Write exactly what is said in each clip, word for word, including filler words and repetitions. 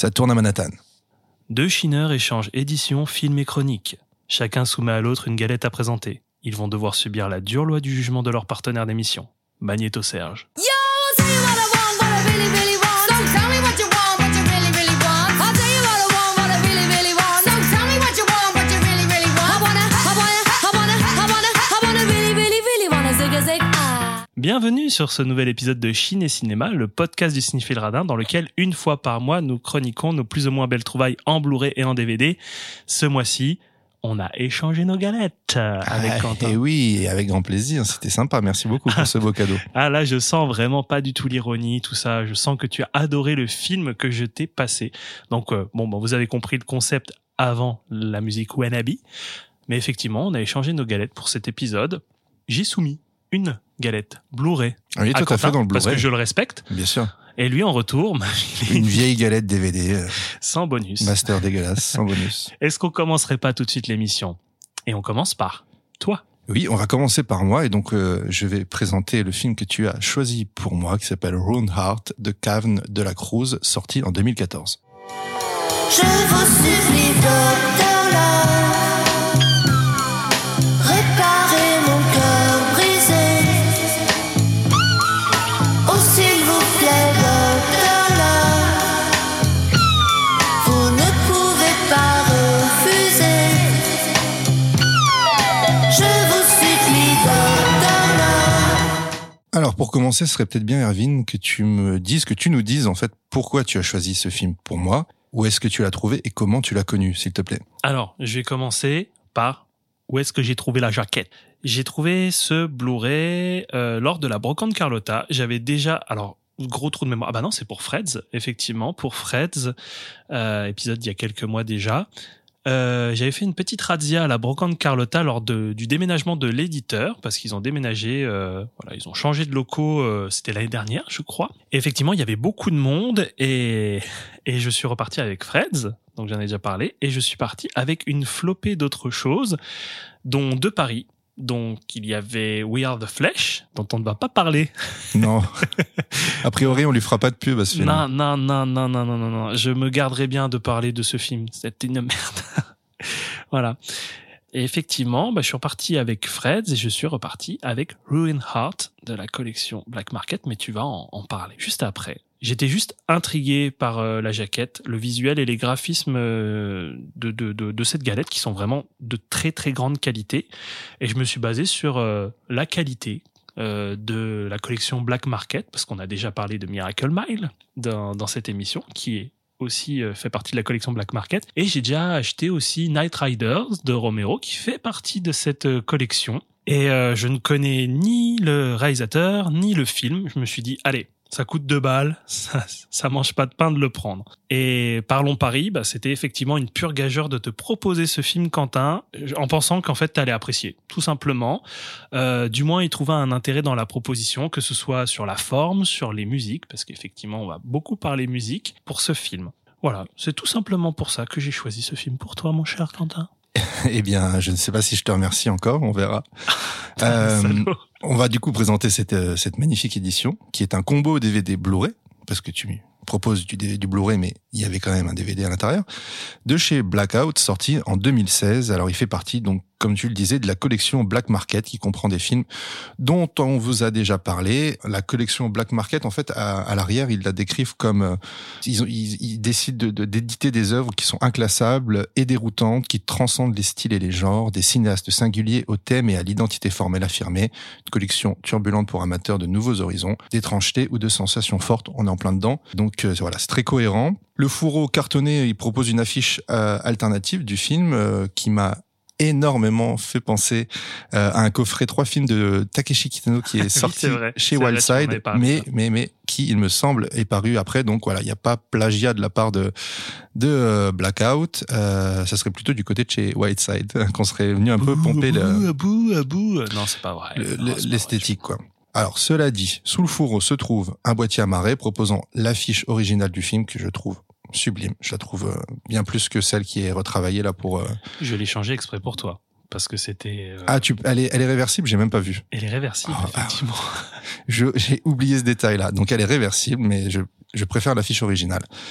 Ça tourne à Manhattan. Deux chineurs échangent édition, film et chronique. Chacun soumet à l'autre une galette à présenter. Ils vont devoir subir la dure loi du jugement de leur partenaire d'émission, Magnéto Serge. Yo, I'll tell you what I want, what I really, really want. So tell me what you want, what you really, really want. I'll tell you what I want, what I really, really want. So tell me what you want, what you really, really want. I wanna, I wanna, I wanna, I wanna, I wanna really, really, really wanna zig a zig ah. Bienvenue sur ce nouvel épisode de Chine et Cinéma, le podcast du cinéphile radin dans lequel, une fois par mois, nous chroniquons nos plus ou moins belles trouvailles en Blu-ray et en D V D. Ce mois-ci, on a échangé nos galettes avec ah, Quentin. Et oui, avec grand plaisir. C'était sympa. Merci beaucoup pour ce beau cadeau. Ah là, je sens vraiment pas du tout l'ironie, tout ça. Je sens que tu as adoré le film que je t'ai passé. Donc, euh, bon, bon, vous avez compris le concept avant la musique Wannabe. Mais effectivement, on a échangé nos galettes pour cet épisode. J'ai soumis une galette Blu-ray oui, à tout Quentin, à fait dans le Blu-ray. parce que je le respecte. Bien sûr. Et lui, en retour, une vieille galette D V D. Euh, sans bonus. Master dégueulasse, sans bonus. Est-ce qu'on commencerait pas tout de suite l'émission ? Et on commence par toi. Oui, on va commencer par moi. Et donc, euh, je vais présenter le film que tu as choisi pour moi, qui s'appelle Ruined Heart, de Kavn de la Cruz, sorti en deux mille quatorze. Je vous supplie, docteur Love, réparez mon cœur brisé. Oh, s'il vous plaît, docteur Love, vous ne pouvez pas refuser. Je vous supplie, docteur Love. Alors, pour commencer, ce serait peut-être bien, Erwin, que tu me dises, que tu nous dises, en fait, pourquoi tu as choisi ce film pour moi. Où est-ce que tu l'as trouvé et comment tu l'as connu, s'il te plaît ? Alors, je vais commencer par où est-ce que j'ai trouvé la jaquette. J'ai trouvé ce Blu-ray euh, lors de la brocante Carlotta. J'avais déjà... Alors, gros trou de mémoire. Ah bah non, c'est pour Freds, effectivement. Pour Freds, euh, épisode d'il y a quelques mois déjà. Euh, j'avais fait une petite razzia à la brocante Carlotta lors de, du déménagement de l'éditeur, parce qu'ils ont déménagé, euh, voilà, ils ont changé de locaux, euh, c'était l'année dernière, je crois. Et effectivement, il y avait beaucoup de monde, et, et je suis reparti avec Freds, donc j'en ai déjà parlé, et je suis parti avec une flopée d'autres choses, dont deux paris. Donc, il y avait We Are the Flesh, dont on ne va pas parler. Non. A priori, on lui fera pas de pub à ce film. Non, non, non, non, non, non, non, non. Je me garderai bien de parler de ce film. C'était une merde. Voilà. Et effectivement, bah, je suis reparti avec Freds et je suis reparti avec Ruined Heart de la collection Black Market, mais tu vas en, en parler juste après. J'étais juste intrigué par euh, la jaquette, le visuel et les graphismes euh, de, de, de, de cette galette qui sont vraiment de très très grande qualité. Et je me suis basé sur euh, la qualité euh, de la collection Black Market, parce qu'on a déjà parlé de Miracle Mile dans, dans cette émission, qui est aussi euh, fait partie de la collection Black Market. Et j'ai déjà acheté aussi Night Riders de Romero, qui fait partie de cette euh, collection. Et euh, je ne connais ni le réalisateur, ni le film. Je me suis dit, allez, ça coûte deux balles, ça, ça mange pas de pain de le prendre. Et Parlons Paris, bah, c'était effectivement une pure gageure de te proposer ce film, Quentin, en pensant qu'en fait t'allais apprécier, tout simplement. Euh, du moins, il trouva un intérêt dans la proposition, que ce soit sur la forme, sur les musiques, parce qu'effectivement, on va beaucoup parler musique pour ce film. Voilà, c'est tout simplement pour ça que j'ai choisi ce film pour toi, mon cher Quentin. Eh bien, je ne sais pas si je te remercie encore, on verra. euh, on va du coup présenter cette, euh, cette magnifique édition, qui est un combo D V D Blu-ray, parce que tu proposes du, du Blu-ray, mais il y avait quand même un D V D à l'intérieur, de chez Blackout, sorti en deux mille seize. Alors, il fait partie, donc, comme tu le disais, de la collection Black Market, qui comprend des films dont on vous a déjà parlé. La collection Black Market, en fait, à, à l'arrière, ils la décrivent comme... Euh, ils, ont, ils, ils décident de, de, d'éditer des œuvres qui sont inclassables et déroutantes, qui transcendent les styles et les genres, des cinéastes singuliers au thème et à l'identité formelle affirmée, une collection turbulente pour amateurs de nouveaux horizons, d'étrangeté ou de sensations fortes, on est en plein dedans. Donc euh, voilà, c'est très cohérent. Le fourreau cartonné, il propose une affiche euh, alternative du film euh, qui m'a énormément fait penser euh, à un coffret trois films de Takeshi Kitano qui est sorti oui, c'est chez c'est Wildside, vrai, mais mais mais qui, il me semble, est paru après. Donc voilà, il n'y a pas plagiat de la part de de euh, Blackout. Euh, ça serait plutôt du côté de chez Wildside qu'on serait venu un peu abou, pomper abou, le, abou, abou. Non, c'est pas vrai. le, non, c'est l'esthétique, pas vrai. quoi. Alors, cela dit, sous le fourreau se trouve un boîtier amarré proposant l'affiche originale du film que je trouve sublime. Je la trouve euh, bien plus que celle qui est retravaillée là pour... Euh... Je l'ai changé exprès pour toi. Parce que c'était... Euh... Ah, tu, elle est, elle est réversible, j'ai même pas vu. Elle est réversible, oh, effectivement. Je, j'ai oublié ce détail-là. Donc, elle est réversible, mais je, je préfère l'affiche originale.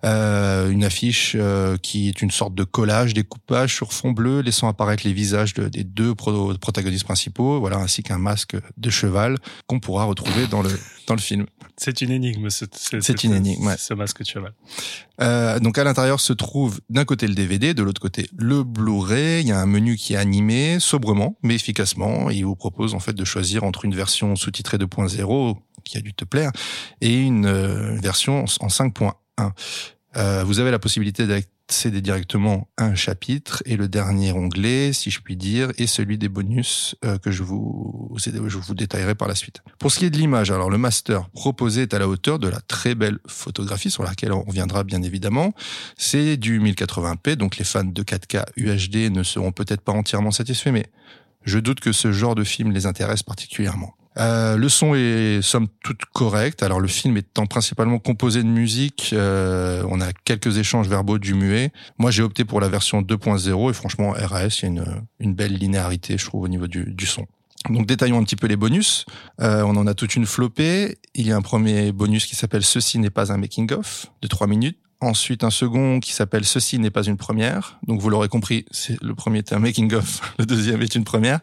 Euh, une affiche euh, qui est une sorte de collage, découpage sur fond bleu, laissant apparaître les visages de, des deux pro- protagonistes principaux, voilà, ainsi qu'un masque de cheval qu'on pourra retrouver dans le dans le film. C'est une énigme. Ce, ce, C'est une énigme, ouais. Ce masque de cheval. Euh, donc à l'intérieur se trouve d'un côté le D V D, de l'autre côté le Blu-ray. Il y a un menu qui est animé sobrement mais efficacement. Et il vous propose en fait de choisir entre une version sous-titrée deux point zéro qui a dû te plaire et une euh, version en cinq point un. Euh, vous avez la possibilité d'accéder directement à un chapitre et le dernier onglet, si je puis dire, est celui des bonus euh, que je vous, je vous détaillerai par la suite. Pour ce qui est de l'image, alors le master proposé est à la hauteur de la très belle photographie sur laquelle on reviendra bien évidemment. C'est du mille quatre-vingts p, donc les fans de quatre K U H D ne seront peut-être pas entièrement satisfaits, mais je doute que ce genre de film les intéresse particulièrement. Euh, le son est somme toute correct. Alors le film étant principalement composé de musique, euh, on a quelques échanges verbaux du muet. Moi j'ai opté pour la version deux point zéro et franchement R A S, il y a une, une belle linéarité je trouve au niveau du, du son. Donc détaillons un petit peu les bonus. Euh, on en a toute une flopée. Il y a un premier bonus qui s'appelle « Ceci n'est pas un making-of » de trois minutes. Ensuite, un second qui s'appelle « Ceci n'est pas une première ». Donc, vous l'aurez compris, c'est, le premier est un making-of, le deuxième est une première,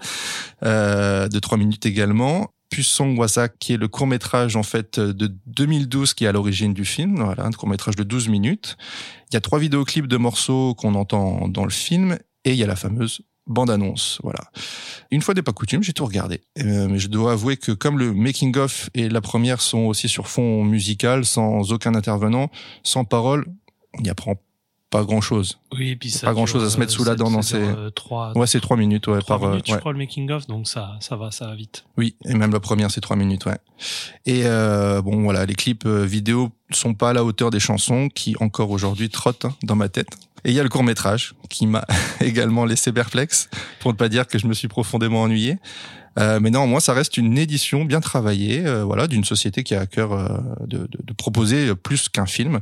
euh, de trois minutes également. Puis Song Wasak, qui est le court-métrage en fait de deux mille douze qui est à l'origine du film, voilà, un court-métrage de douze minutes. Il y a trois vidéoclips de morceaux qu'on entend dans le film et il y a la fameuse bande-annonce, voilà. Une fois n'est pas coutume, j'ai tout regardé. Euh, mais je dois avouer que comme le making-of et la première sont aussi sur fond musical, sans aucun intervenant, sans parole, on n'y apprend pas grand-chose. Oui, et puis ça pas grand-chose à se mettre sous la dent dans ces... Euh, trois, ouais, c'est trois minutes, ouais. Trois par, minutes, euh, ouais. je crois, le making-of, donc ça, ça va, ça va vite. Oui, et même la première, c'est trois minutes, ouais. Et euh, bon, voilà, les clips euh, vidéo sont pas à la hauteur des chansons qui, encore aujourd'hui, trottent hein, dans ma tête. Et il y a le court-métrage qui m'a également laissé perplexe, pour ne pas dire que je me suis profondément ennuyé. Euh, mais néanmoins, ça reste une édition bien travaillée, euh, voilà, d'une société qui a à cœur euh, de, de, de proposer plus qu'un film.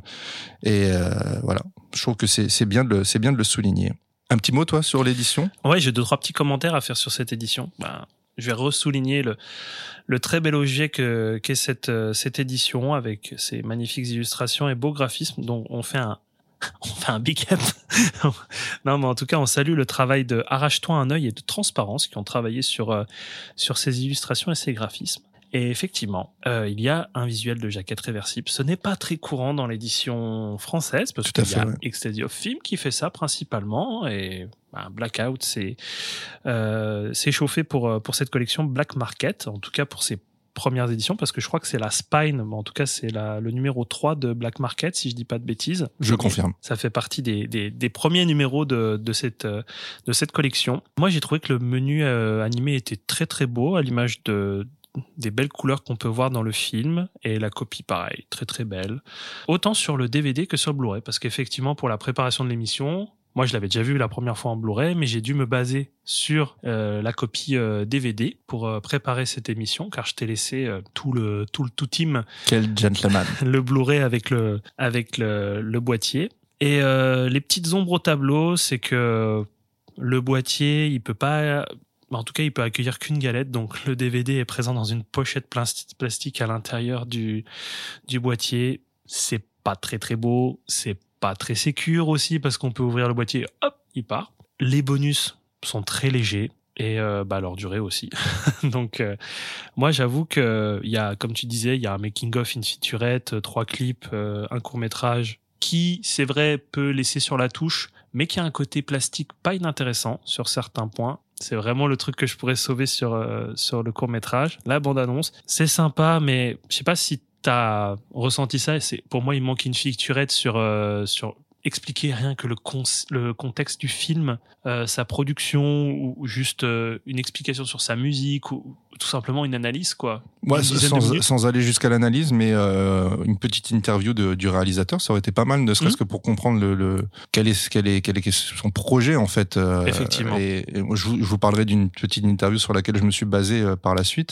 Et euh, voilà, je trouve que c'est, c'est bien de le, c'est bien de le souligner. Un petit mot, toi, sur l'édition ? Ouais, j'ai deux trois petits commentaires à faire sur cette édition. Ben, je vais ressouligner le le très bel objet que qu'est cette cette édition avec ses magnifiques illustrations et beaux graphismes dont on fait un on fait un big up. Non, mais en tout cas, on salue le travail de Arrache-toi un œil et de Transparence qui ont travaillé sur euh, sur ces illustrations et ces graphismes. Et effectivement, euh, il y a un visuel de jaquette réversible. Ce n'est pas très courant dans l'édition française parce Tout à qu'il y a fait, ouais. Ecstasy of Film qui fait ça principalement et bah, Blackout c'est euh, c'est chauffé pour pour cette collection Black Market, en tout cas pour ses premières éditions, parce que je crois que c'est la Spine, mais en tout cas c'est la, le numéro trois de Black Market, si je dis pas de bêtises. Je confirme. Ça fait partie des, des, des premiers numéros de, de, cette, de cette collection. Moi, j'ai trouvé que le menu euh, animé était très très beau, à l'image de, des belles couleurs qu'on peut voir dans le film, et la copie, pareil, très très belle. Autant sur le D V D que sur le Blu-ray, parce qu'effectivement, pour la préparation de l'émission, moi, je l'avais déjà vu la première fois en Blu-ray, mais j'ai dû me baser sur euh, la copie euh, D V D pour euh, préparer cette émission, car je t'ai laissé euh, tout le tout le tout team, Quel gentleman. le Blu-ray avec le avec le, le boîtier. Et euh, les petites ombres au tableau, c'est que le boîtier, il peut pas, en tout cas, il peut accueillir qu'une galette. Donc, le D V D est présent dans une pochette plasti- plastique à l'intérieur du du boîtier. C'est pas très très beau, c'est pas très sécure aussi parce qu'on peut ouvrir le boîtier, hop, il part. Les bonus sont très légers et euh, bah leur durée aussi. Donc euh, moi j'avoue que il y a, comme tu disais, il y a un making of, une featurette, trois clips, euh, un court métrage qui, c'est vrai, peut laisser sur la touche, mais qui a un côté plastique pas inintéressant sur certains points. C'est vraiment le truc que je pourrais sauver sur euh, sur le court métrage. La bande annonce, c'est sympa, mais je sais pas si t'as ressenti ça. Et c'est, pour moi, il manque une featurette sur euh, sur expliquer rien que le con- le contexte du film, euh, sa production, ou, ou juste euh, une explication sur sa musique, ou, ou tout simplement une analyse, quoi. Ouais, Une dizaine de sans, minutes. sans aller jusqu'à l'analyse, mais euh, une petite interview de, du réalisateur, ça aurait été pas mal, ne serait-ce Mmh. que pour comprendre le, le quel est quel est quel est son projet en fait. Euh, Effectivement. Et, et moi, je vous, je vous parlerai d'une petite interview sur laquelle je me suis basé euh, par la suite,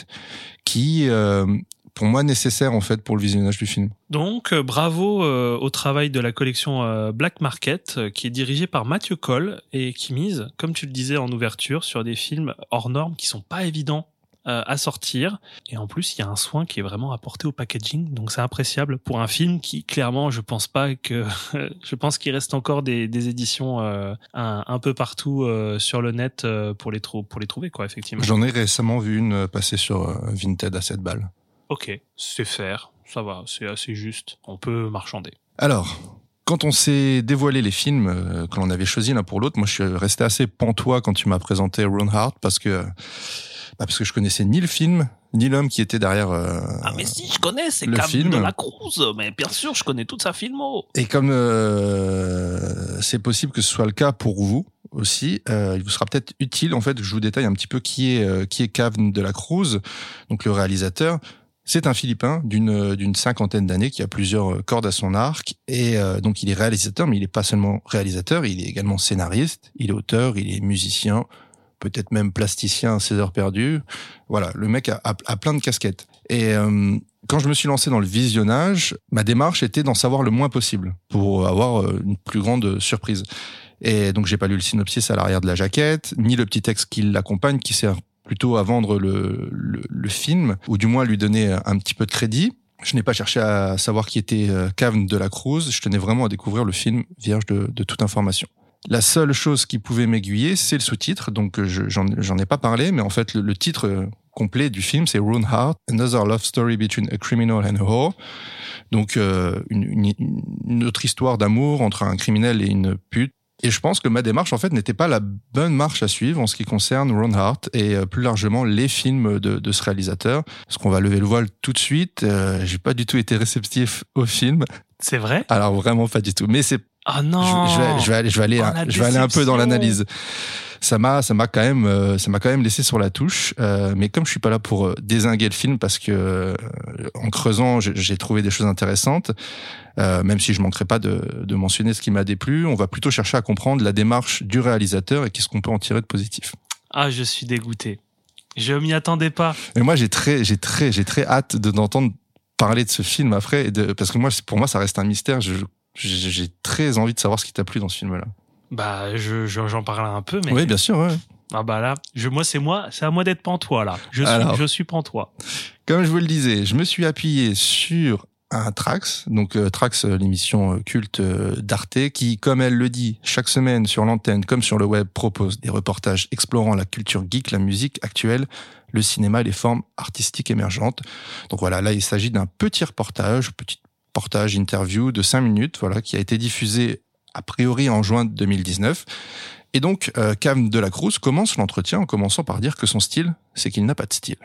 qui euh, pour moi nécessaire en fait pour le visionnage du film. Donc, euh, bravo euh, au travail de la collection euh, Black Market, euh, qui est dirigée par Mathieu Coll et qui mise, comme tu le disais en ouverture, sur des films hors normes qui sont pas évidents euh, à sortir. Et en plus, il y a un soin qui est vraiment apporté au packaging, donc c'est appréciable pour un film qui, clairement, je pense pas que, je pense qu'il reste encore des, des éditions euh, un, un peu partout euh, sur le net euh, pour les trou- pour les trouver, quoi, effectivement. J'en ai récemment vu une passer sur euh, Vinted à sept balles. Ok, c'est fair, ça va, c'est assez juste. On peut marchander. Alors, quand on s'est dévoilé les films euh, que l'on avait choisis l'un pour l'autre, moi je suis resté assez pantois quand tu m'as présenté Ron Hart parce que bah parce que je connaissais ni le film ni l'homme qui était derrière. Euh, ah mais si, je connais, c'est le Cam film. de la Cruz, mais bien sûr, je connais toute sa filmo. Et comme euh, c'est possible que ce soit le cas pour vous aussi, euh, il vous sera peut-être utile en fait que je vous détaille un petit peu qui est euh, qui est Cam de la Cruz, donc le réalisateur. C'est un Philippin d'une d'une cinquantaine d'années qui a plusieurs cordes à son arc et euh, donc il est réalisateur, mais il est pas seulement réalisateur, il est également scénariste, il est auteur, il est musicien, peut-être même plasticien à ses heures perdues. Voilà, le mec a, a, a plein de casquettes. Et euh, quand je me suis lancé dans le visionnage, ma démarche était d'en savoir le moins possible pour avoir une plus grande surprise. Et donc j'ai pas lu le synopsis à l'arrière de la jaquette, ni le petit texte qui l'accompagne, qui sert plutôt à vendre le, le, le film, ou du moins lui donner un petit peu de crédit. Je n'ai pas cherché à savoir qui était Cam de la Cruz, je tenais vraiment à découvrir le film vierge de, de toute information. La seule chose qui pouvait m'aiguiller, c'est le sous-titre, donc je, j'en, j'en ai pas parlé, mais en fait le, le titre complet du film, c'est Ron Hart, Another Love Story Between a Criminal and a Whore. Donc euh, une, une, une autre histoire d'amour entre un criminel et une pute. Et je pense que ma démarche, en fait, n'était pas la bonne marche à suivre en ce qui concerne Ron Hart et euh, plus largement les films de, de ce réalisateur. Parce qu'on va lever le voile tout de suite. Euh, j'ai pas du tout été réceptif au film. C'est vrai? Alors vraiment pas du tout. Mais c'est. Ah non. Je, je, vais, je vais aller, je vais aller, oh, je vais aller un peu dans l'analyse. Ça m'a, ça m'a quand même, euh, ça m'a quand même laissé sur la touche. Euh, mais comme je suis pas là pour dézinguer le film, parce que euh, en creusant, j'ai, j'ai trouvé des choses intéressantes. Euh, même si je manquerai pas de, de mentionner ce qui m'a déplu, on va plutôt chercher à comprendre la démarche du réalisateur et qu'est-ce qu'on peut en tirer de positif. Ah, je suis dégoûté. Je m'y attendais pas. Mais moi, j'ai très, j'ai très, j'ai très hâte de d'entendre parler de ce film après, et de, parce que moi, pour moi, ça reste un mystère. Je, j'ai très envie de savoir ce qui t'a plu dans ce film-là. Bah, je, je j'en parlerai un peu, mais. Oui, bien sûr, ouais. Ah bah là, je, moi c'est moi, c'est à moi d'être pantois là. Je suis, Alors, je suis pantois. Comme je vous le disais, je me suis appuyé sur un Trax, donc euh, Trax, l'émission culte euh, d'Arte, qui, comme elle le dit, chaque semaine sur l'antenne comme sur le web, propose des reportages explorant la culture geek, la musique actuelle, le cinéma et les formes artistiques émergentes. Donc voilà, là il s'agit d'un petit reportage, petit reportage interview de cinq minutes, voilà, qui a été diffusé a priori en juin deux mille dix-neuf. Et donc, euh, Cam de la Cruz commence l'entretien en commençant par dire que son style, c'est qu'il n'a pas de style.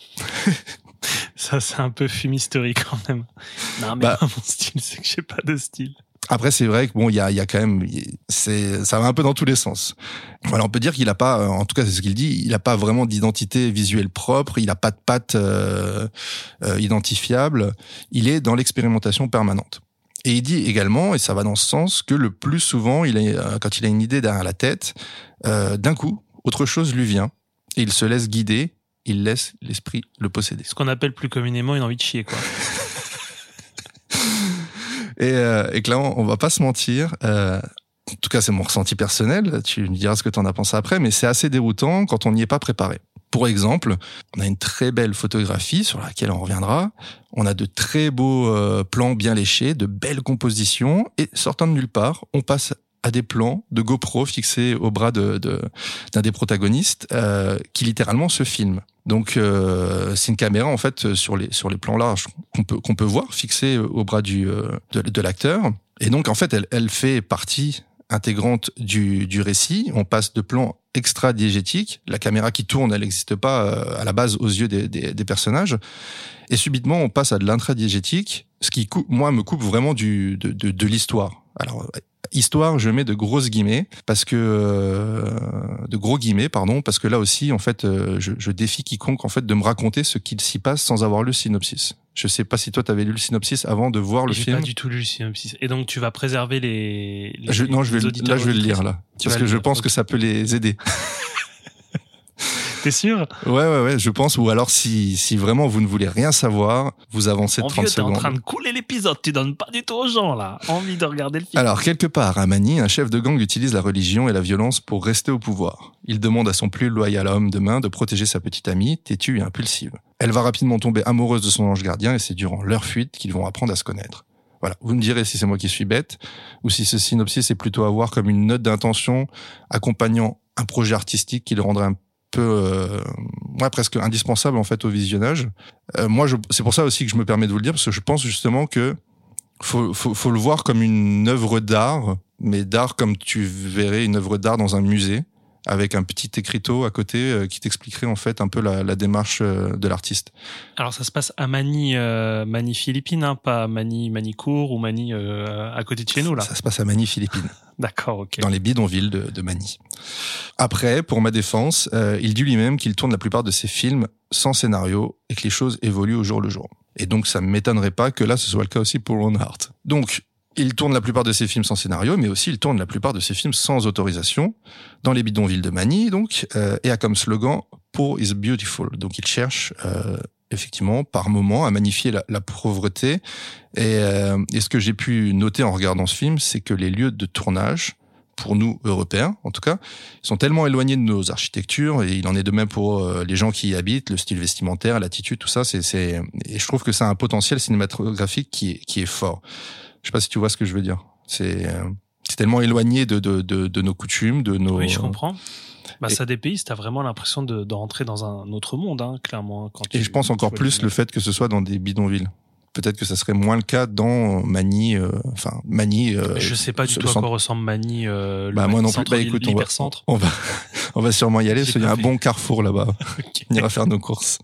Ça, c'est un peu fumisterie quand même. Non, mais bah, mon style, c'est que j'ai pas de style. Après, c'est vrai que bon, il y a, il y a quand même, c'est, ça va un peu dans tous les sens. Voilà, on peut dire qu'il a pas, en tout cas, c'est ce qu'il dit, il a pas vraiment d'identité visuelle propre, il a pas de patte euh, euh, identifiable. Il est dans l'expérimentation permanente. Et il dit également, et ça va dans ce sens, que le plus souvent, il est, quand il a une idée derrière la tête, euh, d'un coup, autre chose lui vient, et il se laisse guider, il laisse l'esprit le posséder. Ce qu'on appelle plus communément une envie de chier, quoi. et, euh, et clairement, on va pas se mentir, euh, en tout cas c'est mon ressenti personnel, tu me diras ce que t'en as pensé après, mais c'est assez déroutant quand on n'y est pas préparé. Pour exemple, on a une très belle photographie sur laquelle on reviendra. On a de très beaux euh, plans bien léchés, de belles compositions. Et sortant de nulle part, on passe à des plans de GoPro fixés au bras de, de, d'un des protagonistes euh, qui littéralement se filme. Donc euh, c'est une caméra en fait sur les sur les plans larges qu'on peut qu'on peut voir fixée au bras du euh, de, de l'acteur. Et donc en fait elle elle fait partie intégrante du du récit. On passe de plans extra-diégétiques, la caméra qui tourne, elle n'existe pas euh, à la base aux yeux des, des, des personnages, et subitement on passe à de l'intra-diégétique, ce qui coupe, moi me coupe vraiment du de, de, de l'histoire. Alors histoire, je mets de grosses guillemets parce que euh, de gros guillemets pardon parce que là aussi en fait euh, je, je défie quiconque en fait de me raconter ce qu'il s'y passe sans avoir lu le synopsis. Je sais pas si toi t'avais lu le synopsis avant de voir le J'ai film. J'ai pas du tout lu le synopsis. Et donc tu vas préserver les, les je, non, je vais les là je vais le lire là tu parce que je lire, pense okay. que ça peut les aider. T'es sûr? Ouais, ouais, ouais, je pense. Ou alors, si, si vraiment vous ne voulez rien savoir, vous avancez de Mon trente vieux, t'es en secondes. train de couler l'épisode. Tu donnes pas du tout aux gens, là. Envie de regarder le film. Alors, quelque part, à Manille, un chef de gang utilise la religion et la violence pour rester au pouvoir. Il demande à son plus loyal homme de main de protéger sa petite amie, têtue et impulsive. Elle va rapidement tomber amoureuse de son ange gardien et c'est durant leur fuite qu'ils vont apprendre à se connaître. Voilà. Vous me direz si c'est moi qui suis bête ou si ce synopsis est plutôt à voir comme une note d'intention accompagnant un projet artistique qui le rendrait un peu, euh, ouais, presque indispensable en fait au visionnage. Euh, moi, je, c'est pour ça aussi que je me permets de vous le dire parce que je pense justement que faut, faut, faut le voir comme une œuvre d'art, mais d'art comme tu verrais une œuvre d'art dans un musée, avec un petit écriteau à côté euh, qui t'expliquerait en fait un peu la, la démarche euh, de l'artiste. Alors ça se passe à Manille, euh, Manille Philippines, hein, pas Manille Manicourt ou Manille euh, à côté de chez nous là. Ça se passe à Manille, Philippines. D'accord, ok. Dans les bidonvilles de, de Manille. Après, pour ma défense, euh, il dit lui-même qu'il tourne la plupart de ses films sans scénario et que les choses évoluent au jour le jour. Et donc ça ne m'étonnerait pas que là ce soit le cas aussi pour Ron Hart. Donc il tourne la plupart de ses films sans scénario, mais aussi il tourne la plupart de ses films sans autorisation, dans les bidonvilles de Manille, donc, euh, et a comme slogan « Poor is beautiful ». Donc il cherche euh, effectivement par moments à magnifier la, la pauvreté. Et, euh, et ce que j'ai pu noter en regardant ce film, c'est que les lieux de tournage, pour nous Européens en tout cas, sont tellement éloignés de nos architectures, et il en est de même pour euh, les gens qui y habitent, le style vestimentaire, l'attitude, tout ça. C'est, c'est... Et je trouve que ça a un potentiel cinématographique qui est, qui est fort. Je sais pas si tu vois ce que je veux dire. C'est, euh, c'est tellement éloigné de, de, de, de nos coutumes, de nos... Oui, je comprends. Bah, et... ça dépayse, t'as vraiment l'impression de, de rentrer dans un autre monde, hein, clairement. Quand et tu, je pense encore plus les... le fait que ce soit dans des bidonvilles. Peut-être que ça serait moins le cas dans Manille, euh, enfin Manille. Euh, je sais pas du tout à quoi ressemble Manille. Euh, bah le moi non plus. Bah écoute, on va, on va, on va sûrement y aller. Parce qu'il y a un bon carrefour là-bas. Okay. On ira faire nos courses.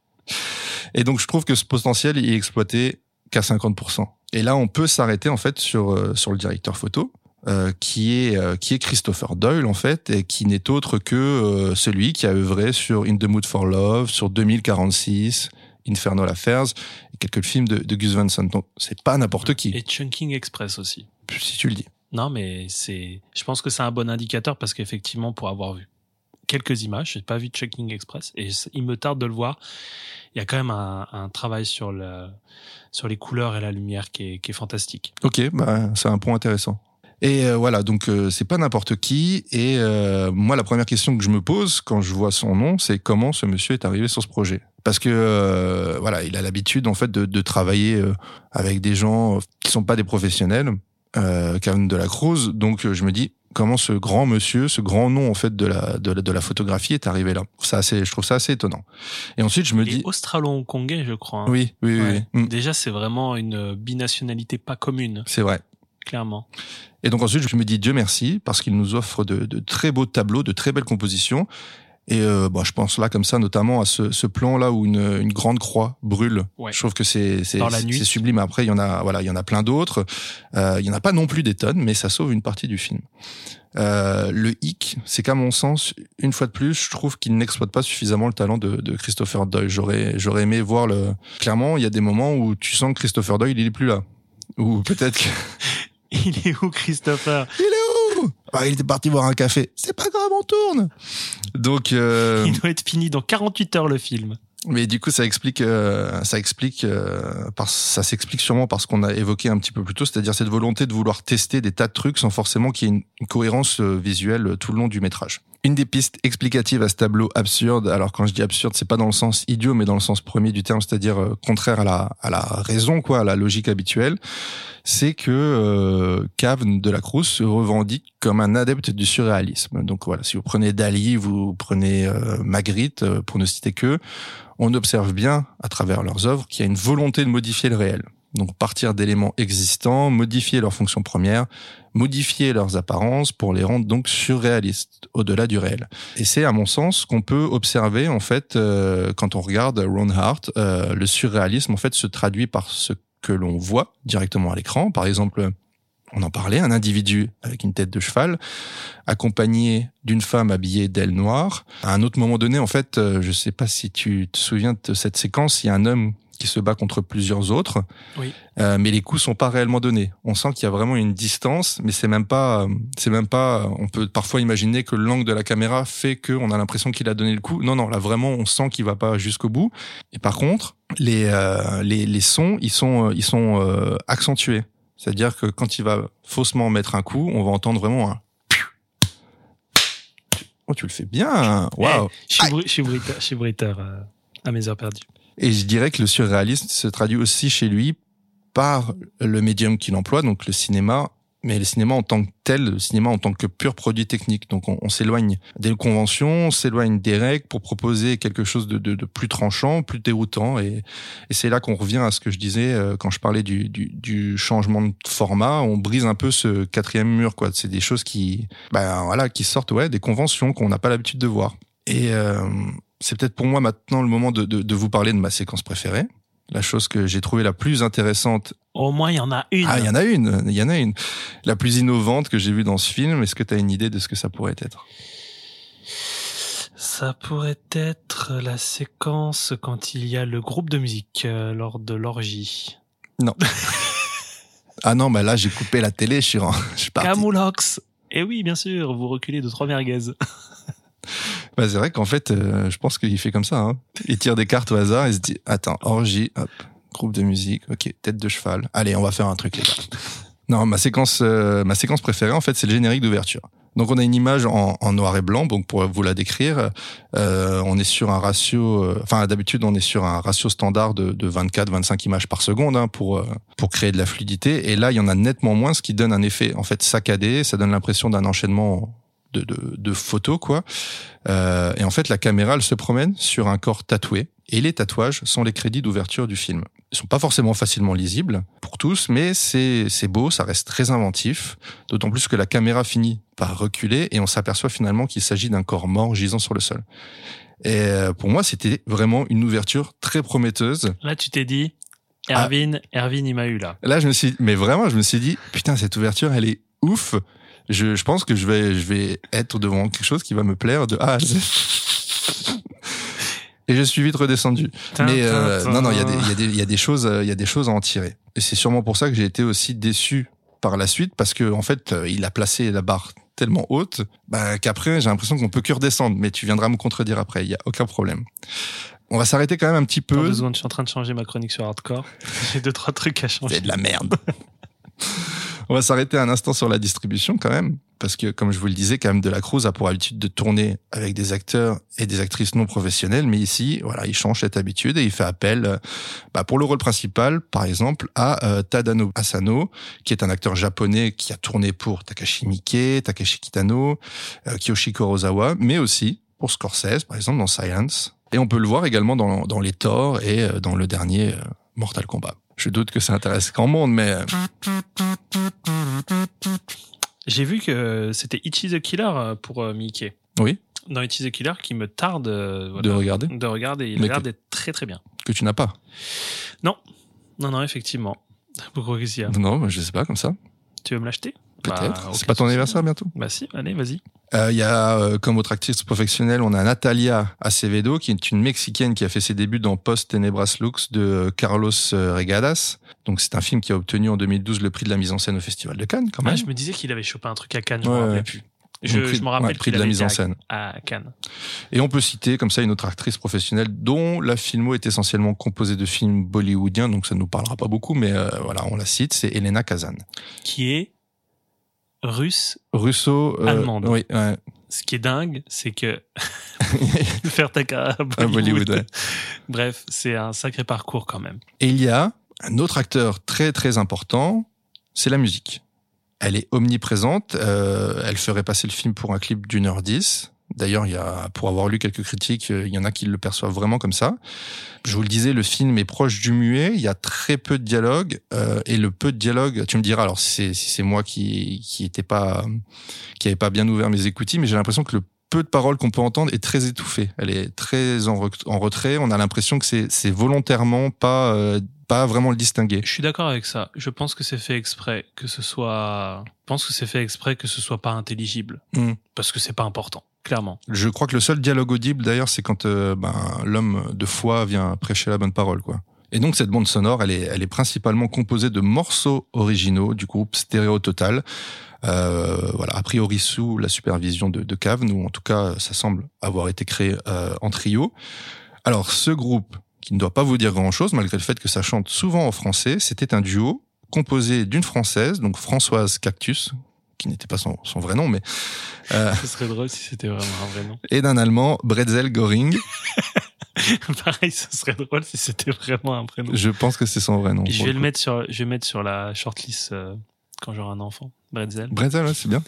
Et donc je trouve que ce potentiel il est exploité qu'à cinquante pour cent. Et là, on peut s'arrêter en fait sur euh, sur le directeur photo, euh, qui est euh, qui est Christopher Doyle en fait, et qui n'est autre que euh, celui qui a œuvré sur In the Mood for Love, sur deux mille quarante-six, Infernal Affairs, et quelques films de, de Gus Van Sant. Donc, c'est pas n'importe qui. Et Chungking Express aussi. Si tu le dis. Non, mais c'est. Je pense que c'est un bon indicateur parce qu'effectivement, pour avoir vu quelques images, j'ai pas vu Chungking Express, et il me tarde de le voir. Il y a quand même un, un travail sur le sur les couleurs et la lumière qui est, qui est fantastique. Ok, bah c'est un point intéressant. Et euh, voilà, donc euh, c'est pas n'importe qui. Et euh, moi, la première question que je me pose quand je vois son nom, c'est comment ce monsieur est arrivé sur ce projet. Parce que euh, voilà, il a l'habitude en fait de, de travailler euh, avec des gens qui sont pas des professionnels, euh, Kevin de la Cruz. Donc euh, je me dis comment ce grand monsieur, ce grand nom en fait de la de la, de la photographie est arrivé là. Ça assez, je trouve ça assez étonnant. Et ensuite je me il dis est australo-hongkongais, je crois. Hein. Oui, oui, oui. Ouais. oui. Déjà, c'est vraiment une binationalité pas commune. C'est vrai. Clairement. Et donc ensuite, je me dis Dieu merci, parce qu'il nous offre de, de très beaux tableaux, de très belles compositions. Et euh, bon, je pense là comme ça, notamment à ce, ce plan là où une, une grande croix brûle. Ouais. Je trouve que c'est c'est, c'est, c'est sublime. Après, il y en a voilà, il y en a plein d'autres. Euh, il y en a pas non plus des tonnes, mais ça sauve une partie du film. Euh, le hic, c'est qu'à mon sens, une fois de plus, je trouve qu'il n'exploite pas suffisamment le talent de, de Christopher Doyle. J'aurais j'aurais aimé voir le. Clairement, il y a des moments où tu sens que Christopher Doyle il est plus là. Ou peut-être que. Il est où, Christopher? Il est où? Ah, il était parti boire un café. C'est pas grave, on tourne. Donc, euh... il doit être fini dans quarante-huit heures le film. Mais du coup, ça explique, euh, ça explique, euh, par, ça s'explique sûrement par ce qu'on a évoqué un petit peu plus tôt, c'est-à-dire cette volonté de vouloir tester des tas de trucs sans forcément qu'il y ait une, une cohérence visuelle tout le long du métrage. Une des pistes explicatives à ce tableau absurde, alors quand je dis absurde, c'est pas dans le sens idiot, mais dans le sens premier du terme, c'est-à-dire euh, contraire à la, à la raison, quoi, à la logique habituelle, c'est que euh, Kavn de la Cruz se revendique comme un adepte du surréalisme. Donc voilà, si vous prenez Dali, vous prenez euh, Magritte, euh, pour ne citer que, on observe bien, à travers leurs œuvres, qu'il y a une volonté de modifier le réel. Donc partir d'éléments existants, modifier leurs fonctions premières, modifier leurs apparences pour les rendre donc surréalistes, au-delà du réel. Et c'est à mon sens qu'on peut observer en fait euh, quand on regarde Ron Hart, euh, le surréalisme en fait se traduit par ce que l'on voit directement à l'écran. Par exemple, on en parlait, un individu avec une tête de cheval, accompagné d'une femme habillée d'ailes noires. À un autre moment donné, en fait, euh, je sais pas si tu te souviens de cette séquence, il y a un homme qui se bat contre plusieurs autres. Oui. Euh, mais les coups sont pas réellement donnés. On sent qu'il y a vraiment une distance, mais c'est même pas, c'est même pas, on peut parfois imaginer que l'angle de la caméra fait qu'on a l'impression qu'il a donné le coup. Non, non, là vraiment, on sent qu'il va pas jusqu'au bout. Et par contre, les, euh, les, les sons, ils sont, ils sont euh, accentués. C'est-à-dire que quand il va faussement mettre un coup, on va entendre vraiment un. Oh, tu le fais bien. Waouh. Hey, je suis bru- je suis bruiteur, je suis bruiteur euh, à mes heures perdues. Et je dirais que le surréalisme se traduit aussi chez lui par le médium qu'il emploie, donc le cinéma, mais le cinéma en tant que tel, le cinéma en tant que pur produit technique. Donc on, on s'éloigne des conventions, on s'éloigne des règles pour proposer quelque chose de, de, de plus tranchant, plus déroutant. Et, et c'est là qu'on revient à ce que je disais euh, quand je parlais du, du, du changement de format. On brise un peu ce quatrième mur, quoi. C'est des choses qui, ben voilà, qui sortent, ouais, des conventions qu'on n'a pas l'habitude de voir. Et euh, c'est peut-être pour moi maintenant le moment de, de, de vous parler de ma séquence préférée. La chose que j'ai trouvée la plus intéressante. Au moins, il y en a une. Ah, il y en a une, il y en a une. La plus innovante que j'ai vue dans ce film. Est-ce que tu as une idée de ce que ça pourrait être? Ça pourrait être la séquence quand il y a le groupe de musique euh, lors de l'orgie. Non. Ah non, bah là, j'ai coupé la télé, je suis, en... je suis parti. Camoulox. Et oui, bien sûr, vous reculez de trois merguez. Bah, c'est vrai qu'en fait, euh, je pense qu'il fait comme ça. Hein. Il tire des cartes au hasard et se dit, attends, orgie, hop, groupe de musique, ok, tête de cheval. Allez, on va faire un truc, les gars. Non, ma séquence, euh, ma séquence préférée, en fait, c'est le générique d'ouverture. Donc, on a une image en, en noir et blanc. Donc, pour vous la décrire, euh, on est sur un ratio, euh, enfin, d'habitude, on est sur un ratio standard de, de vingt-quatre à vingt-cinq images par seconde, hein, pour, euh, pour créer de la fluidité. Et là, il y en a nettement moins, ce qui donne un effet, en fait, saccadé. Ça donne l'impression d'un enchaînement de, de, de photos, quoi. Euh, et en fait, la caméra, elle se promène sur un corps tatoué. Et les tatouages sont les crédits d'ouverture du film. Ils sont pas forcément facilement lisibles pour tous, mais c'est, c'est beau, ça reste très inventif. D'autant plus que la caméra finit par reculer et on s'aperçoit finalement qu'il s'agit d'un corps mort gisant sur le sol. Et pour moi, c'était vraiment une ouverture très prometteuse. Là, tu t'es dit, Erwin, ah. Erwin, il m'a eu là. Là, je me suis, mais vraiment, je me suis dit, putain, cette ouverture, elle est ouf. Je, je pense que je vais, je vais être devant quelque chose qui va me plaire de A à Z. Et je suis vite redescendu. Tin, mais euh, tin, non, non, il y a des, il y a des, il y a des choses, il y a des choses à en tirer. Et c'est sûrement pour ça que j'ai été aussi déçu par la suite, parce que en fait, il a placé la barre tellement haute, bah, qu'après, j'ai l'impression qu'on peut que redescendre. Mais tu viendras me contredire après. Il y a aucun problème. On va s'arrêter quand même un petit peu. Dans deux secondes, je suis en train de changer ma chronique sur Hardcore. J'ai deux, trois trucs à changer. C'est de la merde. On va s'arrêter un instant sur la distribution quand même, parce que comme je vous le disais, quand même Delacruz a pour habitude de tourner avec des acteurs et des actrices non professionnels, mais ici, voilà, il change cette habitude et il fait appel, bah, pour le rôle principal, par exemple, à euh, Tadano Asano, qui est un acteur japonais qui a tourné pour Takashi Miike, Takeshi Kitano, euh, Kiyoshi Kurosawa, mais aussi pour Scorsese, par exemple, dans Silence. Et on peut le voir également dans, dans les Thor et euh, dans le dernier euh, Mortal Kombat. Je doute que ça intéresse grand monde, mais... J'ai vu que c'était Ichi the Killer pour euh, Miike. Oui. Dans Ichi the Killer, qui me tarde euh, voilà, de regarder. De regarder. Il mais a l'air que... d'être très très bien. Que tu n'as pas. Non. Non, non, effectivement. Pourquoi qu'est-ce qu'il y a ? Non, je sais pas, comme ça. Tu veux me l'acheter ? Peut-être. Bah, c'est pas ton anniversaire bientôt ? Bah si, allez, vas-y. Il euh, y a, euh, comme autre actrice professionnelle, on a Natalia Acevedo, qui est une Mexicaine qui a fait ses débuts dans Post Tenebras Lux de Carlos Regadas. Donc c'est un film qui a obtenu en deux mille douze le prix de la mise en scène au Festival de Cannes, quand même. Ah, je me disais qu'il avait chopé un truc à Cannes, je ouais, me rappelais ouais. plus. Je, prix, je me rappelle ouais, prix qu'il de la avait mise en à, scène à Cannes. Et on peut citer comme ça une autre actrice professionnelle dont la filmo est essentiellement composée de films bollywoodiens, donc ça ne nous parlera pas beaucoup, mais euh, voilà, on la cite, c'est Elena Kazan. Qui est russe, russo, euh, allemande. Oui. Ouais. Ce qui est dingue, c'est que faire ta carrière à Bollywood. Bollywood. Ouais. Bref, c'est un sacré parcours quand même. Et il y a un autre acteur très très important, c'est la musique. Elle est omniprésente. Euh, elle ferait passer le film pour un clip d'une heure dix. D'ailleurs, il y a, pour avoir lu quelques critiques, il y en a qui le perçoivent vraiment comme ça. Je vous le disais, le film est proche du muet. Il y a très peu de dialogue euh, et le peu de dialogue. Tu me diras, alors si c'est, si c'est moi qui qui était pas qui avait pas bien ouvert mes écoutilles, mais j'ai l'impression que le peu de paroles qu'on peut entendre est très étouffé. Elle est très en, re- en retrait. On a l'impression que c'est c'est volontairement pas euh, pas vraiment le distinguer. Je suis d'accord avec ça. Je pense que c'est fait exprès que ce soit. Je pense que c'est fait exprès que ce soit pas intelligible Mm. parce que c'est pas important. Clairement. Je crois que le seul dialogue audible, d'ailleurs, c'est quand euh, ben, l'homme de foi vient prêcher la bonne parole, quoi. Et donc cette bande sonore, elle est, elle est principalement composée de morceaux originaux du groupe Stéréo Total. Euh, voilà, a priori sous la supervision de, de Cavn, ou en tout cas, ça semble avoir été créé euh, en trio. Alors, ce groupe, qui ne doit pas vous dire grand-chose, malgré le fait que ça chante souvent en français, c'était un duo composé d'une Française, donc Françoise Cactus, qui n'était pas son, son vrai nom, mais... Euh, Ce serait drôle si c'était vraiment un vrai nom. Et d'un Allemand, Bretzel Göring. Pareil, ce serait drôle si c'était vraiment un prénom. Je pense que c'est son vrai nom. Et je vais le mettre sur, je vais mettre sur la shortlist euh, quand j'aurai un enfant. Bretzel. Bretzel, ouais, c'est bien.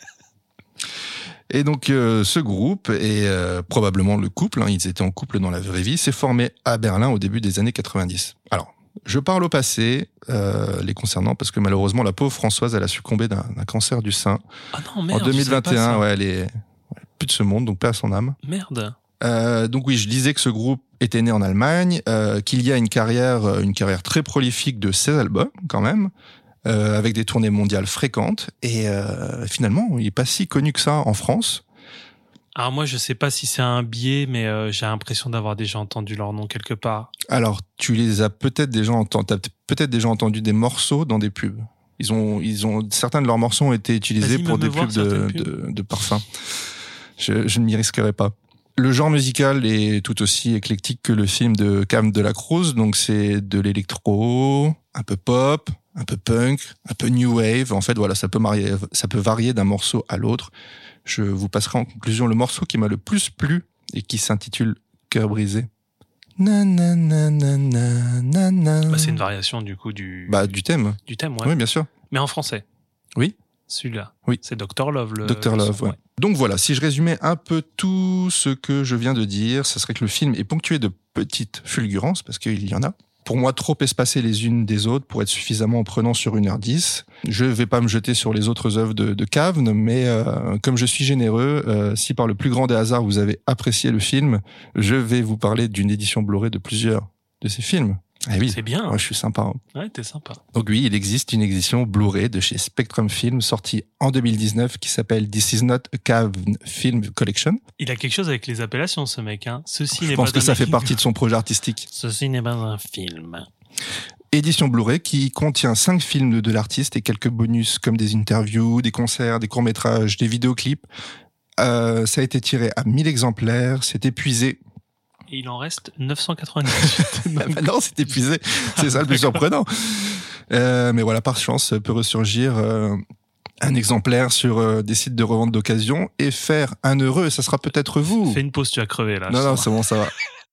Et donc, euh, ce groupe, et euh, probablement le couple, hein, ils étaient en couple dans la vraie vie, s'est formé à Berlin au début des années quatre-vingt-dix. Alors, je parle au passé, euh, les concernant, parce que malheureusement, la pauvre Françoise, elle a succombé d'un, d'un cancer du sein. Ah non, merde. En deux mille vingt et un, ouais, elle est plus de ce monde, donc paix à son âme. Merde. Euh, donc oui, je disais que ce groupe était né en Allemagne, euh, qu'il y a une carrière, une carrière très prolifique de seize albums, quand même. Euh, avec des tournées mondiales fréquentes, et euh, finalement, il est pas si connu que ça en France. Alors moi, je sais pas si c'est un biais, mais euh, j'ai l'impression d'avoir déjà entendu leur nom quelque part. Alors, tu les as peut-être déjà entendus, t'as peut-être déjà entendu des morceaux dans des pubs. Ils ont, ils ont, certains de leurs morceaux ont été utilisés Vas-y, pour des voir pubs de, pubs. de, de parfums. Je, je ne m'y risquerai pas. Le genre musical est tout aussi éclectique que le film de Cam de la Cruz, donc c'est de l'électro, un peu pop, un peu punk, un peu new wave. En fait, voilà, ça peut marier, ça peut varier d'un morceau à l'autre. Je vous passerai en conclusion le morceau qui m'a le plus plu et qui s'intitule Cœur brisé. Na, na, na, na, na, na, na. Bah, c'est une variation du coup du. Bah, du thème. Du thème, ouais. Oui, bien sûr. Mais en français. Oui. Celui-là. Oui. C'est docteur Love. Le... docteur le Love, son, ouais. ouais. Donc voilà, si je résumais un peu tout ce que je viens de dire, ça serait que le film est ponctué de petites fulgurances, parce qu'il y en a. Pour moi, trop espacées les unes des autres pour être suffisamment prenant sur une heure dix. Je vais pas me jeter sur les autres œuvres de, de Cavn, mais euh, comme je suis généreux, euh, si par le plus grand des hasards vous avez apprécié le film, je vais vous parler d'une édition Blu-ray de plusieurs de ces films. Ah oui, c'est bien. Moi, je suis sympa. Hein. Ouais, t'es sympa. Donc oui, il existe une édition Blu-ray de chez Spectrum Film sortie en deux mille dix-neuf qui s'appelle This Is Not a Cavn Film Collection. Il a quelque chose avec les appellations, ce mec. Hein. Ceci je n'est pense pas que ça un fait film. partie de son projet artistique. Ceci n'est pas un film. Édition Blu-ray qui contient cinq films de l'artiste et quelques bonus comme des interviews, des concerts, des courts-métrages, des vidéoclips. Euh, ça a été tiré à mille exemplaires, c'est épuisé. Et il en reste neuf cent quatre-vingt-dix-huit. Donc... non, c'est épuisé. C'est ça le plus surprenant. Euh, mais voilà, par chance, peut ressurgir euh, un exemplaire sur euh, des sites de revente d'occasion et faire un heureux. Ça sera peut-être vous. Fais une pause, tu as crevé là. Non, non, c'est bon, ça va.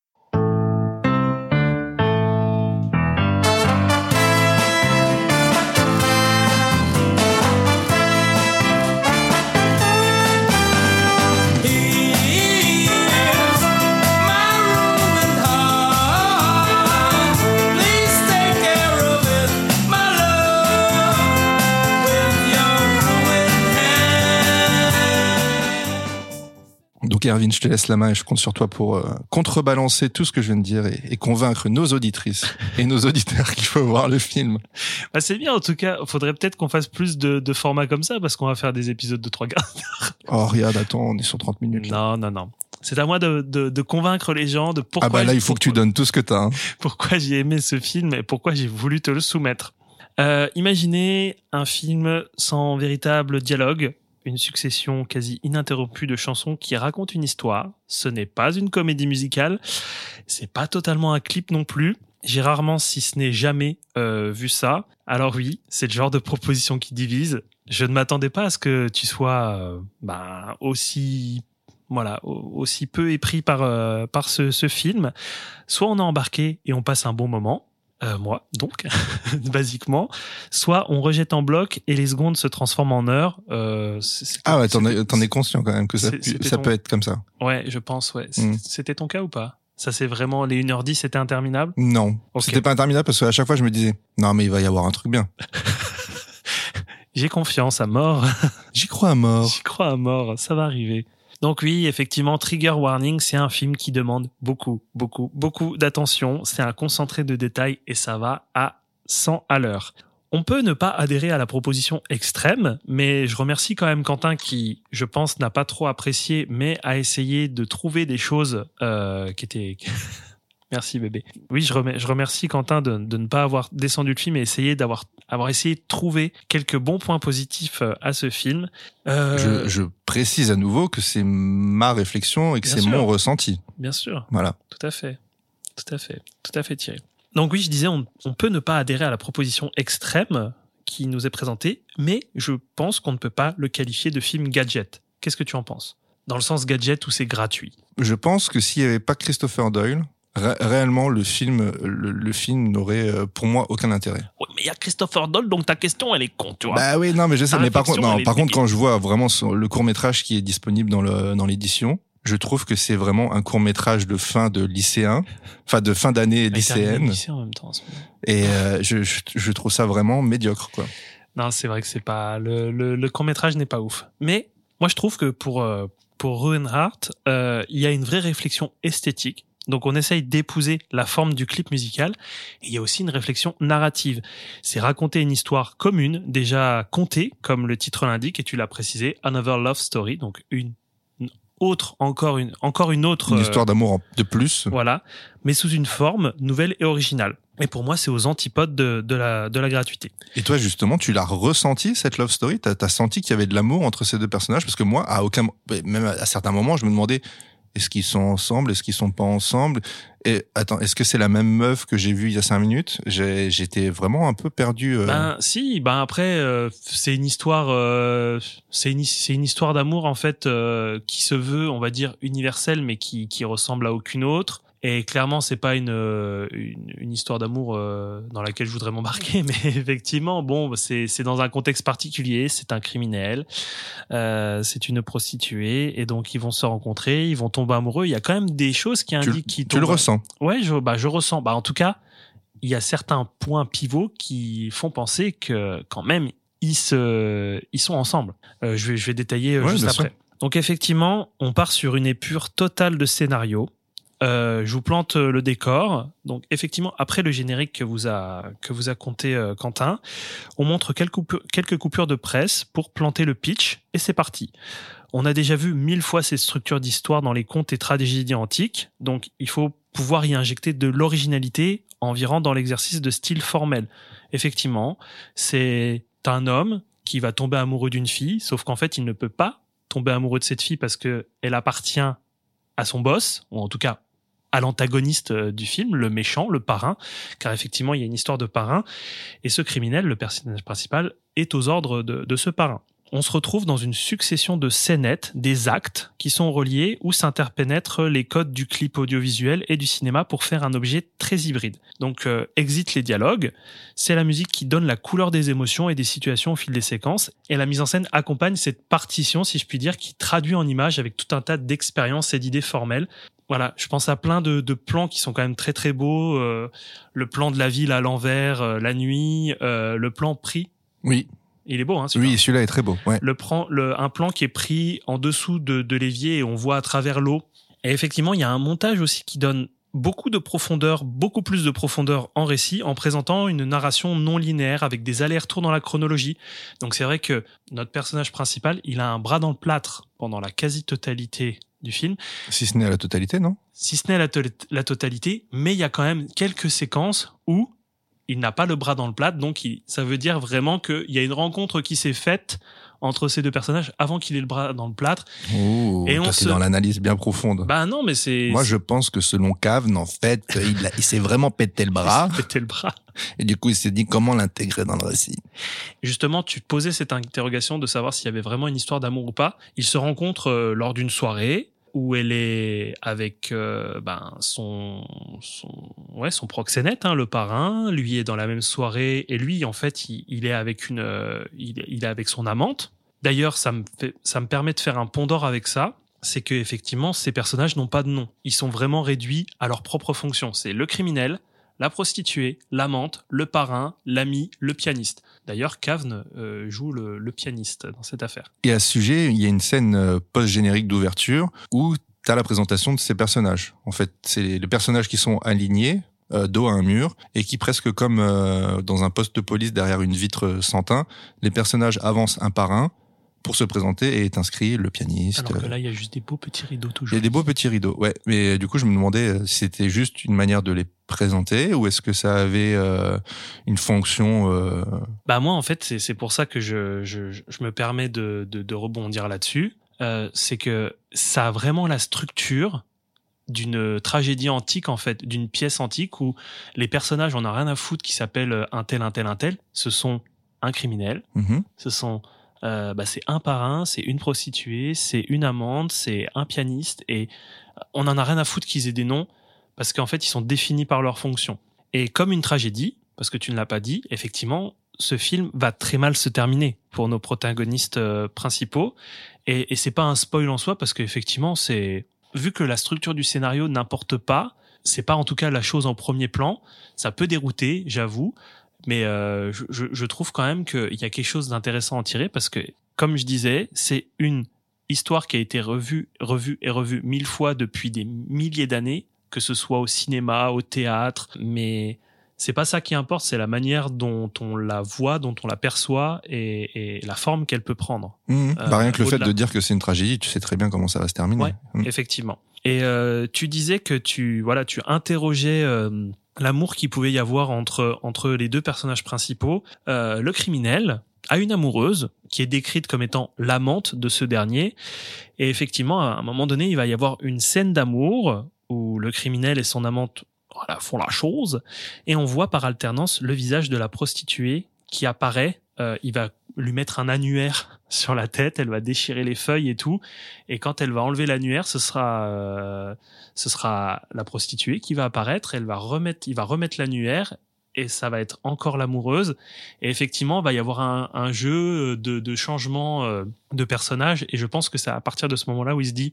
Donc Erwin, je te laisse la main et je compte sur toi pour euh, contrebalancer tout ce que je viens de dire et, et convaincre nos auditrices et nos auditeurs qu'il faut voir le film. Bah c'est bien, en tout cas, faudrait peut-être qu'on fasse plus de, de formats comme ça parce qu'on va faire des épisodes de trois quarts d'heure. Oh regarde, attends, on est sur trente minutes. Là. Non, non, non. C'est à moi de, de, de convaincre les gens de pourquoi... Ah bah là, il faut que tu donnes tout ce que t'as. Hein. Pourquoi j'ai aimé ce film et pourquoi j'ai voulu te le soumettre. Euh, imaginez un film sans véritable dialogue, une succession quasi ininterrompue de chansons qui racontent une histoire. Ce n'est pas une comédie musicale, c'est pas totalement un clip non plus. J'ai rarement, si ce n'est jamais, euh, vu ça. Alors oui, c'est le genre de proposition qui divise. Je ne m'attendais pas à ce que tu sois euh, bah, aussi, voilà, aussi peu épris par euh, par ce, ce film. Soit on est embarqué et on passe un bon moment. Euh, moi, donc, basiquement. Soit on rejette en bloc et les secondes se transforment en heures. Euh, ah ouais, t'en es, t'en es conscient quand même que ça, ça ton... peut être comme ça. Ouais, je pense, ouais. Mm. C'était ton cas ou pas? Ça, c'est vraiment, les une heure dix, c'était interminable? Non. Okay. C'était pas interminable parce qu'à chaque fois, je me disais, non, mais il va y avoir un truc bien. J'ai confiance à mort. J'y crois à mort. J'y crois à mort. Ça va arriver. Donc oui, effectivement, Trigger Warning, c'est un film qui demande beaucoup, beaucoup, beaucoup d'attention. C'est un concentré de détails et ça va à cent à l'heure. On peut ne pas adhérer à la proposition extrême, mais je remercie quand même Quentin qui, je pense, n'a pas trop apprécié, mais a essayé de trouver des choses euh, qui étaient Merci bébé. Oui, je, remets, je remercie Quentin de, de ne pas avoir descendu le film et essayer d'avoir avoir essayé de trouver quelques bons points positifs à ce film. Euh... Je, je précise à nouveau que c'est ma réflexion et que Bien c'est sûr. mon ressenti. Bien sûr. Voilà. Tout à fait. Tout à fait. Tout à fait, Thierry. Donc oui, je disais, on, on peut ne pas adhérer à la proposition extrême qui nous est présentée, mais je pense qu'on ne peut pas le qualifier de film gadget. Qu'est-ce que tu en penses ? Dans le sens gadget où c'est gratuit. Je pense que s'il n'y avait pas Christopher Doyle, Ré- réellement, le film, le, le film n'aurait, euh, pour moi, aucun intérêt. Oui, mais il y a Christopher Doyle, donc ta question, elle est con, tu vois. Bah oui, non, mais je sais. Ta Mais par contre, réflexion, non, elle est par contre, dégueu. quand je vois vraiment son- le court métrage qui est disponible dans le dans l'édition, je trouve que c'est vraiment un court métrage de fin de lycéen, enfin de fin d'année Il termine le lycéenne, lycée en même temps, en ce moment. et euh, je, je je trouve ça vraiment médiocre, quoi. Non, c'est vrai que c'est pas le, le, le court-métrage n'est pas ouf. Mais moi, je trouve que pour euh, pour Ruin Heart, euh, il y a une vraie réflexion esthétique. Donc, on essaye d'épouser la forme du clip musical. Et il y a aussi une réflexion narrative. C'est raconter une histoire commune, déjà contée, comme le titre l'indique, et tu l'as précisé, Another Love Story, donc une, une autre, encore une, encore une autre. Une euh, histoire d'amour en- de plus. Voilà, mais sous une forme nouvelle et originale. Et pour moi, c'est aux antipodes de, de la de la gratuité. Et toi, justement, tu l'as ressenti, cette love story? T'as, t'as senti qu'il y avait de l'amour entre ces deux personnages? Parce que moi, à aucun, mo- même à certains moments, je me demandais, est-ce qu'ils sont ensemble? Est-ce qu'ils sont pas ensemble? Et attends, est-ce que c'est la même meuf que j'ai vue il y a cinq minutes? J'ai, j'étais vraiment un peu perdu. euh. Ben si, ben après euh, c'est une histoire, euh, c'est une c'est une histoire d'amour en fait euh, qui se veut, on va dire universelle, mais qui qui ressemble à aucune autre. Et clairement, c'est pas une euh, une, une histoire d'amour euh, dans laquelle je voudrais m'embarquer, mais effectivement, bon, c'est c'est dans un contexte particulier. C'est un criminel, euh, c'est une prostituée, et donc ils vont se rencontrer, ils vont tomber amoureux. Il y a quand même des choses qui tu, indiquent qu'ils tu le tombent- ressens? Ouais, je bah je ressens. Bah en tout cas, il y a certains points pivots qui font penser que quand même ils se ils sont ensemble. Euh, je vais je vais détailler euh, Ouais, juste bien après. sûr. Donc effectivement, on part sur une épure totale de scénario. Euh, je vous plante euh, le décor. Donc effectivement, après le générique que vous a que vous a compté euh, Quentin, on montre quelques coupures, quelques coupures de presse pour planter le pitch et c'est parti. On a déjà vu mille fois ces structures d'histoire dans les contes et tragédies antiques, donc il faut pouvoir y injecter de l'originalité environ dans l'exercice de style formel. Effectivement, c'est un homme qui va tomber amoureux d'une fille, sauf qu'en fait, il ne peut pas tomber amoureux de cette fille parce que elle appartient à son boss, ou en tout cas à l'antagoniste euh, du film, le méchant, le parrain, car effectivement, il y a une histoire de parrain, et ce criminel, le personnage principal, est aux ordres de, de ce parrain. On se retrouve dans une succession de scénettes, des actes qui sont reliés où s'interpénètrent les codes du clip audiovisuel et du cinéma pour faire un objet très hybride. Donc, euh, exit les dialogues, c'est la musique qui donne la couleur des émotions et des situations au fil des séquences, et la mise en scène accompagne cette partition, si je puis dire, qui traduit en images avec tout un tas d'expériences et d'idées formelles. Voilà, je pense à plein de, de plans qui sont quand même très très beaux, euh, le plan de la ville à l'envers, euh, la nuit, euh, le plan pris, Oui, il est beau, hein, celui-là. oui, celui-là est très beau. Ouais. Le plan, le, un plan qui est pris en dessous de, de l'évier et on voit à travers l'eau. Et effectivement, il y a un montage aussi qui donne beaucoup de profondeur, beaucoup plus de profondeur en récit, en présentant une narration non linéaire avec des allers-retours dans la chronologie. Donc c'est vrai que notre personnage principal, il a un bras dans le plâtre pendant la quasi-totalité du film, Si ce n'est à la totalité, non? si ce n'est la, to- la totalité, mais il y a quand même quelques séquences où il n'a pas le bras dans le plâtre, donc il, ça veut dire vraiment qu'il y a une rencontre qui s'est faite entre ces deux personnages avant qu'il ait le bras dans le plâtre. Oh, Et toi, on t'es se- dans l'analyse bien profonde. Bah non, mais c'est... Moi, je pense que selon Kavn, en fait, il, a- il s'est vraiment pété le bras. Péter le bras. Et du coup, il s'est dit comment l'intégrer dans le récit. Justement, tu te posais cette interrogation de savoir s'il y avait vraiment une histoire d'amour ou pas. Ils se rencontrent euh, lors d'une soirée où elle est avec euh, ben son son ouais son proxénète, hein, le parrain. Lui est dans la même soirée et lui, en fait, il, il est avec une euh, il, il est avec son amante. D'ailleurs, ça me fait ça me permet de faire un pont d'or avec ça. C'est que effectivement, ces personnages n'ont pas de nom. Ils sont vraiment réduits à leur propre fonction. C'est le criminel, la prostituée, l'amante, le parrain, l'ami, le pianiste. D'ailleurs, Kavn euh, joue le, le pianiste dans cette affaire. Et à ce sujet, il y a une scène euh, post-générique d'ouverture où tu as la présentation de ces personnages. En fait, c'est les personnages qui sont alignés, euh, dos à un mur, et qui presque comme euh, dans un poste de police derrière une vitre sans teint, les personnages avancent un par un pour se présenter et est inscrit le pianiste. Alors que là, il y a juste des beaux petits rideaux Il toujours. y a des beaux petits rideaux, ouais. Mais du coup, je me demandais si c'était juste une manière de les présenter ou est-ce que ça avait euh, une fonction. Euh... Bah moi, en fait, c'est c'est pour ça que je je je me permets de de, de rebondir là-dessus. Euh, c'est que ça a vraiment la structure d'une tragédie antique, en fait, d'une pièce antique où les personnages, on n'a rien à foutre, qui s'appellent un tel, un tel, un tel. Ce sont un criminel, Mm-hmm. ce sont Euh, bah, c'est un par un, c'est une prostituée, c'est une amante, c'est un pianiste, et on en a rien à foutre qu'ils aient des noms parce qu'en fait ils sont définis par leur fonction. Et comme une tragédie, parce que tu ne l'as pas dit, effectivement, ce film va très mal se terminer pour nos protagonistes euh, principaux, et, et c'est pas un spoil en soi parce qu'effectivement c'est vu que la structure du scénario n'importe pas, c'est pas en tout cas la chose en premier plan, ça peut dérouter, j'avoue. Mais euh, je, je trouve quand même qu'il y a quelque chose d'intéressant à en tirer parce que, comme je disais, c'est une histoire qui a été revue, revue et revue mille fois depuis des milliers d'années, que ce soit au cinéma, au théâtre. Mais c'est pas ça qui importe, c'est la manière dont on la voit, dont on la perçoit et, et la forme qu'elle peut prendre. Mmh. Euh, bah, rien que le au-delà. fait de dire que c'est une tragédie, tu sais très bien comment ça va se terminer. Ouais, Mmh. effectivement. Et euh, tu disais que tu, voilà, tu interrogeais euh, l'amour qu'il pouvait y avoir entre entre les deux personnages principaux. Euh, le criminel a une amoureuse qui est décrite comme étant l'amante de ce dernier. Et effectivement, à un moment donné, il va y avoir une scène d'amour où le criminel et son amante voilà, font la chose. Et on voit par alternance le visage de la prostituée qui apparaît. Euh, il va lui mettre un annuaire sur la tête, elle va déchirer les feuilles et tout. Et quand elle va enlever l'annuaire, ce sera, euh, ce sera la prostituée qui va apparaître. Elle va remettre, il va remettre l'annuaire et ça va être encore l'amoureuse. Et effectivement, il va y avoir un, un jeu de, de changement euh, de personnage. Et je pense que c'est à partir de ce moment-là où il se dit,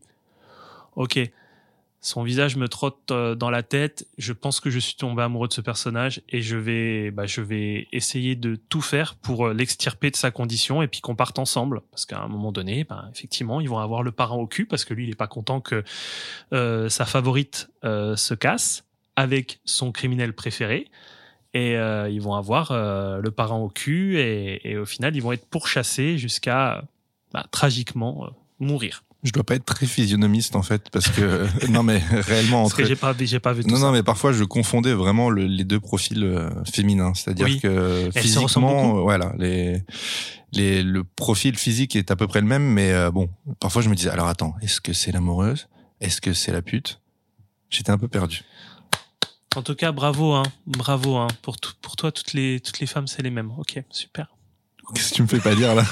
ok, son visage me trotte euh, dans la tête. Je pense que je suis tombé amoureux de ce personnage et je vais, bah, je vais essayer de tout faire pour euh, l'extirper de sa condition et puis qu'on parte ensemble. Parce qu'à un moment donné, bah, effectivement, ils vont avoir le parrain au cul parce que lui, il est pas content que euh, sa favorite euh, se casse avec son criminel préféré. Et euh, ils vont avoir euh, le parrain au cul et, et au final, ils vont être pourchassés jusqu'à bah, tragiquement euh, mourir. Je dois pas être très physionomiste en fait parce que non mais réellement Parce entre que j'ai pas, j'ai pas vu tout non ça. non mais parfois je confondais vraiment le, les deux profils euh, féminins, c'est-à-dire Oui. que Elles se ressemblent physiquement beaucoup. euh, voilà les les le profil physique est à peu près le même mais euh, bon parfois je me disais alors attends est-ce que c'est l'amoureuse, est-ce que c'est la pute, j'étais un peu perdu. En tout cas, bravo, hein, bravo, hein. Pour tout, pour toi, toutes les toutes les femmes, c'est les mêmes. Ok, super. Qu'est-ce que tu me fais pas dire là?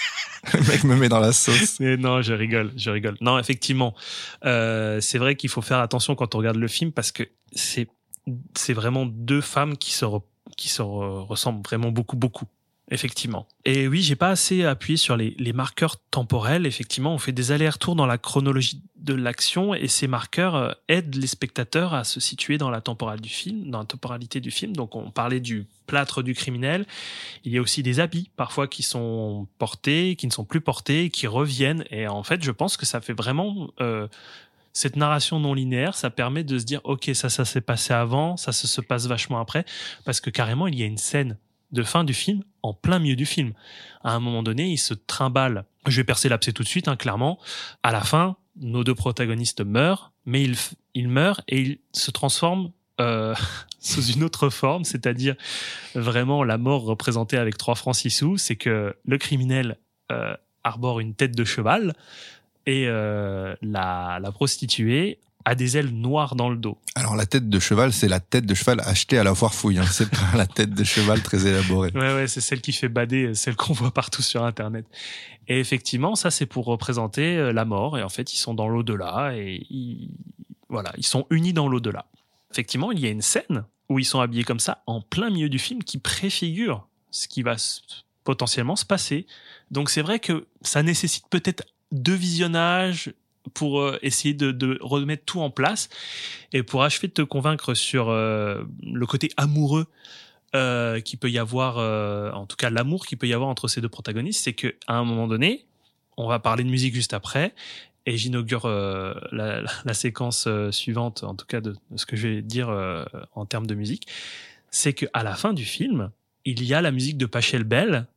Le mec me met dans la sauce. Mais non, je rigole, je rigole. Non, effectivement, euh, c'est vrai qu'il faut faire attention quand on regarde le film parce que c'est c'est vraiment deux femmes qui se re- qui se re- ressemblent vraiment beaucoup, beaucoup. Effectivement. Et oui, j'ai pas assez appuyé sur les, les marqueurs temporels. Effectivement, on fait des allers-retours dans la chronologie de l'action et ces marqueurs euh, aident les spectateurs à se situer dans la temporale du film, dans la temporalité du film. Donc, on parlait du plâtre du criminel. Il y a aussi des habits, parfois, qui sont portés, qui ne sont plus portés, qui reviennent. Et en fait, je pense que ça fait vraiment, euh, cette narration non linéaire, ça permet de se dire, OK, ça, ça s'est passé avant, ça, ça se passe vachement après. Parce que carrément, il y a une scène de fin du film, en plein milieu du film. À un moment donné, il se trimballe. Je vais percer l'abcès tout de suite, hein, clairement. À la fin, nos deux protagonistes meurent, mais ils, ils meurent et ils se transforment euh, sous une autre forme, c'est-à-dire vraiment la mort représentée avec trois francs six sous, c'est que le criminel euh, arbore une tête de cheval et euh, la, la prostituée a des ailes noires dans le dos. Alors la tête de cheval, c'est la tête de cheval achetée à la foire fouille. Hein. C'est pas la tête de cheval très élaborée. Ouais, ouais, c'est celle qui fait bader, celle qu'on voit partout sur Internet. Et effectivement, ça, c'est pour représenter euh, la mort. Et en fait, ils sont dans l'au-delà et ils, voilà, ils sont unis dans l'au-delà. Effectivement, il y a une scène où ils sont habillés comme ça, en plein milieu du film, qui préfigure ce qui va s- potentiellement se passer. Donc, c'est vrai que ça nécessite peut-être deux visionnages pour euh, essayer de, de remettre tout en place et pour achever de te convaincre sur euh, le côté amoureux euh, qu'il peut y avoir, euh, en tout cas l'amour qu'il peut y avoir entre ces deux protagonistes, c'est que à un moment donné, on va parler de musique juste après et j'inaugure euh, la, la, la séquence euh, suivante, en tout cas de, de ce que je vais dire euh, en termes de musique, c'est que à la fin du film, il y a la musique de Pachelbel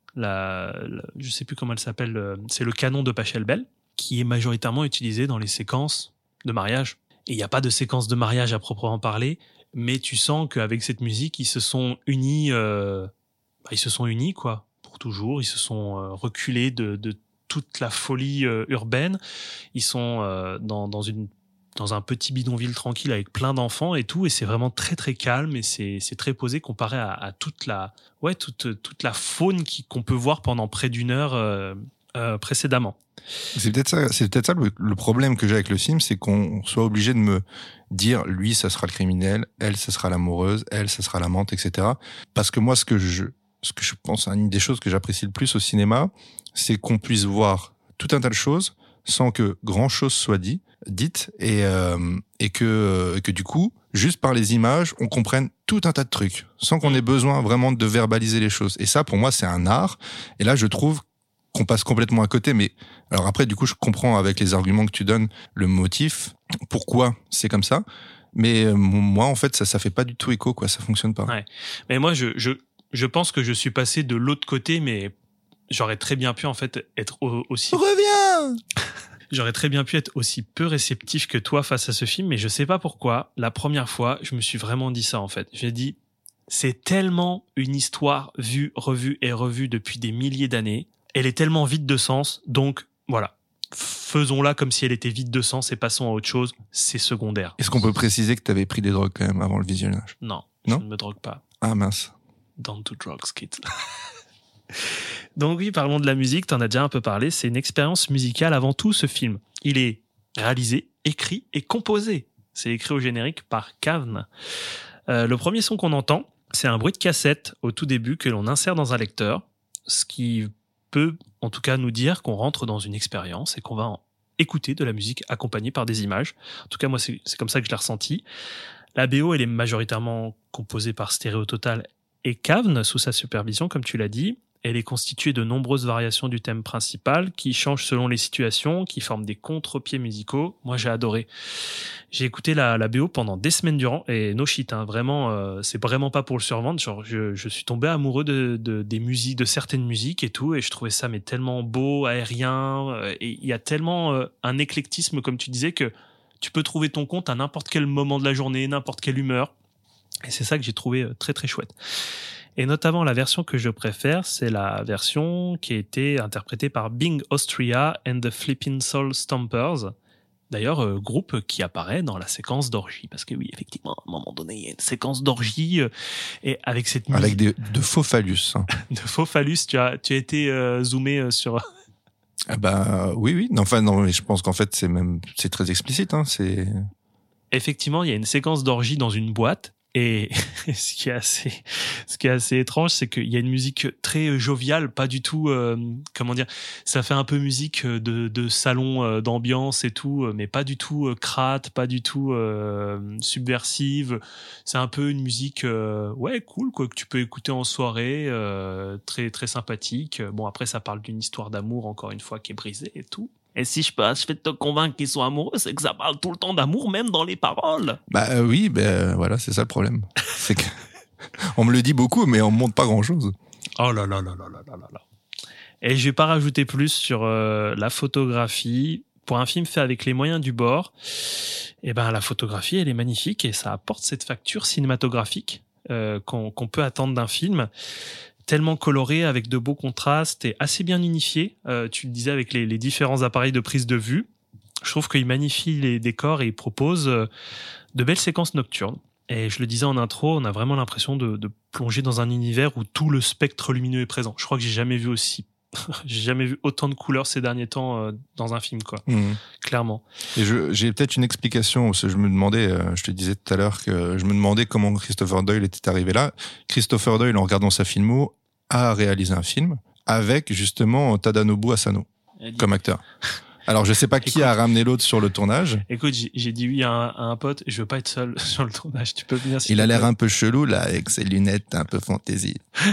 la, la, je sais plus comment elle s'appelle, euh, c'est le canon de Pachelbel, qui est majoritairement utilisé dans les séquences de mariage. Et il n'y a pas de séquence de mariage à proprement parler, mais tu sens qu'avec cette musique, ils se sont unis, euh, bah, ils se sont unis, quoi, pour toujours. Ils se sont euh, reculés de, de toute la folie euh, urbaine. Ils sont euh, dans, dans une dans un petit bidonville tranquille avec plein d'enfants et tout, et c'est vraiment très très calme et c'est c'est très posé comparé à, à toute la ouais toute toute la faune qui qu'on peut voir pendant près d'une heure euh, euh, précédemment. C'est peut-être ça, c'est peut-être ça le, le problème que j'ai avec le film, c'est qu'on soit obligé de me dire lui ça sera le criminel, elle ça sera l'amoureuse, elle ça sera l'amante, et cetera. Parce que moi ce que je ce que je pense, une des choses que j'apprécie le plus au cinéma, c'est qu'on puisse voir tout un tas de choses sans que grand chose soit dit, dite, et, euh, et que, et que du coup, juste par les images, on comprenne tout un tas de trucs, sans qu'on ait besoin vraiment de verbaliser les choses. Et ça, pour moi, c'est un art. Et là, je trouve qu'on passe complètement à côté. Mais alors après, du coup, je comprends avec les arguments que tu donnes le motif, pourquoi c'est comme ça. Mais euh, moi, en fait, ça, ça fait pas du tout écho, quoi. Ça fonctionne pas. Ouais. Mais moi, je, je, je pense que je suis passé de l'autre côté, mais j'aurais très bien pu en fait être aussi. Reviens. J'aurais très bien pu être aussi peu réceptif que toi face à ce film, mais je sais pas pourquoi. La première fois, je me suis vraiment dit ça en fait. J'ai dit, c'est tellement une histoire vue, revue et revue depuis des milliers d'années. Elle est tellement vide de sens, donc voilà. Faisons-la comme si elle était vide de sens et passons à autre chose. C'est secondaire. Est-ce qu'on peut préciser que tu avais pris des drogues quand même avant le visionnage? Non, non, je ne me drogue pas. Ah mince. Don't do drugs, kids. Donc oui, parlons de la musique, t'en as déjà un peu parlé, c'est une expérience musicale avant tout ce film. Il est réalisé, écrit et composé. C'est écrit au générique par Kavn. Euh, le premier son qu'on entend, c'est un bruit de cassette au tout début que l'on insère dans un lecteur, ce qui peut en tout cas nous dire qu'on rentre dans une expérience et qu'on va en écouter de la musique accompagnée par des images. En tout cas, moi, c'est, c'est comme ça que je l'ai ressenti. La B O, elle est majoritairement composée par Stéréo Total et Kavn, sous sa supervision, comme tu l'as dit. Elle est constituée de nombreuses variations du thème principal qui changent selon les situations, qui forment des contre-pieds musicaux. Moi, j'ai adoré. J'ai écouté la, la B O pendant des semaines durant et no shit, hein, vraiment, euh, c'est vraiment pas pour le survendre. Genre, je, je suis tombé amoureux de, de des musiques, de certaines musiques et tout, et je trouvais ça mais tellement beau, aérien, euh, et il y a tellement euh, un éclectisme, comme tu disais, que tu peux trouver ton compte à n'importe quel moment de la journée, n'importe quelle humeur. Et c'est ça que j'ai trouvé euh, très très chouette. Et notamment, la version que je préfère, c'est la version qui a été interprétée par Bing Austria and the Flippin' Soul Stompers. D'ailleurs, euh, groupe qui apparaît dans la séquence d'orgie. Parce que oui, effectivement, à un moment donné, il y a une séquence d'orgie. Euh, et avec cette musique... Avec des, de faux phallus. Hein. De faux phallus, tu as, tu as été euh, zoomé euh, sur... Ah bah oui, oui. Non, enfin, non, mais je pense qu'en fait, c'est même... C'est très explicite. Hein, c'est... Effectivement, il y a une séquence d'orgie dans une boîte. Et ce qui est assez, ce qui est assez étrange, c'est qu'il y a une musique très joviale, pas du tout, euh, comment dire, ça fait un peu musique de, de salon, euh, d'ambiance et tout, mais pas du tout euh, crade, pas du tout euh, subversive. C'est un peu une musique, euh, ouais, cool, quoi, que tu peux écouter en soirée, euh, très très sympathique. Bon, après, ça parle d'une histoire d'amour, encore une fois, qui est brisée et tout. Et si je peux achever de te convaincre qu'ils sont amoureux, c'est que ça parle tout le temps d'amour, même dans les paroles. Bah euh, oui, bah, euh, voilà, c'est ça le problème. C'est que on me le dit beaucoup, mais on me montre pas grand-chose. Oh là là là là là là là là. Et je vais pas rajouter plus sur euh, la photographie. Pour un film fait avec les moyens du bord, et ben la photographie, elle est magnifique et ça apporte cette facture cinématographique euh, qu'on, qu'on peut attendre d'un film. Tellement coloré, avec de beaux contrastes et assez bien unifié. Euh, tu le disais avec les, les différents appareils de prise de vue. Je trouve qu'il magnifie les décors et il propose euh, de belles séquences nocturnes. Et je le disais en intro, on a vraiment l'impression de, de plonger dans un univers où tout le spectre lumineux est présent. Je crois que j'ai jamais vu aussi, j'ai jamais vu autant de couleurs ces derniers temps euh, dans un film, quoi. Mmh. Clairement. Et je, j'ai peut-être une explication. Parce que je me demandais, euh, je te disais tout à l'heure que je me demandais comment Christopher Doyle était arrivé là. Christopher Doyle, en regardant sa filmo, a réalisé un film avec justement Tadanobu Asano comme acteur. Alors je sais pas qui écoute, a ramené l'autre sur le tournage. Écoute, j'ai, j'ai dit oui à un, à un pote, je veux pas être seul sur le tournage, tu peux venir. Si il a l'air un peu chelou là avec ses lunettes un peu fantaisie.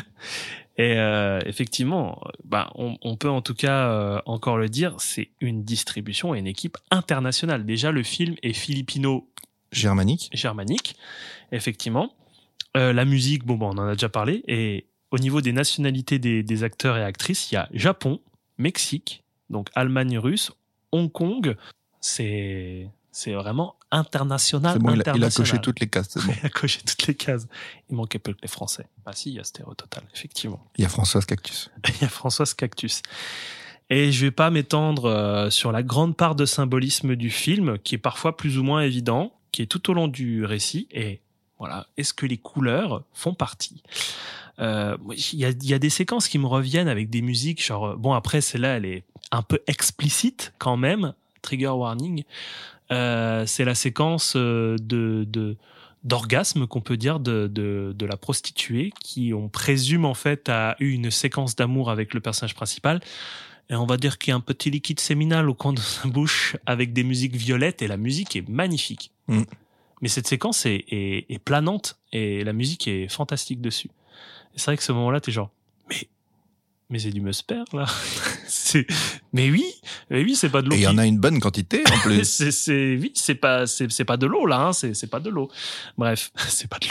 Et euh, effectivement, bah on, on peut en tout cas euh, encore le dire, c'est une distribution et une équipe internationale. Déjà le film est philippino germanique. Germanique, effectivement. Euh, la musique, bon, bon, on en a déjà parlé, et au niveau des nationalités des, des acteurs et actrices, il y a Japon, Mexique, donc Allemagne russe, Hong Kong. C'est, c'est vraiment international. C'est bon, il a, international. il a coché toutes les cases, c'est bon. Il a coché toutes les cases. Il manquait peu que les Français. Ah si, il y a Stéréo Total, effectivement. Il y a Françoise Cactus. Il y a Françoise Cactus. Et je vais pas m'étendre euh, sur la grande part de symbolisme du film, qui est parfois plus ou moins évident, qui est tout au long du récit. Et voilà, est-ce que les couleurs font partie ? Euh, il y a, il y a des séquences qui me reviennent avec des musiques, genre, bon, après, celle-là, elle est un peu explicite quand même, trigger warning. Euh, c'est la séquence de, de, d'orgasme qu'on peut dire de, de, de la prostituée, qui, on présume, en fait, a eu une séquence d'amour avec le personnage principal. Et on va dire qu'il y a un petit liquide séminal au coin de sa bouche avec des musiques violettes, et la musique est magnifique. Mm. Mais cette séquence est, est, est planante et la musique est fantastique dessus. Et c'est vrai que ce moment-là, t'es genre, mais, mais c'est du Musper, là. c'est, mais oui, mais oui, c'est pas de l'eau. Et il y en a une bonne quantité, en plus. c'est, c'est, oui, c'est pas, c'est, c'est pas de l'eau, là, hein, c'est, c'est pas de l'eau. Bref, c'est pas de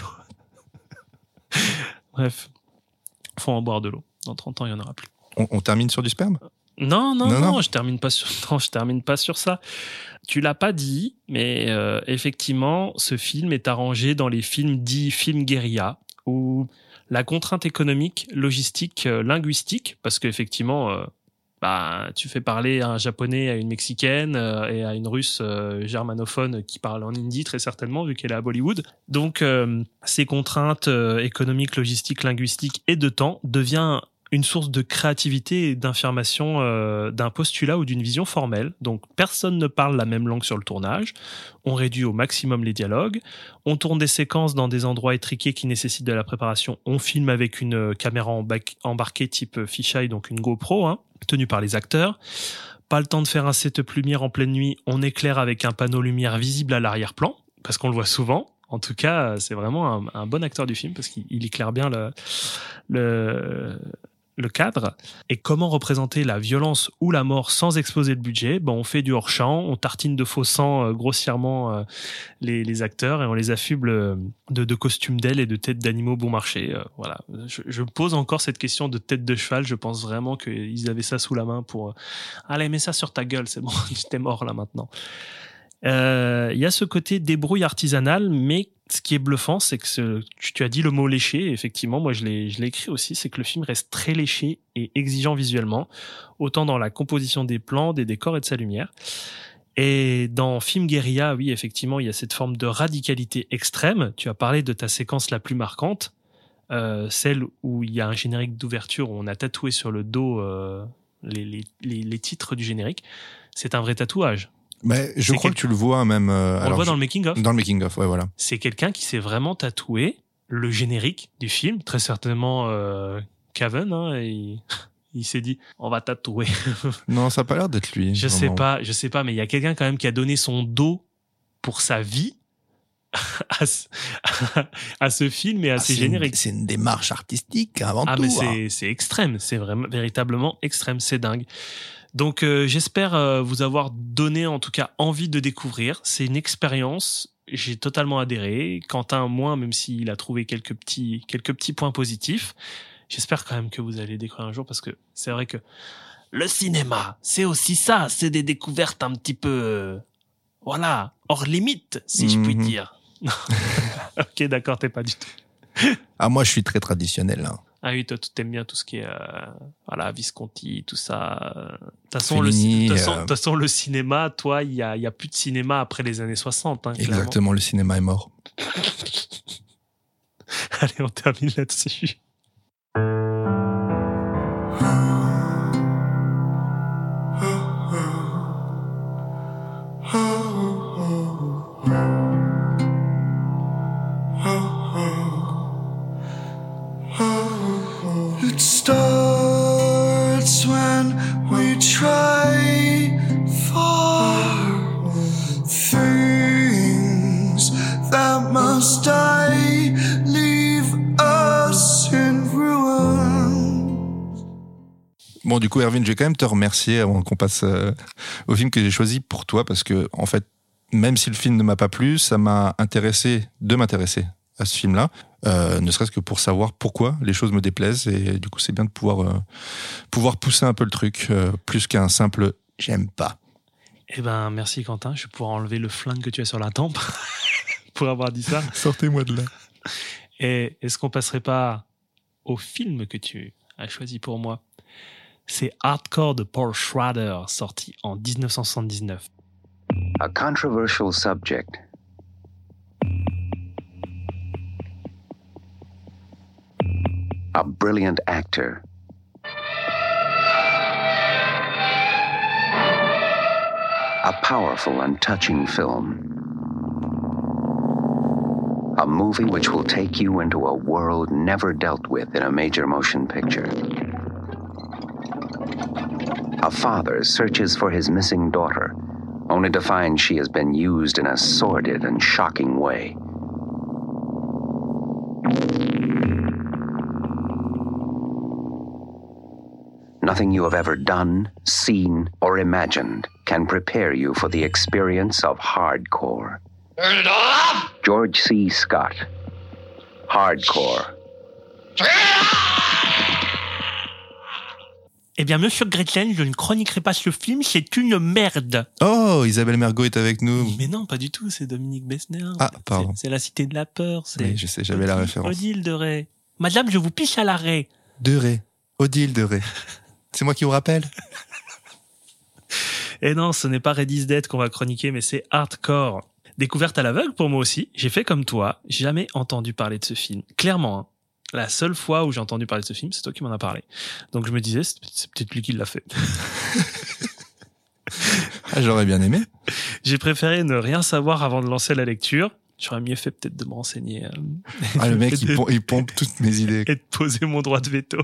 l'eau. Bref. Faut en boire de l'eau. Dans trente ans, il y en aura plus. On, on termine sur du sperme? Non, non, non, non, non, je termine pas sur, non, je termine pas sur ça. Tu l'as pas dit, mais euh, effectivement, ce film est arrangé dans les films dits films guérilla, où la contrainte économique, logistique, euh, linguistique, parce qu'effectivement, euh, bah, tu fais parler un japonais à une mexicaine euh, et à une russe euh, germanophone qui parle en hindi très certainement, vu qu'elle est à Bollywood. Donc, euh, ces contraintes euh, économiques, logistiques, linguistiques et de temps devient une source de créativité et d'information euh, d'un postulat ou d'une vision formelle. Donc, personne ne parle la même langue sur le tournage. On réduit au maximum les dialogues. On tourne des séquences dans des endroits étriqués qui nécessitent de la préparation. On filme avec une caméra embarquée type fisheye, donc une GoPro, hein, tenue par les acteurs. Pas le temps de faire un setup lumière en pleine nuit. On éclaire avec un panneau lumière visible à l'arrière-plan, parce qu'on le voit souvent. En tout cas, c'est vraiment un, un bon acteur du film, parce qu'il il éclaire bien le... le le cadre. Et comment représenter la violence ou la mort sans exposer le budget? Ben, on fait du hors-champ, on tartine de faux sang euh, grossièrement euh, les, les acteurs et on les affuble euh, de, de costumes d'ailes et de têtes d'animaux bon marché. Euh, voilà. Je, je pose encore cette question de tête de cheval. Je pense vraiment qu'ils avaient ça sous la main pour euh, allez, mets ça sur ta gueule, c'est bon, t'es mort là maintenant. Il euh, y a ce côté débrouille artisanal, mais ce qui est bluffant, c'est que ce, tu, tu as dit le mot léché, effectivement, moi je l'ai, je l'ai écrit aussi, c'est que le film reste très léché et exigeant visuellement, autant dans la composition des plans, des décors et de sa lumière. Et dans Film Guérilla, oui, effectivement, il y a cette forme de radicalité extrême. Tu as parlé de ta séquence la plus marquante, euh, celle où il y a un générique d'ouverture où on a tatoué sur le dos euh, les, les, les, les titres du générique. C'est un vrai tatouage. Mais je c'est crois quel... que tu le vois même. Euh, on alors le voit je... dans le making-of. Dans le making-of, ouais, voilà. C'est quelqu'un qui s'est vraiment tatoué le générique du film, très certainement euh, Caven, hein, et il s'est dit on va tatouer. Non, ça a pas l'air d'être lui. Je vraiment. sais pas, je sais pas, mais il y a quelqu'un quand même qui a donné son dos pour sa vie à ce, à ce film et à ah, ses c'est génériques. Une, c'est une démarche artistique avant ah, tout. mais hein. c'est, c'est extrême, c'est vraiment véritablement extrême, c'est dingue. Donc euh, j'espère euh, vous avoir donné en tout cas envie de découvrir. C'est une expérience, j'ai totalement adhéré. Quentin moins, même s'il a trouvé quelques petits quelques petits points positifs. J'espère quand même que vous allez découvrir un jour, parce que c'est vrai que le cinéma, c'est aussi ça, c'est des découvertes un petit peu euh, voilà, hors limite, si mm-hmm. je puis dire. Ok, d'accord, t'es pas du tout. Ah, moi je suis très traditionnel. Hein. Ah oui, toi, tu t'aimes bien tout ce qui est, euh, voilà, Visconti, tout ça. De toute façon, le, de toute façon, euh... façon, le cinéma, toi, il y a, y a plus de cinéma après les années soixante. Hein, exactement, clairement. Le cinéma est mort. Allez, on termine là-dessus. It starts when we try for things that must die, leave us in ruins. Bon, du coup, Erwin, je vais quand même te remercier avant qu'on passe euh, au film que j'ai choisi pour toi, parce que, en fait, même si le film ne m'a pas plu, ça m'a intéressé de m'intéresser à ce film-là, euh, ne serait-ce que pour savoir pourquoi les choses me déplaisent. Et du coup, c'est bien de pouvoir, euh, pouvoir pousser un peu le truc, euh, plus qu'un simple « j'aime pas ». Eh ben, merci Quentin, je vais pouvoir enlever le flingue que tu as sur la tempe pour avoir dit ça. Sortez-moi de là. Et est-ce qu'on passerait pas au film que tu as choisi pour moi? C'est Hardcore de Paul Schrader, sorti en dix-neuf cent soixante-dix-neuf. A controversial subject. A brilliant actor. A powerful and touching film. A movie which will take you into a world never dealt with in a major motion picture. A father searches for his missing daughter, only to find she has been used in a sordid and shocking way. Nothing you have ever done, seen, or imagined can prepare you for the experience of hardcore. Turn it off! George C. Scott. Hardcore. Eh bien, Monsieur Gretchen, je ne chroniquerai pas ce film, c'est une merde. Oh, Isabelle Mergo est avec nous. Mais non, pas du tout, c'est Dominique Besnéard. Ah, pardon. C'est, c'est la Cité de la peur. C'est Oui, je sais, j'avais la référence. Odile de Ré. Madame, je vous piche à l'arrêt. De Ré. Odile de Ré. C'est moi qui vous rappelle. Et non, ce n'est pas Red is Dead qu'on va chroniquer, mais c'est Hardcore. Découverte à l'aveugle pour moi aussi. J'ai fait comme toi, jamais entendu parler de ce film. Clairement, hein. La seule fois où j'ai entendu parler de ce film, c'est toi qui m'en as parlé. Donc je me disais, c'est, c'est peut-être lui qui l'a fait. Ah, j'aurais bien aimé. J'ai préféré ne rien savoir avant de lancer la lecture. J'aurais mieux fait peut-être de me renseigner. Euh, Ah, le mec, de- il, pom- il pompe toutes mes idées. et de poser mon droit de veto.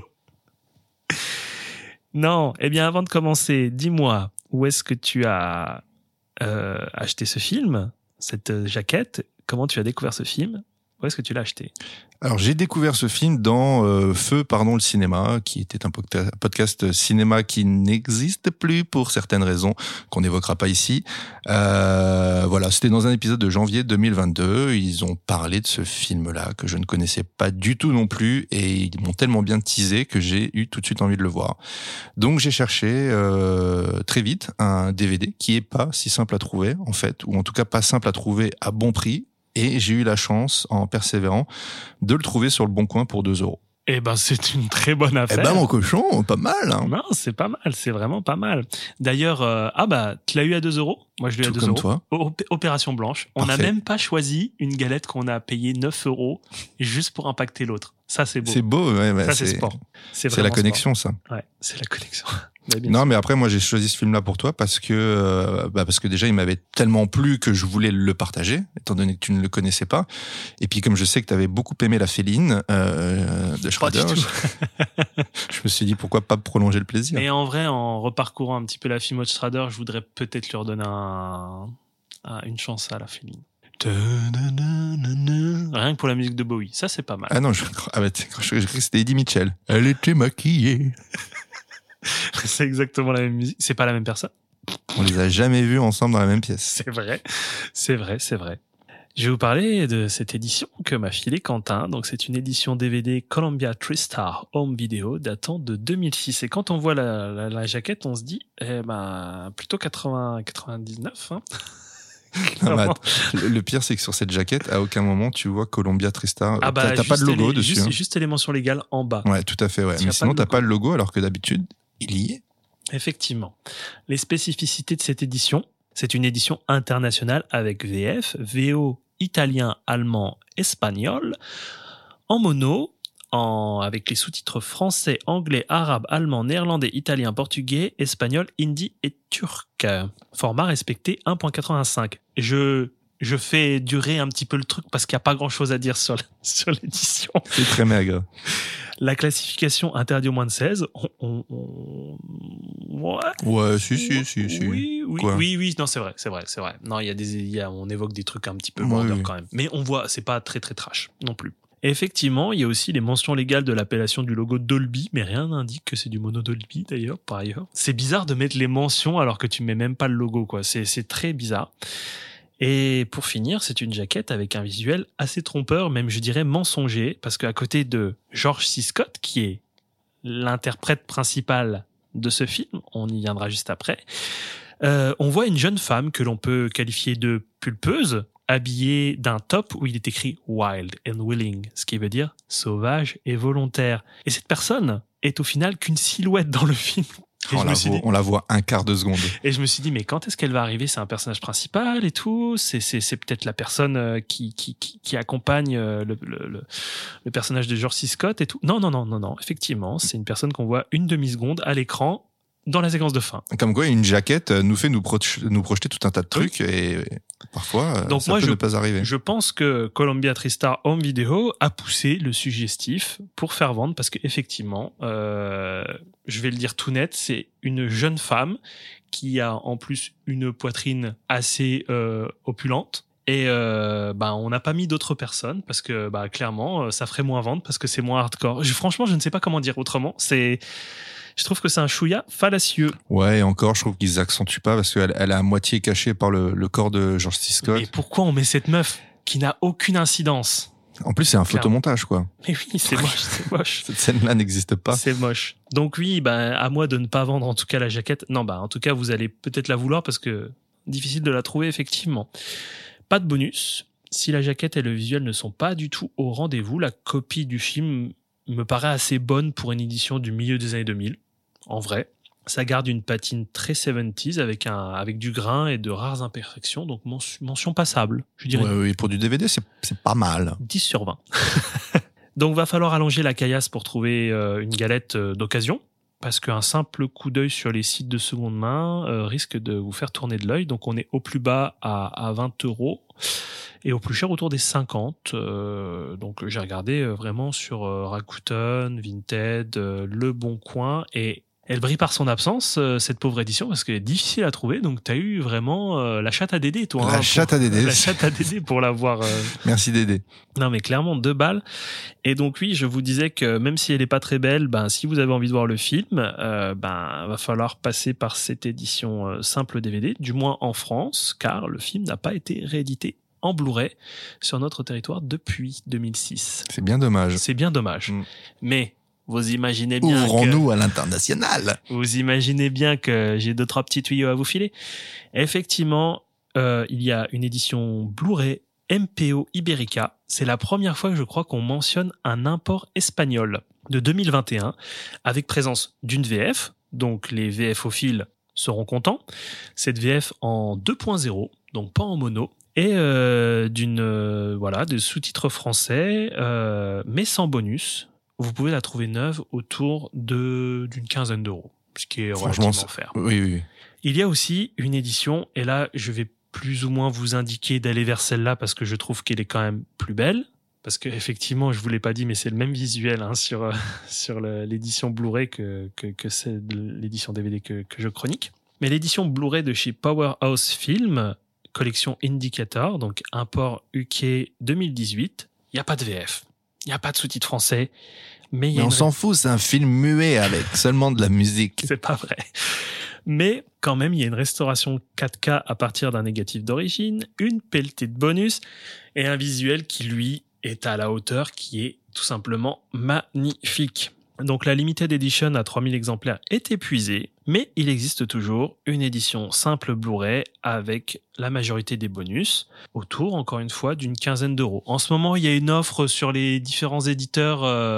Non, eh bien avant de commencer, dis-moi, où est-ce que tu as euh, acheté ce film, cette euh, jaquette? Comment tu as découvert ce film? Où est-ce que tu l'as acheté? Alors, j'ai découvert ce film dans euh, Feu, pardon, le cinéma, qui était un podca- podcast cinéma qui n'existe plus pour certaines raisons qu'on n'évoquera pas ici. Euh, voilà, c'était dans un épisode de janvier deux mille vingt-deux. Ils ont parlé de ce film-là que je ne connaissais pas du tout non plus et ils m'ont tellement bien teasé que j'ai eu tout de suite envie de le voir. Donc, j'ai cherché euh, très vite un D V D qui est pas si simple à trouver, en fait, ou en tout cas pas simple à trouver à bon prix. Et j'ai eu la chance, en persévérant, de le trouver sur le Bon Coin pour deux euros. Eh ben, c'est une très bonne Eh affaire. ben, mon cochon, pas mal, hein. Non, c'est pas mal, c'est vraiment pas mal. D'ailleurs, euh, ah bah, tu l'as eu à deux euros. Moi, je l'ai eu à Tout deux comme euros. toi. Op- Opération blanche. On n'a Parfait. même pas choisi une galette qu'on a payée neuf euros juste pour impacter l'autre. Ça, c'est beau. C'est beau, ouais, ouais, Ça, c'est sport. C'est, C'est la vraiment connexion, ça. sport. Ouais, c'est la connexion. Bah, bien Non, sûr. mais après, moi, j'ai choisi ce film-là pour toi parce que, euh, bah, parce que déjà, il m'avait tellement plu que je voulais le partager, étant donné que tu ne le connaissais pas. Et puis, comme je sais que tu avais beaucoup aimé La Féline euh, de Pas Schrader, du tout. je, je me suis dit pourquoi pas prolonger le plaisir. Et en vrai, en reparcourant un petit peu la film de Schrader, je voudrais peut-être lui redonner un, un- une chance à la Féline. Rien que pour la musique de Bowie. Ça, c'est pas mal. Ah non, je, ah bah, je, je, je, c'était Eddie Mitchell. Elle était maquillée. C'est exactement la même musique. C'est pas la même personne. On les a jamais vus ensemble dans la même pièce. C'est vrai. C'est vrai, c'est vrai. Je vais vous parler de cette édition que m'a filé Quentin. Donc, c'est une édition D V D Columbia TriStar Home Video datant de deux mille six. Et quand on voit la, la, la jaquette, on se dit, eh ben, plutôt quatre-vingts, quatre-vingt-dix-neuf, hein. Non, mais attends, le, le pire, c'est que sur cette jaquette, à aucun moment, tu vois Columbia TriStar. Ah bah, t'as, t'as pas de juste logo les- dessus. Juste, hein. juste les mentions légales en bas. Ouais, tout à fait, ouais. Il y a Mais pas sinon, de t'as logo. pas le logo, alors que d'habitude, il y est. Effectivement. Les spécificités de cette édition, c'est une édition internationale avec V F, V O, italien, allemand, espagnol, en mono, en, avec les sous-titres français, anglais, arabe, allemand, néerlandais, italien, portugais, espagnol, hindi et turc. Format respecté un virgule quatre-vingt-cinq. Je, je fais durer un petit peu le truc parce qu'il n'y a pas grand-chose à dire sur, la- sur l'édition. C'est très maigre. La classification interdit au moins de seize. On, on, on- Ouais. Ouais, si, si, si, si. Oui, oui, Quoi oui, oui, non, c'est vrai, c'est vrai, c'est vrai. Non, il y a des, il y a, on évoque des trucs un petit peu Ouais, border oui. quand même. Mais on voit, c'est pas très très trash non plus. Et effectivement, il y a aussi les mentions légales de l'appellation du logo Dolby, mais rien n'indique que c'est du mono Dolby d'ailleurs, par ailleurs. C'est bizarre de mettre les mentions alors que tu mets même pas le logo, quoi. C'est, c'est très bizarre. Et pour finir, c'est une jaquette avec un visuel assez trompeur, même je dirais mensonger, parce qu'à côté de George C. Scott, qui est l'interprète principal de ce film, on y viendra juste après, euh, on voit une jeune femme que l'on peut qualifier de pulpeuse, habillée d'un top où il est écrit « wild and willing », ce qui veut dire « sauvage et volontaire ». Et cette personne est au final qu'une silhouette dans le film. Et On je la, me suis voit, dit- on la voit un quart de seconde. et je me suis dit, mais quand est-ce qu'elle va arriver? C'est un personnage principal et tout. C'est, c'est, c'est peut-être la personne euh, qui, qui, qui, qui accompagne euh, le, le, le, le personnage de George C. Scott et tout. Non, non, non, non, non. Effectivement, c'est une personne qu'on voit une demi-seconde à l'écran dans la séquence de fin. Comme quoi, une jaquette nous fait nous, proche- nous projeter tout un tas de trucs et, et parfois, Donc ça moi, peut je- ne pas arriver. Je pense que Columbia TriStar Home Video a poussé le suggestif pour faire vendre parce qu'effectivement, euh, je vais le dire tout net, c'est une jeune femme qui a en plus une poitrine assez euh, opulente. Et euh, bah, on n'a pas mis d'autres personnes parce que bah, clairement, euh, ça ferait moins vendre parce que c'est moins hardcore. Je, franchement, je ne sais pas comment dire autrement. C'est, je trouve que c'est un chouïa fallacieux. Ouais, et encore, je trouve qu'ils accentuent pas parce qu'elle elle est à moitié cachée par le, le corps de George C. Scott. Mais pourquoi on met cette meuf qui n'a aucune incidence? En plus, c'est un Clairement. photomontage, quoi. Mais oui, c'est moche, c'est moche. Cette scène-là n'existe pas. C'est moche. Donc oui, bah, à moi de ne pas vendre en tout cas la jaquette. Non, bah en tout cas, vous allez peut-être la vouloir parce que difficile de la trouver effectivement. Pas de bonus. Si la jaquette et le visuel ne sont pas du tout au rendez-vous, la copie du film me paraît assez bonne pour une édition du milieu des années deux mille. En vrai, ça garde une patine très soixante-dix avec un avec du grain et de rares imperfections, donc mention, mention passable. Je dirais Ouais, oui, pour du D V D, c'est c'est pas mal. dix sur vingt. Donc va falloir allonger la caillasse pour trouver euh, une galette euh, d'occasion, parce qu'un simple coup d'œil sur les sites de seconde main euh, risque de vous faire tourner de l'œil. Donc on est au plus bas à, à vingt euros et au plus cher autour des cinquante. Euh, donc j'ai regardé euh, vraiment sur euh, Rakuten, Vinted, euh, Le Bon Coin, et elle brille par son absence, euh, cette pauvre édition, parce qu'elle est difficile à trouver. Donc t'as eu vraiment euh, la chatte à Dédé, toi. La hein, pour- chatte à Dédé. La chatte à Dédé pour l'avoir... Euh... Merci Dédé. Non mais clairement deux balles. Et donc oui, je vous disais que même si elle est pas très belle, ben si vous avez envie de voir le film, euh, ben va falloir passer par cette édition euh, simple D V D, du moins en France, car le film n'a pas été réédité en Blu-ray sur notre territoire depuis deux mille six. C'est bien dommage. C'est bien dommage. Mm. Mais vous imaginez bien Ouvrons-nous à l'international. que vous imaginez bien que j'ai deux trois petits tuyaux à vous filer. Effectivement, euh, il y a une édition Blu-ray M P O Ibérica. C'est la première fois que je crois qu'on mentionne un import espagnol de deux mille vingt et un avec présence d'une V F, donc les V F ophiles seront contents. Cette V F en deux point zéro, donc pas en mono, et euh, d'une euh, voilà des sous-titres français, euh, mais sans bonus. Vous pouvez la trouver neuve autour de d'une quinzaine d'euros, ce qui est Franchement, relativement c'est- offert. Oui, oui, oui. Il y a aussi une édition, et là, je vais plus ou moins vous indiquer d'aller vers celle-là parce que je trouve qu'elle est quand même plus belle. Parce que effectivement, je vous l'ai pas dit, mais c'est le même visuel hein, sur euh, sur le- l'édition Blu-ray que que, que c'est de l'édition D V D que que je chronique. Mais l'édition Blu-ray de chez Powerhouse Film, collection Indicator, donc import U K deux mille dix-huit. Il y a pas de V F, il y a pas de sous-titres français, mais il y a Mais on une s'en fout, c'est un film muet avec seulement de la musique. c'est pas vrai. Mais quand même, il y a une restauration quatre K à partir d'un négatif d'origine, une pelletée de bonus et un visuel qui, lui, est à la hauteur, qui est tout simplement magnifique. Donc la Limited Edition à trois mille exemplaires est épuisée, mais il existe toujours une édition simple Blu-ray avec la majorité des bonus, autour, encore une fois, d'une quinzaine d'euros. En ce moment, il y a une offre sur les différents éditeurs,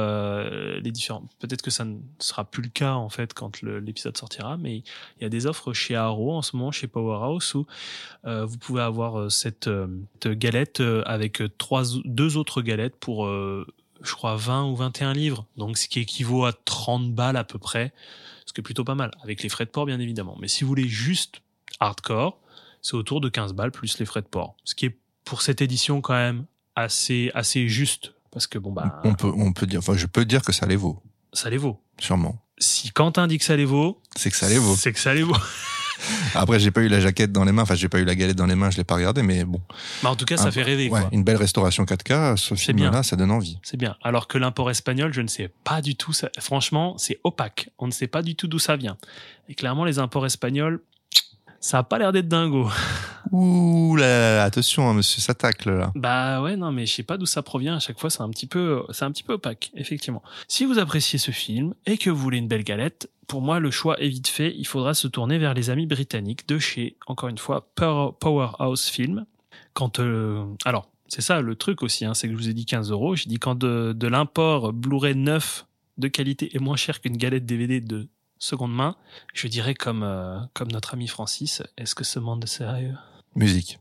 euh, les différents. Peut-être que ça ne sera plus le cas en fait quand le- l'épisode sortira, mais il y a des offres chez Arrow en ce moment, chez Powerhouse, où euh, vous pouvez avoir euh, cette, euh, cette galette euh, avec euh, trois, deux autres galettes pour euh, je crois vingt ou vingt et un livres, donc ce qui équivaut à trente balles à peu près, ce qui est plutôt pas mal, avec les frais de port bien évidemment. Mais si vous voulez juste hardcore, c'est autour de quinze balles plus les frais de port, ce qui est pour cette édition quand même assez assez juste, parce que bon bah On peut, on peut dire, enfin, je peux dire que ça les vaut, ça les vaut. sûrement. Si Quentin dit que ça les vaut, C'est que ça les vaut. c'est que ça les vaut. Après, j'ai pas eu la jaquette dans les mains, enfin, j'ai pas eu la galette dans les mains, je l'ai pas regardé, mais bon. Mais en tout cas, ça Ah, fait rêver Ouais, quoi. une belle restauration quatre K, ce C'est bien. film-là, ça donne envie. C'est bien. Alors que l'import espagnol, je ne sais pas du tout. Ça... Franchement, c'est opaque. On ne sait pas du tout d'où ça vient. Et clairement, les imports espagnols, ça a pas l'air d'être dingo. Ouh là, là, là attention, hein, monsieur, ça tacle là. Bah ouais, non, mais je sais pas d'où ça provient. À chaque fois, c'est un petit peu, c'est un petit peu opaque, effectivement. Si vous appréciez ce film et que vous voulez une belle galette, pour moi, le choix est vite fait. Il faudra se tourner vers les amis britanniques de chez, encore une fois, Powerhouse Film. Quand, euh, alors, c'est ça le truc aussi, hein, c'est que je vous ai dit quinze euros. J'ai dit quand de, de l'import Blu-ray neuf de qualité est moins cher qu'une galette D V D de seconde main, je dirais comme, euh, comme notre ami Francis, est-ce que ce monde est sérieux? Musique.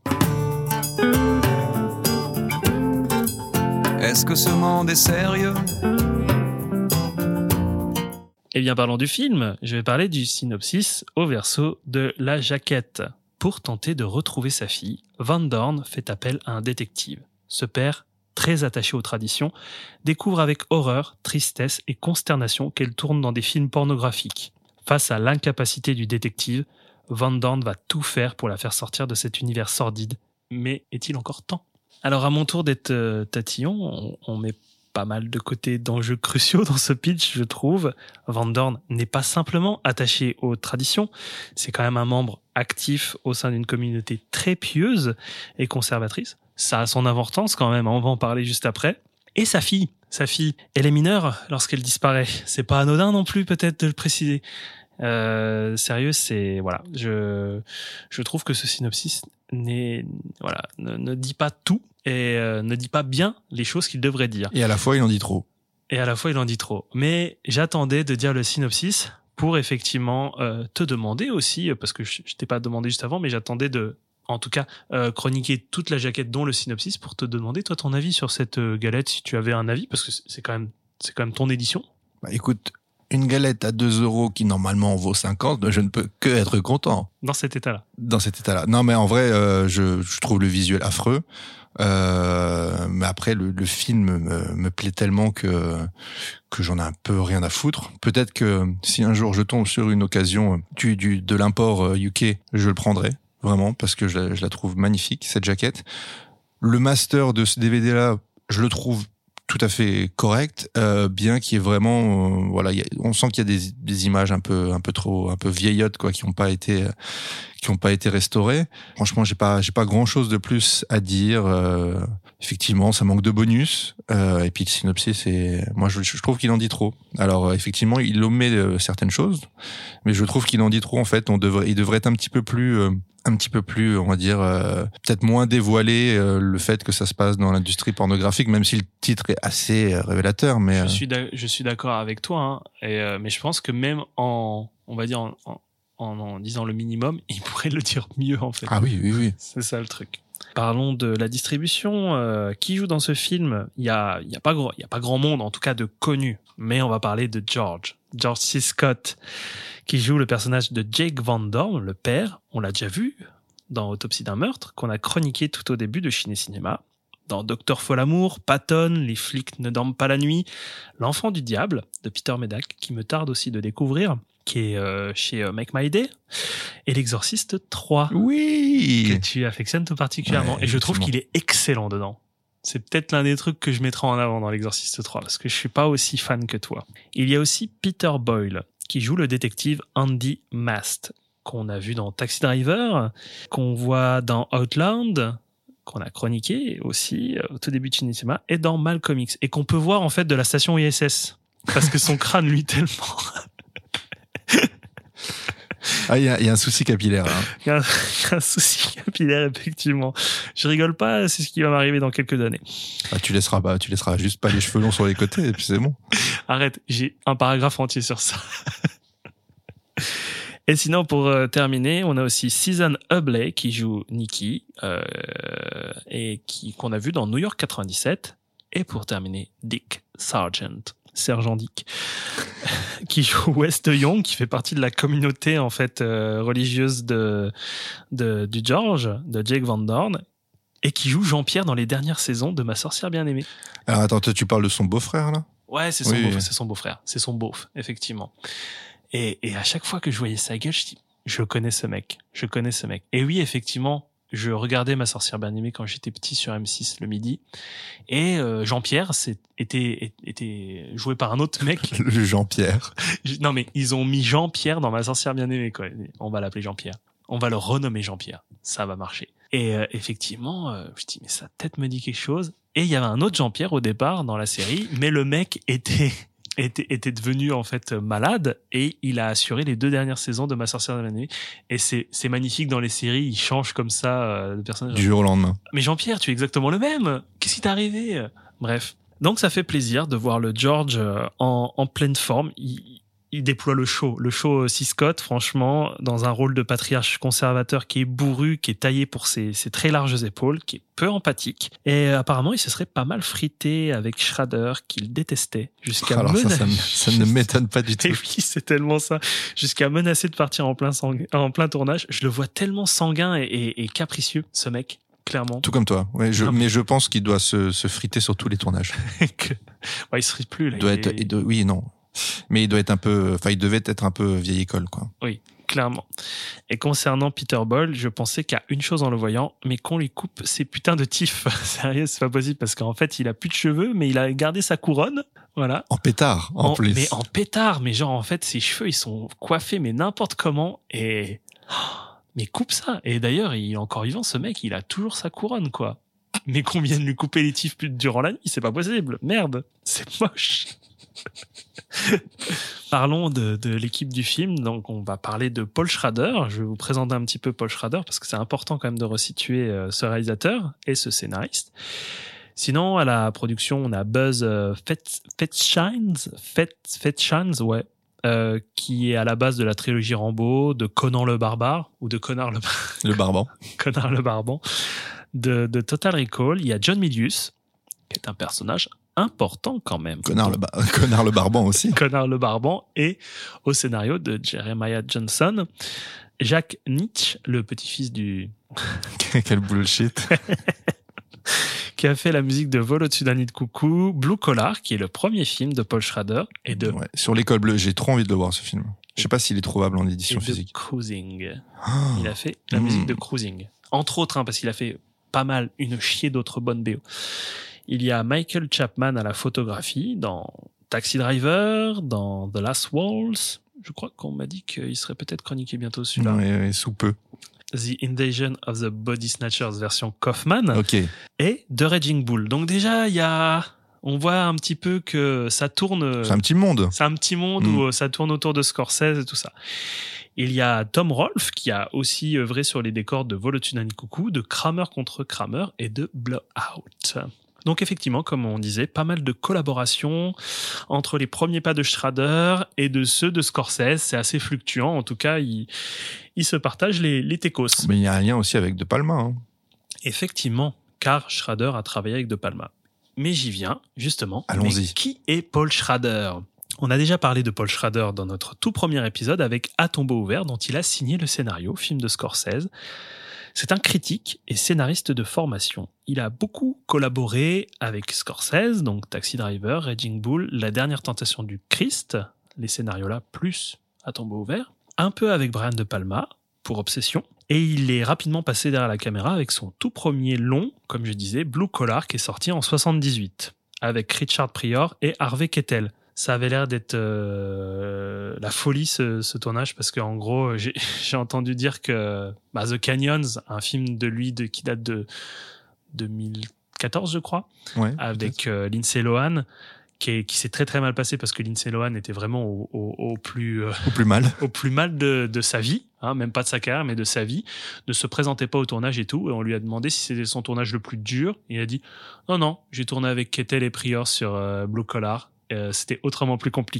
Est-ce que ce monde est sérieux? Eh bien, parlons du film. Je vais parler du synopsis au verso de la jaquette. Pour tenter de retrouver sa fille, Van Dorn fait appel à un détective. Ce père, très attaché aux traditions, découvre avec horreur, tristesse et consternation qu'elle tourne dans des films pornographiques. Face à l'incapacité du détective, Van Dorn va tout faire pour la faire sortir de cet univers sordide. Mais est-il encore temps? Alors à mon tour d'être euh, tatillon, on, on met pas mal de côtés d'enjeux cruciaux dans ce pitch, je trouve. Van Dorn n'est pas simplement attaché aux traditions, c'est quand même un membre actif au sein d'une communauté très pieuse et conservatrice. Ça a son importance quand même, on va en parler juste après. Et sa fille, sa fille, elle est mineure lorsqu'elle disparaît. C'est pas anodin non plus peut-être de le préciser. Euh, sérieux, c'est voilà, je je trouve que ce synopsis n'est voilà ne, ne dit pas tout et euh, ne dit pas bien les choses qu'il devrait dire. Et à la fois, il en dit trop. Et à la fois, il en dit trop. Mais j'attendais de dire le synopsis pour effectivement euh, te demander aussi, parce que je, je t'ai pas demandé juste avant, mais j'attendais de, en tout cas, euh, chroniquer toute la jaquette dont le synopsis pour te demander toi ton avis sur cette euh, galette, si tu avais un avis, parce que c'est quand même c'est quand même ton édition. Bah écoute. Une galette à deux euros qui normalement vaut cinquante, je ne peux que être content. Dans cet état-là. Dans cet état-là. Non, mais en vrai, euh, je, je trouve le visuel affreux. Euh, mais après, le, le film me, me plaît tellement que que j'en ai un peu rien à foutre. Peut-être que si un jour je tombe sur une occasion du, du de l'import U K, je le prendrai vraiment parce que je la, je la trouve magnifique cette jaquette. Le master de ce D V D-là, je le trouve tout à fait correct, euh, bien qu'il y ait vraiment, euh, voilà, y a, on sent qu'il y a des, des images un peu, un peu trop, un peu vieillottes quoi, qui n'ont pas été, qui n'ont pas été restaurées. Franchement, j'ai pas, j'ai pas grand chose de plus à dire. Euh, effectivement, ça manque de bonus. Euh, et puis le synopsis, c'est, moi, je, je trouve qu'il en dit trop. Alors, effectivement, il omet euh, certaines choses, mais je trouve qu'il en dit trop. En fait, on devrait, il devrait être un petit peu plus. Euh, un petit peu plus, on va dire, euh, peut-être moins dévoiler euh, le fait que ça se passe dans l'industrie pornographique, même si le titre est assez euh, révélateur. Mais je suis je suis d'accord avec toi, hein, et, euh, mais je pense que même en, on va dire en, en, en disant le minimum, il pourrait le dire mieux en fait. Ah oui, oui, oui. C'est ça le truc. Parlons de la distribution. Euh, qui joue dans ce film? Il y a, il y a pas gros, il y a pas grand monde, en tout cas de connus. Mais on va parler de George, George C. Scott, qui joue le personnage de Jake Van Dorn, le père. On l'a déjà vu dans Autopsie d'un meurtre, qu'on a chroniqué tout au début de Ciné Cinéma. Dans Docteur Folamour, Patton, Les flics ne dorment pas la nuit, L'enfant du diable de Peter Medak, qui me tarde aussi de découvrir, qui est euh, chez euh, Make My Day, et L'Exorciste trois, oui, que tu affectionnes tout particulièrement. Ouais, et je trouve qu'il est excellent dedans. C'est peut-être l'un des trucs que je mettrai en avant dans L'Exorciste trois, parce que je suis pas aussi fan que toi. Il y a aussi Peter Boyle, qui joue le détective Andy Mast, qu'on a vu dans Taxi Driver, qu'on voit dans Outland, qu'on a chroniqué aussi au tout début de Cinéma, et dans Malcolm X, et qu'on peut voir en fait de la station I S S, parce que son crâne lui tellement... Ah, il y a, y a un souci capillaire. Hein. Il y a un, un souci capillaire, effectivement. Je rigole pas, c'est ce qui va m'arriver dans quelques années. Ah, tu laisseras, bah, tu laisseras juste pas les cheveux longs sur les côtés, et puis c'est bon. Arrête, j'ai un paragraphe entier sur ça. Et sinon, pour euh, terminer, on a aussi Susan Hubley qui joue Nikki, euh, et qui, qu'on a vu dans New York quatre-vingt-dix-sept. Et pour terminer, Dick Sargent. Sergent Dick, qui joue West Young, qui fait partie de la communauté en fait euh, religieuse de, de du George, de Jake Van Dorn, et qui joue Jean-Pierre dans les dernières saisons de Ma sorcière bien-aimée. Alors attends, toi, tu parles de son beau-frère là? Ouais, c'est son oui, beau, oui. c'est son beau-frère, c'est son beauf, effectivement. Et, et à chaque fois que je voyais sa gueule, je dis, je connais ce mec, je connais ce mec. Et oui, effectivement. Je regardais Ma sorcière bien-aimée quand j'étais petit sur M six le midi. Et euh, Jean-Pierre c'est, était, était joué par un autre mec. Le Jean-Pierre. Non mais ils ont mis Jean-Pierre dans Ma sorcière bien-aimée, quoi. On va l'appeler Jean-Pierre. On va le renommer Jean-Pierre. Ça va marcher. Et euh, effectivement, euh, je dis, mais sa tête me dit quelque chose. Et il y avait un autre Jean-Pierre au départ dans la série, mais le mec était, était, était devenu en fait malade et il a assuré les deux dernières saisons de Ma sorcière de la nuit. Et c'est, c'est magnifique dans les séries, il change comme ça euh, de personnage. Du jour au lendemain. Mais Jean-Pierre, tu es exactement le même. Qu'est-ce qui t'est arrivé? Bref. Donc ça fait plaisir de voir le George en, en pleine forme. Il, il déploie le show. Le show C. Scott, franchement, dans un rôle de patriarche conservateur qui est bourru, qui est taillé pour ses, ses très larges épaules, qui est peu empathique. Et apparemment, il se serait pas mal frité avec Schrader, qu'il détestait, jusqu'à Alors menacer... ça, ça, me, ça ne m'étonne pas du tout. Et oui, c'est tellement ça. Jusqu'à menacer de partir en plein, sang... en plein tournage. Je le vois tellement sanguin et, et, et capricieux, ce mec. Clairement. Tout comme toi. Ouais, je, Non. mais je pense qu'il doit se, se friter sur tous les tournages. que... ouais, il se frite plus, là. Il doit il être, est... il doit, oui, non. Mais il doit être un peu, enfin, il devait être un peu vieille école, quoi. Oui, clairement. Et concernant Peter Boyle, je pensais qu'à une chose en le voyant, mais qu'on lui coupe ses putains de tifs. Sérieux, c'est pas possible parce qu'en fait, il a plus de cheveux, mais il a gardé sa couronne. Voilà. En pétard, en, en plus. Mais en pétard, mais genre, en fait, ses cheveux, ils sont coiffés, mais n'importe comment. Et, mais coupe ça. Et d'ailleurs, il est encore vivant, ce mec, il a toujours sa couronne, quoi. Mais qu'on vienne lui couper les tifs durant la nuit, c'est pas possible. Merde. C'est moche. Parlons de, de l'équipe du film. Donc, on va parler de Paul Schrader. Je vais vous présenter un petit peu Paul Schrader parce que c'est important quand même de resituer euh, ce réalisateur et ce scénariste. Sinon, à la production, on a Buzz euh, Fettshines, Fettshines, ouais, euh, qui est à la base de la trilogie Rambo, de Conan le Barbare ou de Connard le Le Barban. Connard le Barban, de, de Total Recall. Il y a John Milius, qui est un personnage important quand même. Connard le, ba- Connard le Barban aussi. Connard le Barban, et au scénario de Jeremiah Johnson, Jacques Nietzsche, le petit-fils du... Quel bullshit. qui a fait la musique de Vol au-dessus d'un nid de coucou, Blue Collar, qui est le premier film de Paul Schrader, et de... Ouais, sur l'école bleue, j'ai trop envie de le voir, ce film. Je sais pas s'il est trouvable en édition et de physique. Cruising. Oh. Il a fait la Mmh. musique de Cruising. Entre autres, hein, parce qu'il a fait pas mal, une chier d'autres bonnes B O. Il y a Michael Chapman à la photographie dans Taxi Driver, dans The Last Waltz. Je crois qu'on m'a dit qu'il serait peut-être chroniqué bientôt celui-là. Ouais, ouais, sous peu. The Invasion of the Body Snatchers version Kaufman. Ok. Et The Raging Bull. Donc déjà, il y a, on voit un petit peu que ça tourne. C'est un petit monde. C'est un petit monde Mm. où ça tourne autour de Scorsese et tout ça. Il y a Tom Rolfe qui a aussi œuvré sur les décors de Vol au-dessus d'un nid de coucou, de Kramer contre Kramer et de Blowout. Donc effectivement, comme on disait, pas mal de collaborations entre les premiers pas de Schrader et de ceux de Scorsese. C'est assez fluctuant. En tout cas, ils, ils se partagent les, les techos. Mais il y a un lien aussi avec De Palma. Hein. Effectivement, car Schrader a travaillé avec De Palma. Mais j'y viens, justement. Allons-y. Mais qui est Paul Schrader ? On a déjà parlé de Paul Schrader dans notre tout premier épisode avec À tombeau ouvert, dont il a signé le scénario, film de Scorsese. C'est un critique et scénariste de formation. Il a beaucoup collaboré avec Scorsese, donc Taxi Driver, Raging Bull, La dernière tentation du Christ, les scénarios-là, plus À tombeau ouvert. Un peu avec Brian De Palma, pour Obsession. Et il est rapidement passé derrière la caméra avec son tout premier long, comme je disais, Blue Collar, qui est sorti en soixante-dix-huit, avec Richard Pryor et Harvey Keitel. Ça avait l'air d'être euh, la folie, ce, ce tournage, parce qu'en gros, j'ai, j'ai entendu dire que bah, The Canyons, un film de lui de, qui date de deux mille quatorze, je crois, Ouais, avec euh, Lindsay Lohan, qui, est, qui s'est très très mal passé parce que Lindsay Lohan était vraiment au, au, au plus... Euh, Ou plus mal. au plus mal de, de sa vie, hein, même pas de sa carrière, mais de sa vie, ne se présentait pas au tournage et tout, et on lui a demandé si c'était son tournage le plus dur, et il a dit « Non, non, j'ai tourné avec Keitel et Pryor sur euh, Blue Collar, euh, c'était autrement plus compliqué. »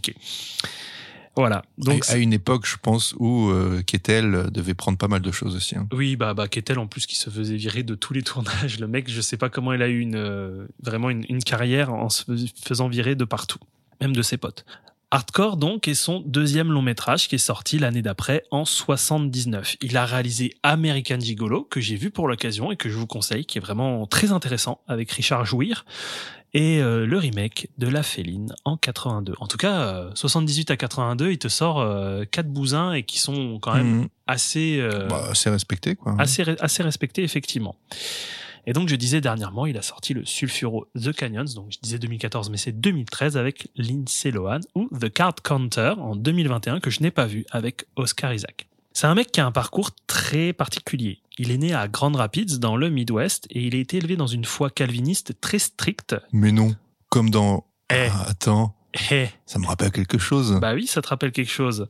Voilà. Donc, à, à une époque, je pense, où euh, Keitel devait prendre pas mal de choses aussi. Hein. oui, bah, bah Keitel, en plus, qui se faisait virer de tous les tournages. Le mec, je sais pas comment il a eu une, euh, vraiment une, une carrière en se faisant virer de partout, même de ses potes. Hardcore, donc, est son deuxième long métrage qui est sorti l'année d'après en soixante-dix-neuf. Il a réalisé American Gigolo, que j'ai vu pour l'occasion et que je vous conseille, qui est vraiment très intéressant, avec Richard Jouir, et euh, le remake de La Féline en quatre-vingt-deux. En tout cas, euh, soixante-dix-huit à quatre-vingt-deux, il te sort euh, quatre bousins et qui sont quand même Mmh. assez, euh, Bah, c'est respecté, quoi. assez, assez respectés, effectivement. Et donc, je disais dernièrement, il a sorti le Sulfuro The Canyons, donc je disais deux mille quatorze, mais c'est deux mille treize avec Lindsay Lohan, ou The Card Counter en deux mille vingt et un, que je n'ai pas vu, avec Oscar Isaac. C'est un mec qui a un parcours très particulier. Il est né à Grand Rapids, dans le Midwest, et il a été élevé dans une foi calviniste très stricte. Mais non, comme dans... Eh. Ah, attends, Eh, ça me rappelle quelque chose. bah oui, ça te rappelle quelque chose.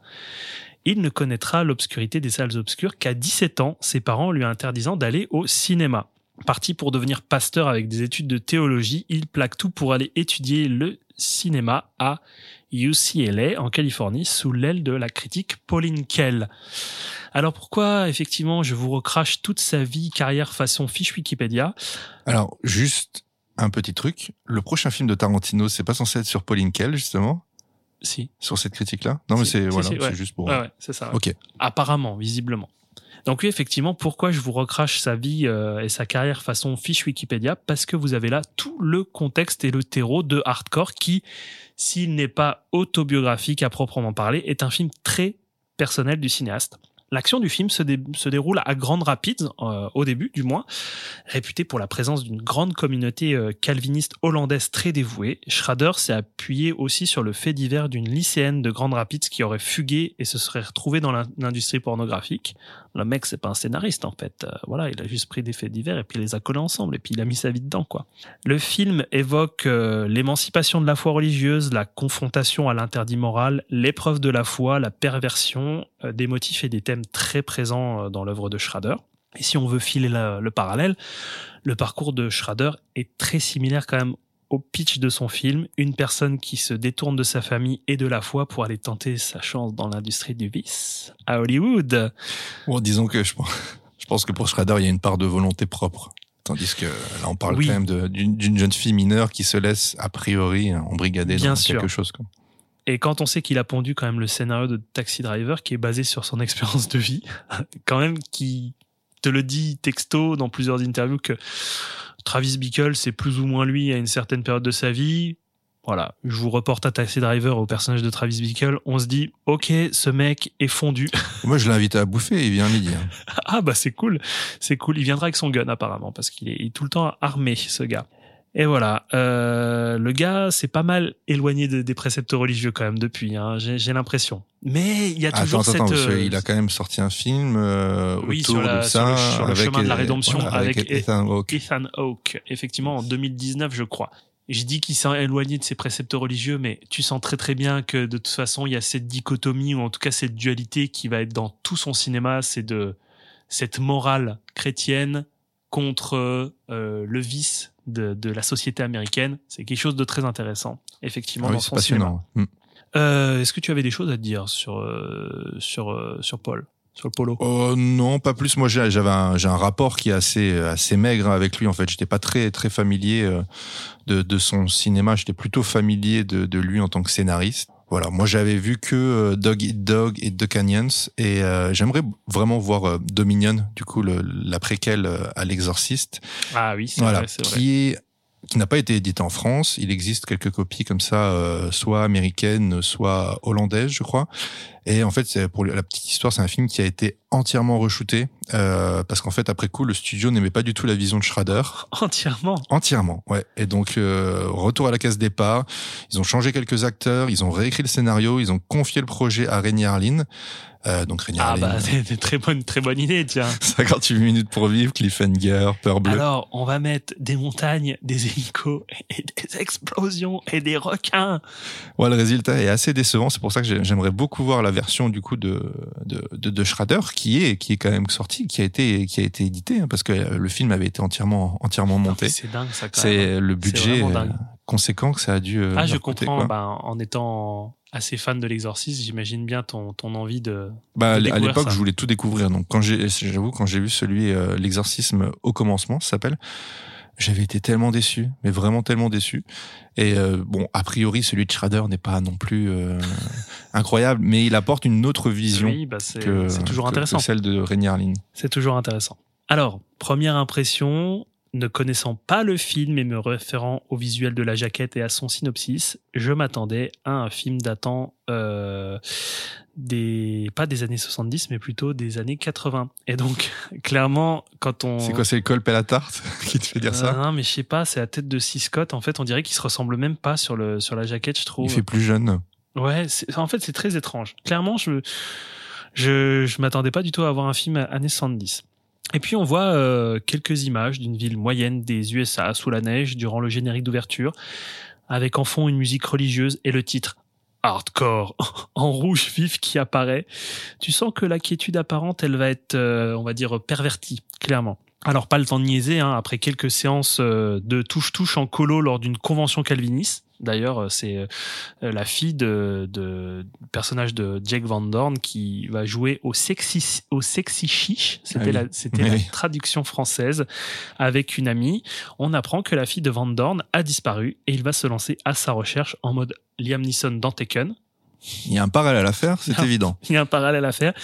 Il ne connaîtra l'obscurité des salles obscures qu'à dix-sept ans, ses parents lui interdisant d'aller au cinéma. Parti pour devenir pasteur avec des études de théologie, il plaque tout pour aller étudier le cinéma à U C L A en Californie sous l'aile de la critique Pauline Kael. Alors pourquoi effectivement je vous recrache toute sa vie, carrière façon fiche Wikipédia? Alors, juste un petit truc. Le prochain film de Tarantino, c'est pas censé être sur Pauline Kael, justement? Si. Sur cette critique-là? Non, mais Si, c'est, si, voilà, si, c'est ouais. juste pour... Ouais, ouais, c'est ça. Ouais. Ok. Apparemment, visiblement. Donc oui, effectivement, pourquoi je vous recrache sa vie euh, et sa carrière façon fiche Wikipédia? Parce que vous avez là tout le contexte et le terreau de Hardcore qui, s'il n'est pas autobiographique à proprement parler, est un film très personnel du cinéaste. L'action du film se, dé- se déroule à Grand Rapids, euh, au début du moins, réputé pour la présence d'une grande communauté euh, calviniste hollandaise très dévouée. Schrader s'est appuyé aussi sur le fait divers d'une lycéenne de Grand Rapids qui aurait fugué et se serait retrouvée dans l'in- l'industrie pornographique. Le mec, c'est pas un scénariste en fait. Euh, voilà, il a juste pris des faits divers et puis il les a collés ensemble et puis il a mis sa vie dedans, quoi. Le film évoque euh, l'émancipation de la foi religieuse, la confrontation à l'interdit moral, l'épreuve de la foi, la perversion, euh, des motifs et des thèmes très présents euh, dans l'œuvre de Schrader. Et si on veut filer la- le parallèle, le parcours de Schrader est très similaire quand même au pitch de son film, une personne qui se détourne de sa famille et de la foi pour aller tenter sa chance dans l'industrie du vice à Hollywood. Bon, disons que je pense, je pense que pour Schrader, il y a une part de volonté propre. Tandis que là, on parle Oui. quand même de- d'une, d'une jeune fille mineure qui se laisse, a priori, embrigader Bien dans sûr. quelque chose, quoi. Et quand on sait qu'il a pondu quand même le scénario de Taxi Driver qui est basé sur son expérience de vie, quand même qui te le dit texto dans plusieurs interviews que Travis Bickle, c'est plus ou moins lui à une certaine période de sa vie. Voilà, je vous reporte à Taxi Driver, au personnage de Travis Bickle. On se dit, ok, ce mec est fondu. Moi, je l'ai invité à bouffer, il vient midi. Hein. Ah bah c'est cool, c'est cool. Il viendra avec son gun apparemment parce qu'il est, il est tout le temps armé, ce gars. Et voilà, euh, le gars s'est pas mal éloigné de- des préceptes religieux quand même depuis, hein, j'ai, j'ai l'impression. Mais il y a toujours Attends, cette... attends, parce euh, qu'il a quand même sorti un film euh, Oui, autour sur la- de sur ça. le- sur le avec, chemin de la euh, rédemption voilà, avec Ethan Hawke. Ethan Hawke, effectivement en deux mille dix-neuf je crois. Je dis qu'il s'est éloigné de ses préceptes religieux, mais tu sens très très bien que de toute façon il y a cette dichotomie ou en tout cas cette dualité qui va être dans tout son cinéma, c'est de cette morale chrétienne contre euh, le vice de, de la société américaine. C'est quelque chose de très intéressant, effectivement, Ah oui, dans c'est son cinéma. passionnant. Hmm. Euh, est-ce que tu avais des choses à te dire sur euh, sur euh, sur Paul, sur le polo? Oh, non, pas plus. Moi, j'ai- j'avais un, j'ai un rapport qui est assez, assez maigre avec lui. En fait, j'étais pas très, très familier euh, de, de son cinéma. J'étais plutôt familier de, de lui en tant que scénariste. Voilà. Moi, j'avais vu que euh, Dog Eat Dog et The Canyons, et euh, j'aimerais vraiment voir euh, Dominion, du coup, le, la préquelle euh, à l'Exorciste. Ah oui, c'est Voilà, vrai, c'est vrai. qui est qui n'a pas été édité en France. Il existe quelques copies comme ça, euh, soit américaines, soit hollandaises, je crois. Et en fait, c'est pour la petite histoire, c'est un film qui a été entièrement re-shooté euh, parce qu'en fait, après coup, le studio n'aimait pas du tout la vision de Schrader. Entièrement. Entièrement, ouais. Et donc, euh, retour à la case départ. Ils ont changé quelques acteurs, ils ont réécrit le scénario, ils ont confié le projet à Renny Harlin. Euh, donc Renny Ah Harlin, bah c'est une très bonne, très bonne idée, tiens. cinquante-huit minutes pour vivre, cliffhanger, peur bleue. Alors, on va mettre des montagnes, des hélicos, et des explosions, et des requins. Ouais, le résultat est assez décevant. C'est pour ça que j'ai- j'aimerais beaucoup voir la version du coup de de, de, de Schrader qui est qui est quand même sortie, qui a été qui a été édité hein, parce que le film avait été entièrement entièrement monté. C'est dingue ça quand même. C'est le budget vraiment euh, dingue. conséquent que ça a dû. euh, Ah, je leur coûter, comprends. quoi. Ben, en étant assez fan de l'Exorciste, j'imagine bien ton ton envie de. Bah, de à découvrir l'époque, ça. je voulais tout découvrir. Donc, quand j'ai, j'avoue, quand j'ai vu celui, euh, l'exorcisme au commencement, ça s'appelle, j'avais été tellement déçu, mais vraiment tellement déçu. Et euh, bon, a priori, celui de Schrader n'est pas non plus euh, incroyable, mais il apporte une autre vision Oui, bah c'est que, c'est toujours que- intéressant. que celle de Renny Harlin. C'est toujours intéressant. Alors, première impression, ne connaissant pas le film et me référant au visuel de la jaquette et à son synopsis, je m'attendais à un film datant euh, des pas des années soixante-dix, mais plutôt des années quatre-vingts. Et donc, clairement, quand on... C'est quoi, c'est le colp et la tarte qui te fait dire ça? Euh, Non, mais je sais pas, c'est la tête de C. Scott. En fait, on dirait qu'il se ressemble même pas sur, le, sur la jaquette, je trouve. Il fait plus jeune. Ouais, c'est- en fait, c'est très étrange. Clairement, je Je je m'attendais pas du tout à avoir un film années soixante-dix. Et puis on voit euh, quelques images d'une ville moyenne des U S A sous la neige durant le générique d'ouverture, avec en fond une musique religieuse et le titre Hardcore en rouge vif qui apparaît. Tu sens que la quiétude apparente, elle va être, euh, on va dire, pervertie, clairement. Alors pas le temps de niaiser, hein, après quelques séances euh, de touche-touche en colo lors d'une convention calviniste. D'ailleurs, c'est euh, la fille de, de du personnage de Jake Van Dorn qui va jouer au sexy au sexy chiche. C'était ah oui. la c'était oui. la traduction française avec une amie. On apprend que la fille de Van Dorn a disparu et il va se lancer à sa recherche en mode Liam Neeson dans Taken. Il y a un parallèle à faire, c'est Ah. évident. Il y a un parallèle à faire.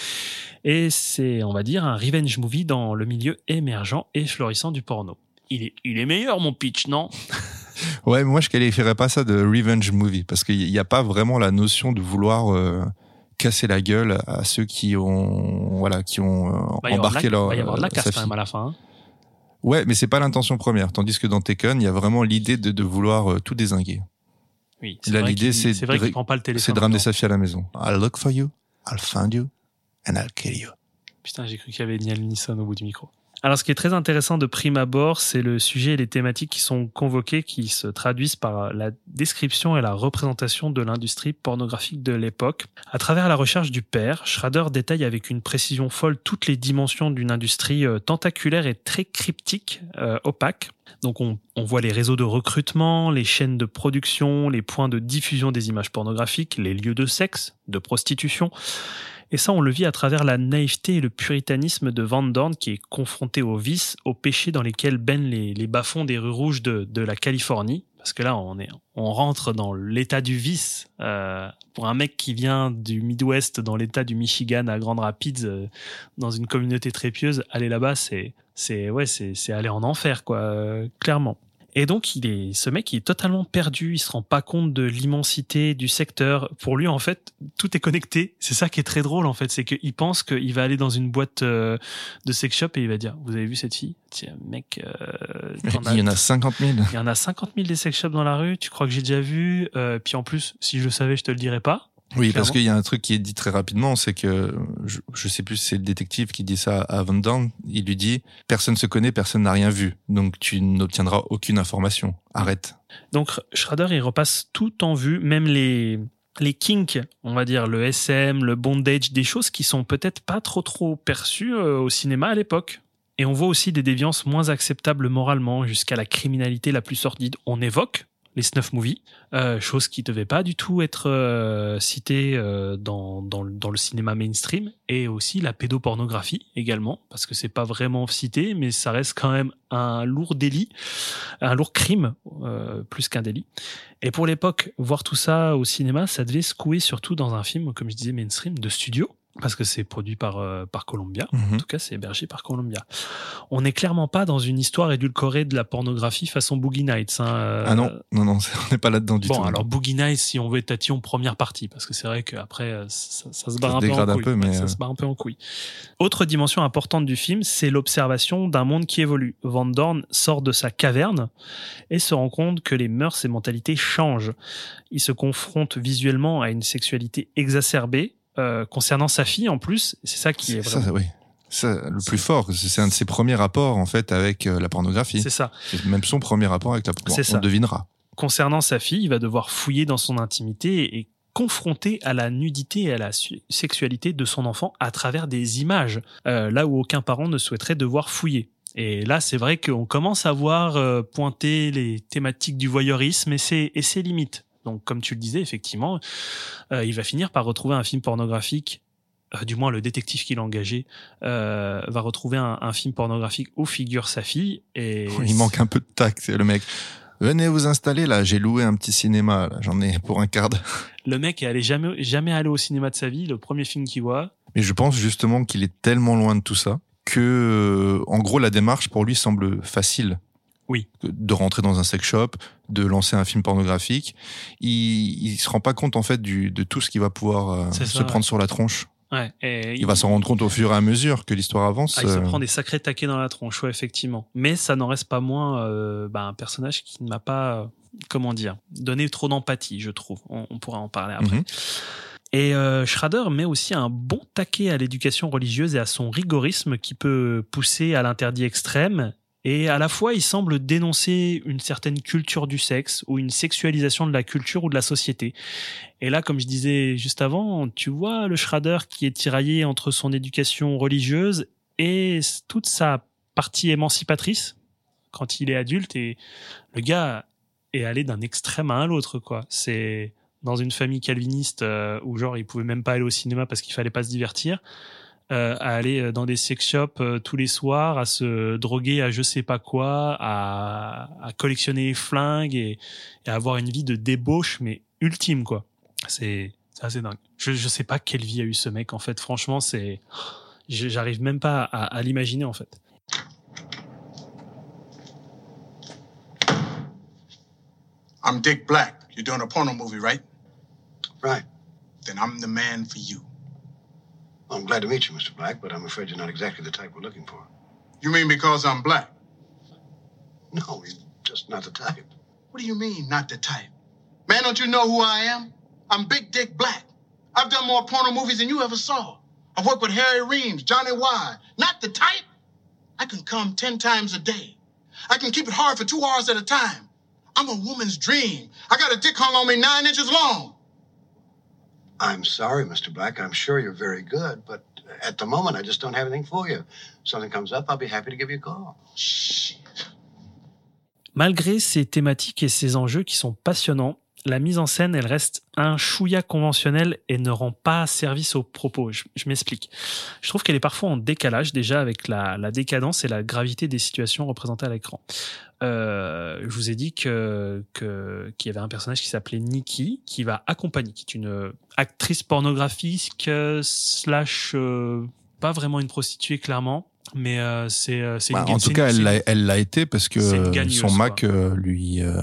Et c'est, on va dire, un revenge movie dans le milieu émergent et florissant du porno. Il est, il est meilleur, mon pitch, non? Ouais, mais moi je qualifierais pas ça de revenge movie parce qu'il n'y a pas vraiment la notion de vouloir euh, casser la gueule à ceux qui ont, voilà, qui ont euh, Va y avoir de embarqué la- leur. va y avoir de la euh, casse sa quand même fille. à la fin. hein. Ouais, mais c'est pas l'intention première. Tandis que dans Taken, il y a vraiment l'idée de, de vouloir euh, tout désinguer. Oui. C'est Là, vrai l'idée, qu'il- c'est c'est vrai de- qu'il prend pas le téléphone. C'est de ramener dedans. sa fille à la maison. I'll look for you, I'll find you, and I'll kill you. Putain, j'ai cru qu'il y avait Liam Neeson au bout du micro. Alors, ce qui est très intéressant de prime abord, c'est le sujet et les thématiques qui sont convoquées, qui se traduisent par la description et la représentation de l'industrie pornographique de l'époque. À travers la recherche du père, Schrader détaille avec une précision folle toutes les dimensions d'une industrie euh, tentaculaire et très cryptique, euh, opaque. Donc, on, on voit les réseaux de recrutement, les chaînes de production, les points de diffusion des images pornographiques, les lieux de sexe, de prostitution. Et ça, on le vit à travers la naïveté et le puritanisme de Van Dorn qui est confronté aux vices, aux péchés dans lesquels baignent les, les bas-fonds des rues rouges de, de la Californie. Parce que là, on, est, on rentre dans l'état du vice. Euh, pour un mec qui vient du Midwest, dans l'état du Michigan, à Grand Rapids, euh, dans une communauté très pieuse, aller là-bas, c'est, c'est, ouais, c'est, c'est aller en enfer, quoi, euh, clairement. Et donc, il est, ce mec, il est totalement perdu. Il se rend pas compte de l'immensité du secteur. Pour lui, en fait, tout est connecté. C'est ça qui est très drôle, en fait. C'est qu'il pense qu'il va aller dans une boîte euh, de sex shop et il va dire, vous avez vu cette fille? Tiens, mec, euh, t'en as- Il y en a cinquante mille. il y en a cinquante mille des sex shops dans la rue. Tu crois que j'ai déjà vu? euh, Puis en plus, si je le savais, je te le dirais pas. Oui, parce Clairement. qu'il y a un truc qui est dit très rapidement, c'est que je, je sais plus si c'est le détective qui dit ça à Van Dorn. Il lui dit personne se connaît, personne n'a rien vu, donc tu n'obtiendras aucune information. Arrête. Donc Schrader, il repasse tout en vue, même les les kinks, on va dire le S M, le bondage, des choses qui sont peut-être pas trop trop perçues euh, au cinéma à l'époque. Et on voit aussi des déviances moins acceptables moralement, jusqu'à la criminalité la plus sordide. On évoque les snuff movies, euh, chose qui devait pas du tout être euh, citée euh, dans, dans, le- dans le cinéma mainstream, et aussi la pédopornographie également, parce que c'est pas vraiment cité, mais ça reste quand même un lourd délit, un lourd crime, euh, plus qu'un délit. Et pour l'époque, voir tout ça au cinéma, ça devait secouer, surtout dans un film, comme je disais, mainstream, de studio, parce que c'est produit par, euh, par Columbia. Mhm. En tout cas, c'est hébergé par Columbia. On n'est clairement pas dans une histoire édulcorée de la pornographie façon Boogie Nights. Hein. Euh, Ah non, non, non, c'est- on n'est pas là-dedans du bon, tout. alors Boogie Nights, si on veut être tatillon, première partie, parce que c'est vrai qu'après, euh, ça, ça se barre se un peu en dégrade un couille. peu, mais, Ouais, ça euh, se barre un peu en couille. Autre dimension importante du film, c'est l'observation d'un monde qui évolue. Van Dorn sort de sa caverne et se rend compte que les mœurs et mentalités changent. Il se confronte visuellement à une sexualité exacerbée, euh, concernant sa fille en plus. C'est ça qui est C'est vraiment... ça, oui. Ça, le plus fort, c'est c'est un de ses premiers rapports en fait avec euh, la pornographie. C'est ça. C'est même son premier rapport avec la pornographie. C'est On ça. devinera. Concernant sa fille, il va devoir fouiller dans son intimité et confronté à la nudité et à la su- sexualité de son enfant à travers des images, euh, là où aucun parent ne souhaiterait devoir fouiller. Et là, c'est vrai qu'on commence à voir euh, pointer les thématiques du voyeurisme et ses, et ses limites. Donc, comme tu le disais, effectivement, euh, il va finir par retrouver un film pornographique, euh, du moins le détective qu'il a engagé euh, va retrouver un, un film pornographique où figure sa fille. Et Il manque un peu de tact, c'est le mec. Venez vous installer là, j'ai loué un petit cinéma, là. J'en ai pour un quart d'heure. Le mec est allé jamais, jamais allé au cinéma de sa vie. Le premier film qu'il voit, Mais je pense justement qu'il est tellement loin de tout ça que, euh, en gros, la démarche pour lui semble facile. Oui. De rentrer dans un sex shop, de lancer un film pornographique. Il, il se rend pas compte en fait du, de tout ce qu'il va pouvoir euh, C'est se ça, prendre ouais. sur la tronche. ouais, et Il va s'en rendre compte au fur et à mesure que l'histoire avance. ah, il se euh, prend des sacrés taquets dans la tronche, ouais, effectivement. Mais ça n'en reste pas moins euh, bah, un personnage qui ne m'a pas, euh, comment dire, donné trop d'empathie, je trouve. On, on pourra en parler après. Mhm. Et euh, Schrader met aussi un bon taquet à l'éducation religieuse et à son rigorisme qui peut pousser à l'interdit extrême. Et à la fois, il semble dénoncer une certaine culture du sexe ou une sexualisation de la culture ou de la société. Et là, comme je disais juste avant, tu vois le Schrader qui est tiraillé entre son éducation religieuse et toute sa partie émancipatrice quand il est adulte. Et le gars est allé d'un extrême à un l'autre, quoi. C'est dans une famille calviniste euh, où genre il pouvait même pas aller au cinéma parce qu'il fallait pas se divertir. Euh, à aller dans des sex shops euh, tous les soirs, à se droguer à je sais pas quoi, à, à collectionner les flingues et, et à avoir une vie de débauche, mais ultime, quoi. C'est, c'est assez dingue. Je, je sais pas quelle vie a eu ce mec, en fait. Franchement, c'est, j'arrive même pas à, à l'imaginer, en fait. I'm Dick Black. You're doing a porno movie, right? Right. Then I'm the man for you. Well, I'm glad to meet you, Mister Black, but I'm afraid you're not exactly the type we're looking for. You mean because I'm black? No, you're just not the type. What do you mean, not the type? Man, don't you know who I am? I'm Big Dick Black. I've done more porno movies than you ever saw. I've worked with Harry Reams, Johnny Wide. Not the type? I can come ten times a day. I can keep it hard for two hours at a time. I'm a woman's dream. I got a dick hung on me nine inches long. I'm sorry, Mister Black. I'm sure you're very good, but at the moment, I just don't have anything for you. If something comes up, I'll be happy to give you a call. Shit. Malgré ces thématiques et ces enjeux qui sont passionnants, la mise en scène, elle reste un chouïa conventionnelle et ne rend pas service au propos. Je, je m'explique. Je trouve qu'elle est parfois en décalage déjà avec la, la décadence et la gravité des situations représentées à l'écran. Euh, je vous ai dit que, que, qu'il y avait un personnage qui s'appelait Nikki, qui va accompagner, qui est une actrice pornographique euh, slash euh, pas vraiment une prostituée clairement. Mais euh, c'est c'est bah, une, en c'est tout cas une, elle c'est l'a elle l'a été parce que gagneuse, son Mac euh, lui euh,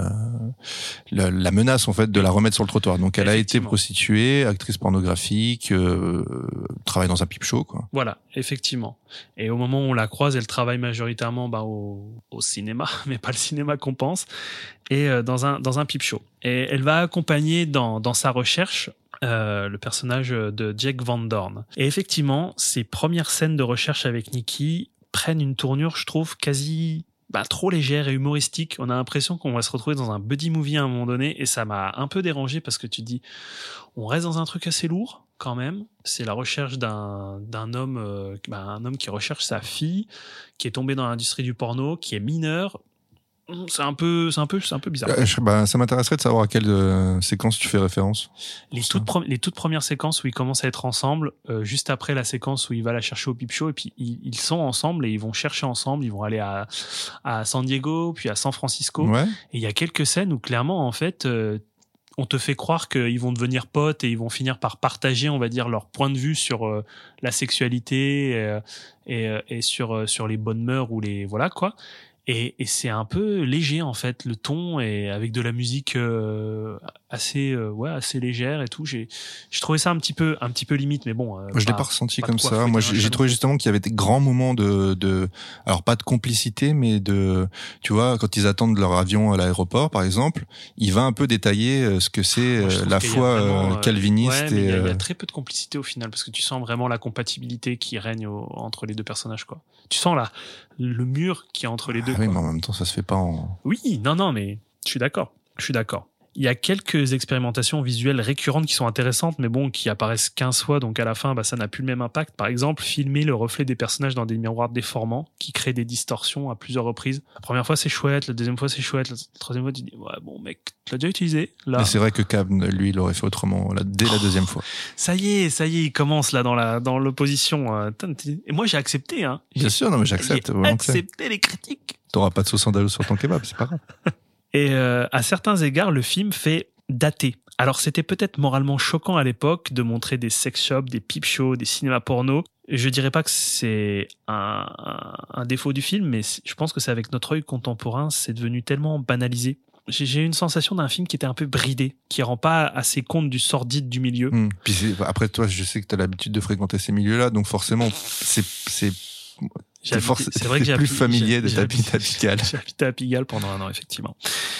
la, la menace en fait de la remettre sur le trottoir. Donc elle a été prostituée, actrice pornographique, euh, travaille dans un peep show, quoi. Voilà, effectivement. Et au moment où on la croise, elle travaille majoritairement bah, au, au cinéma, mais pas le cinéma qu'on pense, et euh, dans un dans un peep show. Et elle va accompagner dans dans sa recherche Euh, le personnage de Jack Van Dorn. Et effectivement, ces premières scènes de recherche avec Nikki prennent une tournure, je trouve, quasi bah, trop légère et humoristique. On a l'impression qu'on va se retrouver dans un buddy movie à un moment donné, et ça m'a un peu dérangé parce que tu te dis, on reste dans un truc assez lourd quand même. C'est la recherche d'un, d'un homme, euh, bah, un homme qui recherche sa fille, qui est tombé dans l'industrie du porno, qui est mineur. C'est un peu, c'est un peu, c'est un peu bizarre. Euh, je, bah, ça m'intéresserait de savoir à quelle euh, séquence tu fais référence. Les toutes, pre- les toutes premières séquences où ils commencent à être ensemble, euh, juste après la séquence où il va la chercher au peep show, et puis ils, ils sont ensemble et ils vont chercher ensemble. Ils vont aller à, à San Diego, puis à San Francisco. Ouais. Et il y a quelques scènes où clairement, en fait, euh, on te fait croire qu'ils vont devenir potes et ils vont finir par partager, on va dire, leur point de vue sur euh, la sexualité euh, et, et sur euh, sur les bonnes mœurs ou les voilà quoi. Et, et c'est un peu léger en fait, le ton, et avec de la musique euh, assez euh, ouais assez légère et tout. J'ai j'ai trouvé ça un petit peu un petit peu limite, mais bon. Euh, Moi, je pas, l'ai pas ressenti pas comme ça. Moi, j'ai, j'ai trouvé justement qu'il y avait des grands moments de de alors pas de complicité, mais de tu vois quand ils attendent leur avion à l'aéroport, par exemple, il va un peu détailler ce que c'est Moi, la foi vraiment, euh, calviniste. Ouais, mais et il y, a, il y a euh... très peu de complicité au final parce que tu sens vraiment la compatibilité qui règne au, entre les deux personnages, quoi. Tu sens là le mur qui est entre les deux. Ah oui, quoi. mais en même temps, ça se fait pas en. Oui, non, non, mais je suis d'accord. Je suis d'accord. Il y a quelques expérimentations visuelles récurrentes qui sont intéressantes, mais bon, qui apparaissent quinze fois, donc à la fin, bah, ça n'a plus le même impact. Par exemple, filmer le reflet des personnages dans des miroirs déformants, qui créent des distorsions à plusieurs reprises. La première fois, c'est chouette, la deuxième fois, c'est chouette, la troisième fois, tu dis, ouais, bon, mec, tu l'as déjà utilisé, là. Mais c'est vrai que Cavn, lui, il l'aurait fait autrement, là, dès la deuxième fois. Ça y est, ça y est, il commence, là, dans la, dans l'opposition. Et moi, j'ai accepté, hein. Bien j'ai, sûr, non, mais j'accepte. J'ai accepté les critiques. T'auras pas de sauce andalouse sur ton kebab, c'est pas grave. Et euh, à certains égards, le film fait daté. Alors c'était peut-être moralement choquant à l'époque de montrer des sex shops, des peep shows, des cinémas porno. Je dirais pas que c'est un, un, un défaut du film, mais je pense que c'est avec notre œil contemporain, c'est devenu tellement banalisé. J'ai, j'ai eu une sensation d'un film qui était un peu bridé, qui rend pas assez compte du sordide du milieu. Mmh. Puis c'est, après toi, je sais que t'as l'habitude de fréquenter ces milieux-là, donc forcément, c'est... c'est... J'ai forc- c'est vrai que j'ai plus habité, familier j'ai, de j'ai t'habiter à Pigalle. J'ai habité à Pigalle pendant un an, effectivement.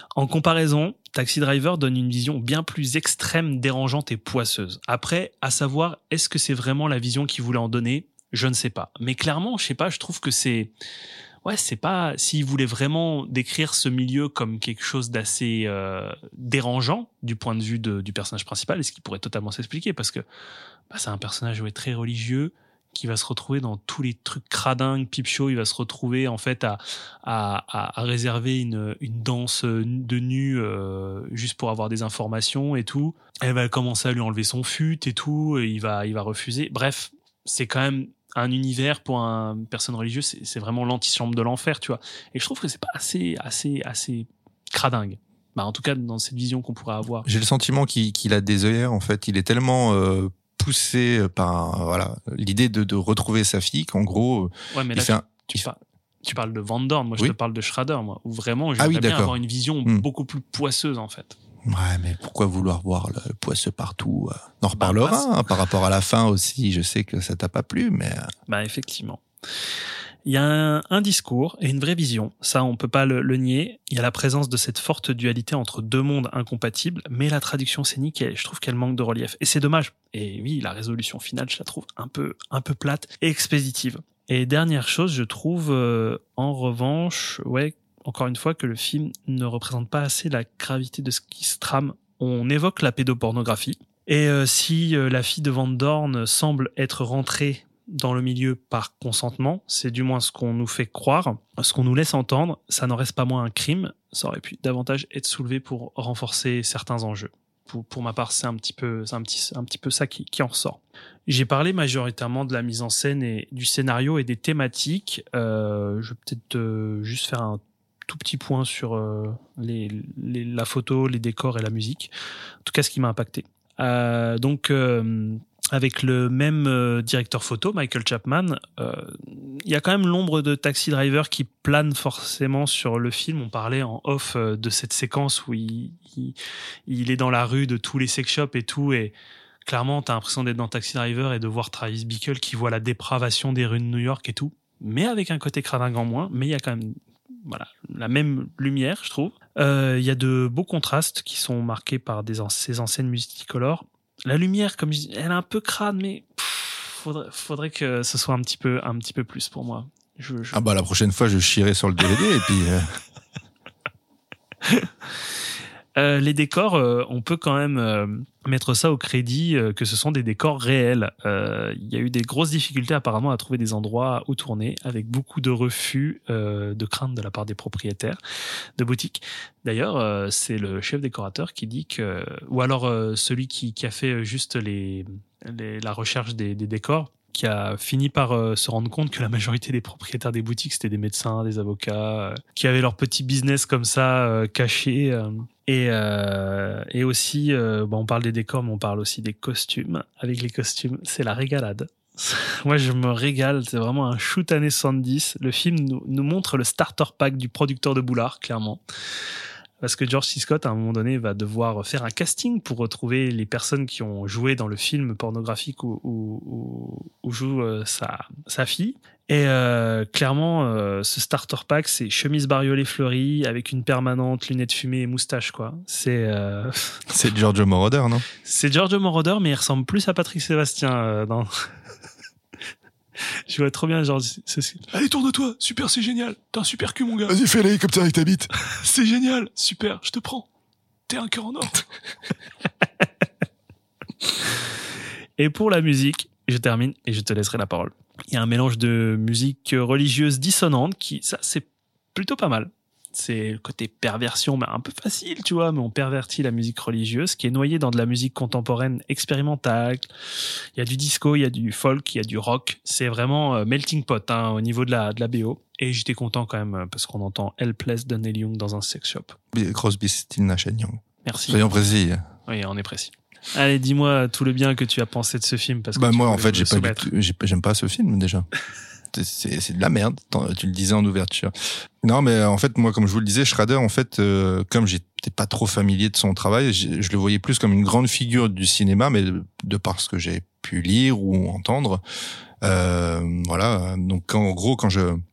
En comparaison, Taxi Driver donne une vision bien plus extrême, dérangeante et poisseuse. Après, à savoir, est-ce que c'est vraiment la vision qu'il voulait en donner ? Je ne sais pas. Mais clairement, je sais pas, je trouve que c'est... Ouais, c'est pas... S'il voulait vraiment décrire ce milieu comme quelque chose d'assez euh, dérangeant du point de vue de, du personnage principal, est-ce qu'il pourrait totalement s'expliquer ? Parce que bah, c'est un personnage ouais, très religieux, qui va se retrouver dans tous les trucs cradingues, pipe show, il va se retrouver en fait à à à, à réserver une une danse de nu euh, juste pour avoir des informations et tout. Elle va commencer à lui enlever son fut et tout, et il va il va refuser. Bref, c'est quand même un univers pour une personne religieuse, c'est c'est vraiment l'antichambre de l'enfer, tu vois. Et je trouve que c'est pas assez assez assez cradingue. Bah en tout cas dans cette vision qu'on pourrait avoir. J'ai le sentiment qu'il qu'il a des œillères en fait, il est tellement euh... poussé par voilà l'idée de, de retrouver sa fille qu'en gros ouais, mais il là, fait un, tu, tu, parles, tu parles de Van Dorn, moi je oui. te parle de Schrader, moi où vraiment j'aimerais ah oui, bien d'accord. avoir une vision hmm. beaucoup plus poisseuse en fait. Ouais, mais pourquoi vouloir voir le poisseux partout ? On en reparlera bah, hein, par rapport à la fin aussi. Je sais que ça t'a pas plu, mais bah effectivement. Il y a un, un discours et une vraie vision, ça on peut pas le, le nier. Il y a la présence de cette forte dualité entre deux mondes incompatibles, mais la traduction scénique, elle, je trouve qu'elle manque de relief. Et c'est dommage. Et oui, la résolution finale, je la trouve un peu, un peu plate et expéditive. Et dernière chose, je trouve euh, en revanche, ouais, encore une fois, que le film ne représente pas assez la gravité de ce qui se trame. On évoque la pédopornographie. Et euh, si euh, la fille de Van Dorn semble être rentrée dans le milieu par consentement, c'est du moins ce qu'on nous fait croire, ce qu'on nous laisse entendre, ça n'en reste pas moins un crime, ça aurait pu davantage être soulevé pour renforcer certains enjeux. Pour, pour ma part, c'est un petit peu, c'est un petit, un petit peu ça qui, qui en ressort. J'ai parlé majoritairement de la mise en scène et du scénario et des thématiques. Euh, je vais peut-être euh, juste faire un tout petit point sur euh, les, les, la photo, les décors et la musique. En tout cas, ce qui m'a impacté. Euh, donc, euh, avec le même euh, directeur photo, Michael Chapman, euh, il y a quand même l'ombre de Taxi Driver qui plane forcément sur le film. On parlait en off euh, de cette séquence où il, il, il est dans la rue de tous les sex shops et tout, et clairement, t'as l'impression d'être dans Taxi Driver et de voir Travis Bickle qui voit la dépravation des rues de New York et tout, mais avec un côté cradingue en moins, mais il y a quand même voilà, la même lumière, je trouve. Euh, il y a de beaux contrastes qui sont marqués par des, ces enseignes multicolores. La lumière, comme je dis, elle est un peu crade, mais pff, faudrait, faudrait que ce soit un petit peu, un petit peu plus pour moi. Je, je... Ah bah la prochaine fois, je chierai sur le D V D et puis... Euh... Euh, les décors, euh, on peut quand même euh, mettre ça au crédit euh, que ce sont des décors réels. Euh, il y a eu des grosses difficultés apparemment à trouver des endroits où tourner, avec beaucoup de refus, euh, de crainte de la part des propriétaires de boutiques. D'ailleurs, euh, c'est le chef décorateur qui dit que, ou alors euh, celui qui, qui a fait juste les, les la recherche des, des décors, qui a fini par euh, se rendre compte que la majorité des propriétaires des boutiques, c'était des médecins, des avocats, euh, qui avaient leur petit business comme ça, euh, caché. Euh, et, euh, et aussi, euh, bon, on parle des décors, mais on parle aussi des costumes. Avec les costumes, c'est la régalade. Moi, je me régale. C'est vraiment un shoot années soixante-dix. Le film nous, nous montre le starter pack du producteur de Boulard, clairement. Parce que George C. Scott, à un moment donné, va devoir faire un casting pour retrouver les personnes qui ont joué dans le film pornographique où, où, où, où joue euh, sa, sa fille. Et euh, clairement, euh, ce starter pack, c'est chemise bariolée fleurie avec une permanente, lunettes fumées et moustache, quoi. C'est euh... c'est Giorgio Moroder, non? C'est Giorgio Moroder, mais il ressemble plus à Patrick Sébastien euh, dans... Je vois trop bien, genre, c'est... Allez, tourne-toi, super, c'est génial. T'as un super cul, mon gars. Vas-y, fais l'hélicoptère avec ta bite. C'est génial, super, je te prends. T'es un cœur en or. Et pour la musique, je termine et je te laisserai la parole. Il y a un mélange de musique religieuse dissonante qui, ça, c'est plutôt pas mal. C'est le côté perversion, mais un peu facile, tu vois, mais on pervertit la musique religieuse qui est noyée dans de la musique contemporaine expérimentale. Il y a du disco, il y a du folk, il y a du rock. C'est vraiment euh, melting pot hein, au niveau de la, de la B O. Et j'étais content quand même parce qu'on entend Helpless de Neil Young dans un sex shop. Crosby, Stills, Nash and Young. Merci. Soyons précis. Oui, on est précis. Allez, dis-moi tout le bien que tu as pensé de ce film. Parce que bah moi, en fait, j'ai pas du tout, j'ai, j'aime pas ce film déjà. C'est, c'est de la merde, tu le disais en ouverture. Non, mais en fait, moi, comme je vous le disais, Schrader, en fait, euh, comme j'étais pas trop familier de son travail, je, je le voyais plus comme une grande figure du cinéma, mais de, de par ce que j'ai pu lire ou entendre. Euh, voilà. Donc, quand, en gros, quand je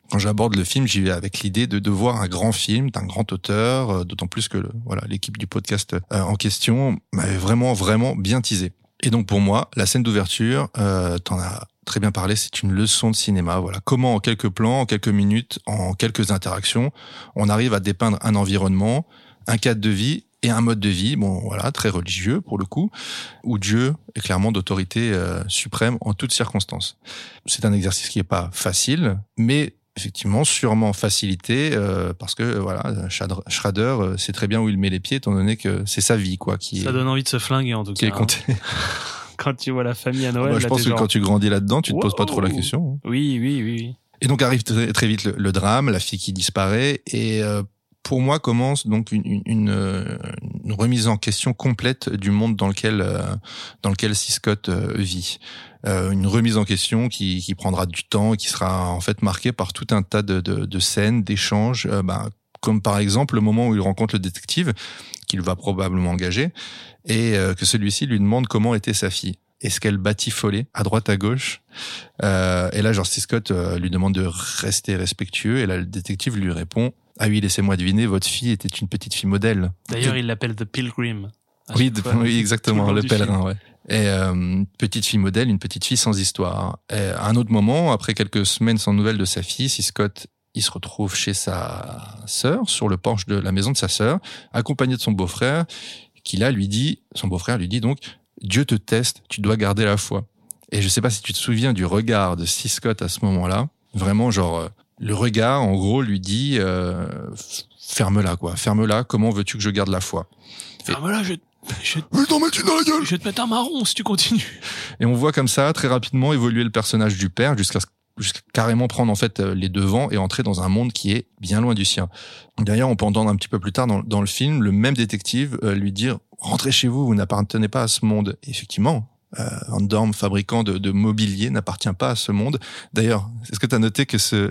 quand j'aborde le film, j'y vais avec l'idée de, de voir un grand film d'un grand auteur, euh, d'autant plus que le, voilà, l'équipe du podcast euh, en question m'avait vraiment, vraiment bien teasé. Et donc pour moi, la scène d'ouverture, euh, t'en as très bien parlé, c'est une leçon de cinéma. Voilà, comment en quelques plans, en quelques minutes, en quelques interactions, on arrive à dépeindre un environnement, un cadre de vie et un mode de vie, bon voilà, très religieux pour le coup, où Dieu est clairement d'autorité euh, suprême en toutes circonstances. C'est un exercice qui est pas facile, mais effectivement sûrement facilité euh, parce que euh, voilà, Schrader euh, sait très bien où il met les pieds, étant donné que c'est sa vie quoi. Qui Ça est, donne envie de se flinguer en tout qui cas. est compté. Hein. Quand tu vois la famille à Noël, bah, je là, pense t'es que genre... quand tu grandis là-dedans, tu te wow. poses pas trop la question. Oui, oui, oui. oui. Et donc arrive très, très vite le, le drame, la fille qui disparaît, et euh, pour moi commence donc une, une, une, une remise en question complète du monde dans lequel euh, dans lequel C. Scott euh, vit. Euh, une remise en question qui, qui prendra du temps et qui sera en fait marquée par tout un tas de, de, de scènes, d'échanges, euh, bah, comme par exemple le moment où il rencontre le détective qu'il va probablement engager et euh, que celui-ci lui demande comment était sa fille. Est-ce qu'elle batifolait à droite à gauche euh, Et là, genre, C. Scott euh, lui demande de rester respectueux. Et là, le détective lui répond « Ah oui, laissez-moi deviner, votre fille était une petite fille modèle. » D'ailleurs, il l'appelle The Pilgrim. Oui, de, oui, exactement, le pèlerin, film. ouais. Et euh, petite fille modèle, une petite fille sans histoire. Et à un autre moment, après quelques semaines sans nouvelles de sa fille, C. Scott, il se retrouve chez sa sœur, sur le porche de la maison de sa sœur, accompagné de son beau-frère, qui là lui dit, son beau-frère lui dit donc « Dieu te teste, tu dois garder la foi. » Et je sais pas si tu te souviens du regard de C. Scott à ce moment-là. Vraiment, genre, euh, le regard, en gros, lui dit euh, « Ferme-la, quoi. Ferme-la. Comment veux-tu que je garde la foi ?» Ferme-la, je... Je, mais t'en mets une dans la gueule. Je vais te mettre un marron si tu continues. Et on voit comme ça, très rapidement, évoluer le personnage du père jusqu'à jusqu'à carrément prendre en fait les devants et entrer dans un monde qui est bien loin du sien. D'ailleurs, on peut entendre un petit peu plus tard dans, dans le film le même détective euh, lui dire « Rentrez chez vous, vous n'appartenez pas à ce monde ». Et effectivement, euh, Van Dorn, fabricant de, de mobilier, n'appartient pas à ce monde. D'ailleurs, est-ce que tu as noté que ce,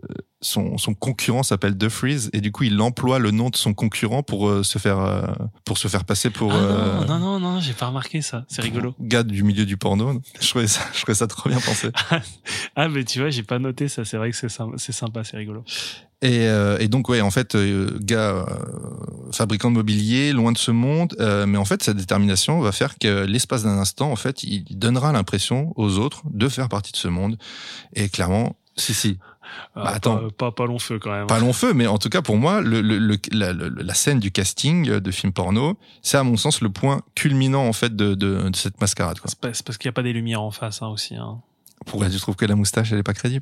son, son concurrent s'appelle DeFreeze et du coup, il emploie le nom de son concurrent pour euh, se faire euh, pour se faire passer pour ah euh, non, non, non, non, j'ai pas remarqué ça. C'est rigolo. Gars du milieu du porno. Je trouvais ça, je trouvais ça trop bien pensé. Ah, mais tu vois, j'ai pas noté ça. C'est vrai que c'est sympa, c'est sympa, c'est rigolo. Et, euh, et donc ouais, en fait, euh, gars euh, fabricant de mobilier, loin de ce monde, euh, mais en fait, sa détermination va faire que l'espace d'un instant, en fait, il donnera l'impression aux autres de faire partie de ce monde. Et clairement, si si. Ah, bah, attends, pas, pas, pas long feu quand même. Pas long feu, mais en tout cas pour moi, le, le, le, la, le, la scène du casting de film porno, c'est à mon sens le point culminant en fait de, de, de cette mascarade. Quoi. C'est, pas, c'est parce qu'il y a pas des lumières en face hein, aussi. Hein. Pourquoi tu trouves que la moustache elle est pas crédible?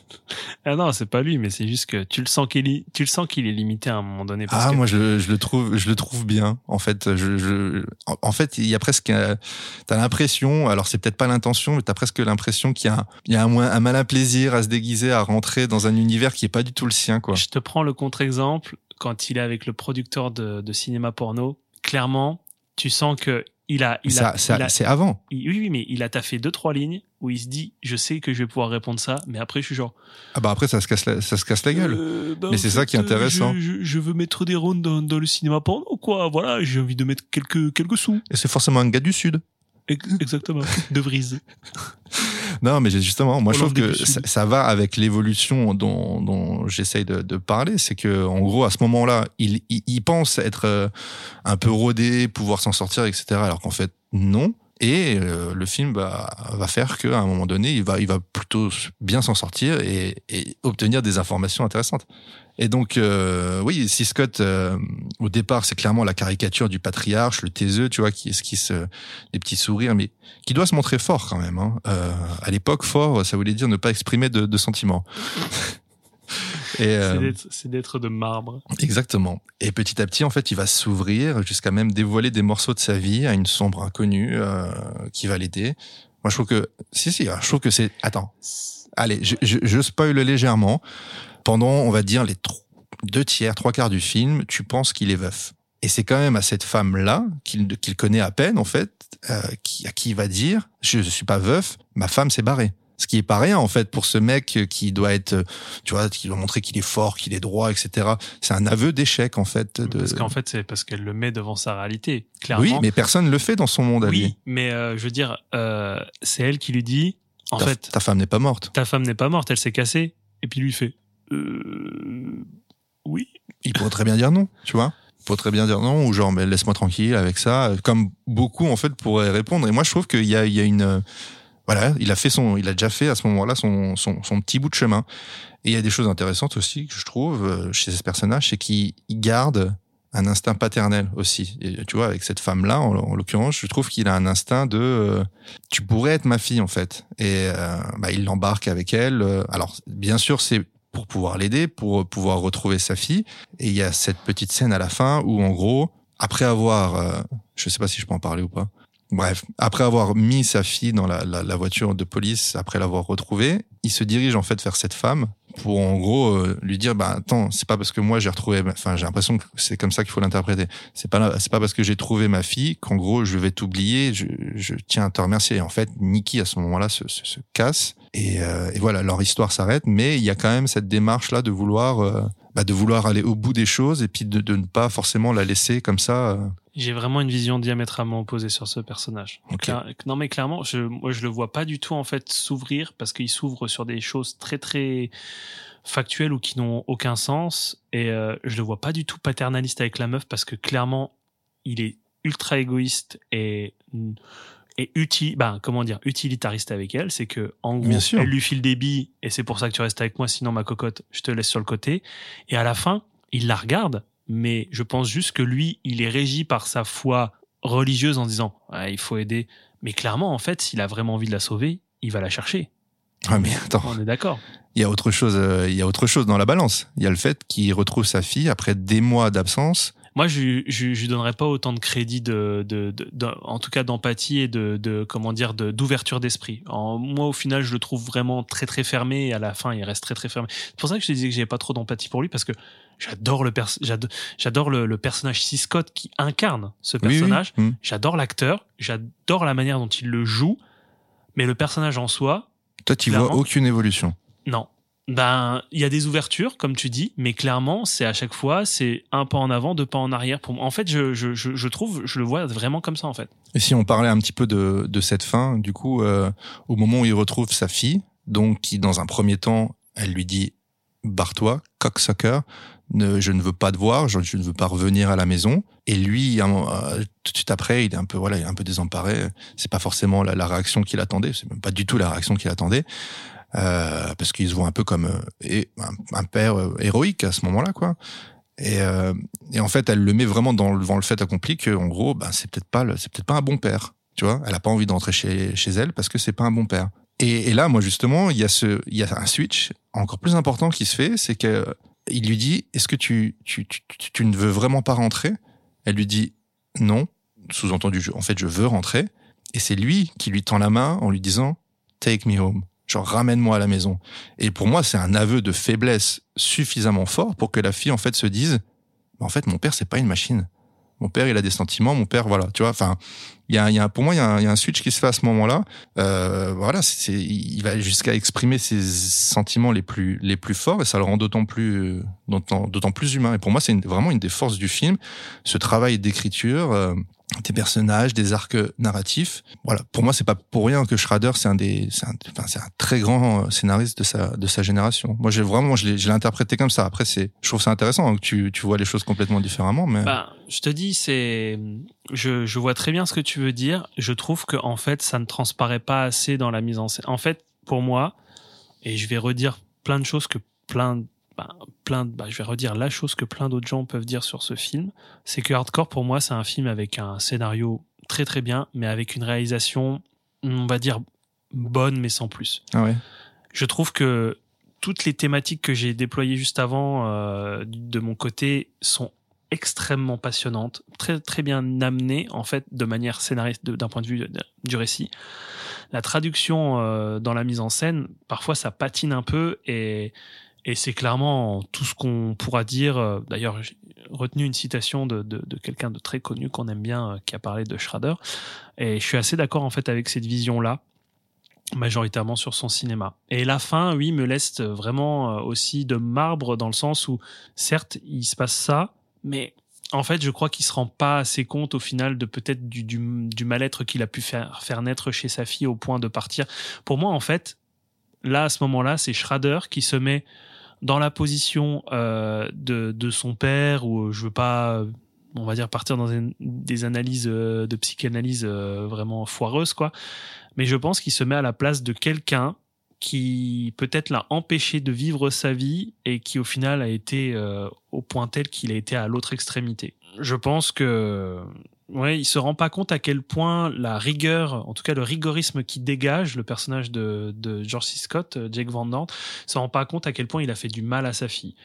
Ah non, c'est pas lui, mais c'est juste que tu le sens qu'il est, tu le sens qu'il est limité à un moment donné. Parce ah que... moi je le, je le trouve, je le trouve bien. En fait, je, je, en, en fait il y a presque, un, t'as l'impression, alors c'est peut-être pas l'intention, mais t'as presque l'impression qu'il y a, un, il y a un, un malin plaisir à se déguiser, à rentrer dans un univers qui est pas du tout le sien, quoi. Je te prends le contre-exemple quand il est avec le producteur de, de cinéma porno. Clairement, tu sens que il a, il ça, a, ça, il a, c'est avant. Il, oui, oui, mais il a taffé deux trois lignes où il se dit, je sais que je vais pouvoir répondre ça, mais après je suis genre. Ah bah après ça se casse la, ça se casse la gueule. Euh, bah mais c'est fait, ça qui est intéressant. Je, je, je veux mettre des rondes dans, dans le cinéma porno, quoi. Voilà, j'ai envie de mettre quelques quelques sous. Et c'est forcément un gars du sud. Exactement, de Vrise. Non, mais justement, moi, Hollande je trouve que ça, ça va avec l'évolution dont, dont j'essaye de, de parler. C'est que, en gros, à ce moment-là, il, il, il pense être euh, un peu rodé, pouvoir s'en sortir, et cetera. Alors qu'en fait, non. Et euh, le film va, va faire qu'à un moment donné, il va, il va plutôt bien s'en sortir et, et obtenir des informations intéressantes. Et donc, euh, oui, C. Scott, euh, au départ, c'est clairement la caricature du patriarche, le taiseux, tu vois, qui esquisse euh, des petits sourires, mais qui doit se montrer fort quand même. Hein. Euh, à l'époque, fort, ça voulait dire ne pas exprimer de, de sentiments. Et, euh, c'est, d'être, c'est d'être de marbre. Exactement. Et petit à petit, en fait, il va s'ouvrir jusqu'à même dévoiler des morceaux de sa vie à une sombre inconnue euh, qui va l'aider. Moi, je trouve que... Si, si, je trouve que c'est... Attends. Allez, je, je, je spoil légèrement. Pendant, on va dire, les tro- deux tiers, trois quarts du film, tu penses qu'il est veuf. Et c'est quand même à cette femme-là, qu'il, qu'il connaît à peine, en fait, euh, qui, à qui il va dire « Je ne suis pas veuf, ma femme s'est barrée ». Ce qui est pas rien, en fait, pour ce mec qui doit être, tu vois, qui doit montrer qu'il est fort, qu'il est droit, et cetera. C'est un aveu d'échec, en fait. De... Parce qu'en fait, c'est parce qu'elle le met devant sa réalité, clairement. Oui, mais personne ne le fait dans son monde à lui. Oui, mais euh, je veux dire, euh, c'est elle qui lui dit, en ta, fait... Ta femme n'est pas morte. Ta femme n'est pas morte, elle s'est cassée. Et puis lui fait, euh, oui. Il pourrait très bien dire non, tu vois. Il pourrait très bien dire non, ou genre, mais laisse-moi tranquille avec ça, comme beaucoup, en fait, pourraient répondre. Et moi, je trouve qu'il y a, il y a une, voilà, il a fait son, il a déjà fait à ce moment-là son, son, son petit bout de chemin. Et il y a des choses intéressantes aussi que je trouve chez ce personnage, c'est qu'il garde un instinct paternel aussi. Et tu vois, avec cette femme-là, en, en l'occurrence, je trouve qu'il a un instinct de euh, tu pourrais être ma fille, en fait. Et euh, bah, il l'embarque avec elle. Alors, bien sûr, c'est pour pouvoir l'aider, pour pouvoir retrouver sa fille. Et il y a cette petite scène à la fin où, en gros, après avoir... Euh, je sais pas si je peux en parler ou pas. Bref, après avoir mis sa fille dans la, la, la voiture de police, après l'avoir retrouvée, il se dirige en fait vers cette femme pour en gros euh, lui dire bah attends, c'est pas parce que moi j'ai retrouvé, enfin j'ai l'impression que c'est comme ça qu'il faut l'interpréter. C'est pas c'est pas parce que j'ai trouvé ma fille qu'en gros je vais t'oublier. Je, je tiens à te remercier. Et en fait, Nikki à ce moment-là se, se, se casse et, euh, et voilà, leur histoire s'arrête. Mais il y a quand même cette démarche là de vouloir euh, bah, de vouloir aller au bout des choses et puis de, de ne pas forcément la laisser comme ça. Euh, J'ai vraiment une vision diamétralement opposée sur ce personnage. Okay. Claire, non mais clairement, je, moi je le vois pas du tout en fait s'ouvrir parce qu'il s'ouvre sur des choses très très factuelles ou qui n'ont aucun sens et euh, je le vois pas du tout paternaliste avec la meuf parce que clairement il est ultra égoïste et et uti, ben comment dire, utilitariste avec elle. C'est que en gros elle lui file des billes et c'est pour ça que tu restes avec moi, sinon ma cocotte je te laisse sur le côté. Et à la fin il la regarde. Mais je pense juste que lui, il est régi par sa foi religieuse en disant ouais, il faut aider. Mais clairement, en fait, s'il a vraiment envie de la sauver, il va la chercher. Ah mais attends, on est d'accord. Il y a autre chose, euh, il y a autre chose dans la balance. Il y a le fait qu'il retrouve sa fille après des mois d'absence. Moi, je, je, je lui donnerais pas autant de crédit de, de, de, de en tout cas d'empathie et de, de comment dire, de, d'ouverture d'esprit. En, moi, au final, je le trouve vraiment très très fermé et à la fin, il reste très très fermé. C'est pour ça que je te disais que j'avais pas trop d'empathie pour lui parce que j'adore le pers- j'adore, j'adore le, le personnage C. Scott qui incarne ce personnage. Oui, oui. Mmh. J'adore l'acteur, j'adore la manière dont il le joue, mais le personnage en soi. Toi, tu vois aucune évolution. Non. Ben, il y a des ouvertures, comme tu dis, mais clairement, c'est à chaque fois, c'est un pas en avant, deux pas en arrière. Pour moi, en fait, je, je, je, je trouve, je le vois vraiment comme ça, en fait. Et si on parlait un petit peu de, de cette fin, du coup, euh, au moment où il retrouve sa fille, donc qui, dans un premier temps, elle lui dit « barre-toi, cocksucker, ne, je ne veux pas te voir, je, je ne veux pas revenir à la maison ». Et lui, euh, tout de suite après, il est un peu, voilà, il est un peu désemparé. C'est pas forcément la, la réaction qu'il attendait, c'est même pas du tout la réaction qu'il attendait. Euh, parce qu'il se voit un peu comme euh, un, un père euh, héroïque à ce moment-là, quoi. Et, euh, et en fait, elle le met vraiment dans, devant le fait accompli que, en gros, ben c'est peut-être pas, le, c'est peut-être pas un bon père, tu vois. Elle a pas envie d'entrer chez chez elle parce que c'est pas un bon père. Et, et là, moi justement, il y a ce, il y a un switch encore plus important qui se fait, c'est que il lui dit, est-ce que tu tu tu tu, tu ne veux vraiment pas rentrer? Elle lui dit non, sous-entendu, en fait, je veux rentrer. Et c'est lui qui lui tend la main en lui disant, take me home. Genre, ramène-moi à la maison. Et pour moi, c'est un aveu de faiblesse suffisamment fort pour que la fille, en fait, se dise, en fait, mon père, c'est pas une machine. Mon père, il a des sentiments. Mon père, voilà, tu vois. Enfin, il y a, il y a, pour moi, il y a un, il y a un switch qui se fait à ce moment-là. Euh, voilà, c'est, c'est, il va jusqu'à exprimer ses sentiments les plus, les plus forts, et ça le rend d'autant plus, d'autant, d'autant plus humain. Et pour moi, c'est une, vraiment une des forces du film, ce travail d'écriture. Euh, des personnages, des arcs narratifs. Voilà. Pour moi, c'est pas pour rien que Schrader, c'est un des, c'est un, enfin, c'est un très grand scénariste de sa, de sa génération. Moi, j'ai vraiment, je l'ai, je l'ai interprété comme ça. Après, c'est, je trouve ça intéressant hein, que tu, tu vois les choses complètement différemment, mais. Bah, je te dis, c'est, je, je vois très bien ce que tu veux dire. Je trouve que, en fait, ça ne transparaît pas assez dans la mise en scène. En fait, pour moi, et je vais redire plein de choses que plein de Bah, plein de, bah, je vais redire la chose que plein d'autres gens peuvent dire sur ce film, c'est que Hardcore, pour moi, c'est un film avec un scénario très très bien, mais avec une réalisation, on va dire, bonne, mais sans plus. Ah ouais. Je trouve que toutes les thématiques que j'ai déployées juste avant, euh, de mon côté, sont extrêmement passionnantes, très très bien amenées, en fait, de manière scénariste, de, d'un point de vue de, du récit. La traduction euh, dans la mise en scène, parfois, ça patine un peu et Et c'est clairement tout ce qu'on pourra dire. D'ailleurs, j'ai retenu une citation de, de, de quelqu'un de très connu qu'on aime bien, qui a parlé de Schrader. Et je suis assez d'accord en fait avec cette vision-là, majoritairement sur son cinéma. Et la fin, oui, me laisse vraiment aussi de marbre dans le sens où, certes, il se passe ça, mais en fait, je crois qu'il se rend pas assez compte au final de peut-être du, du, du mal-être qu'il a pu faire, faire naître chez sa fille au point de partir. Pour moi, en fait, là, à ce moment-là, c'est Schrader qui se met dans la position euh, de, de son père, où je veux pas, on va dire, partir dans une, des analyses euh, de psychanalyse euh, vraiment foireuses, quoi. Mais je pense qu'il se met à la place de quelqu'un qui peut-être l'a empêché de vivre sa vie et qui au final a été euh, au point tel qu'il a été à l'autre extrémité. Je pense que ouais, il se rend pas compte à quel point la rigueur, en tout cas le rigorisme qui dégage le personnage de, de George C. Scott, Jake Van Dorn, se rend pas compte à quel point il a fait du mal à sa fille.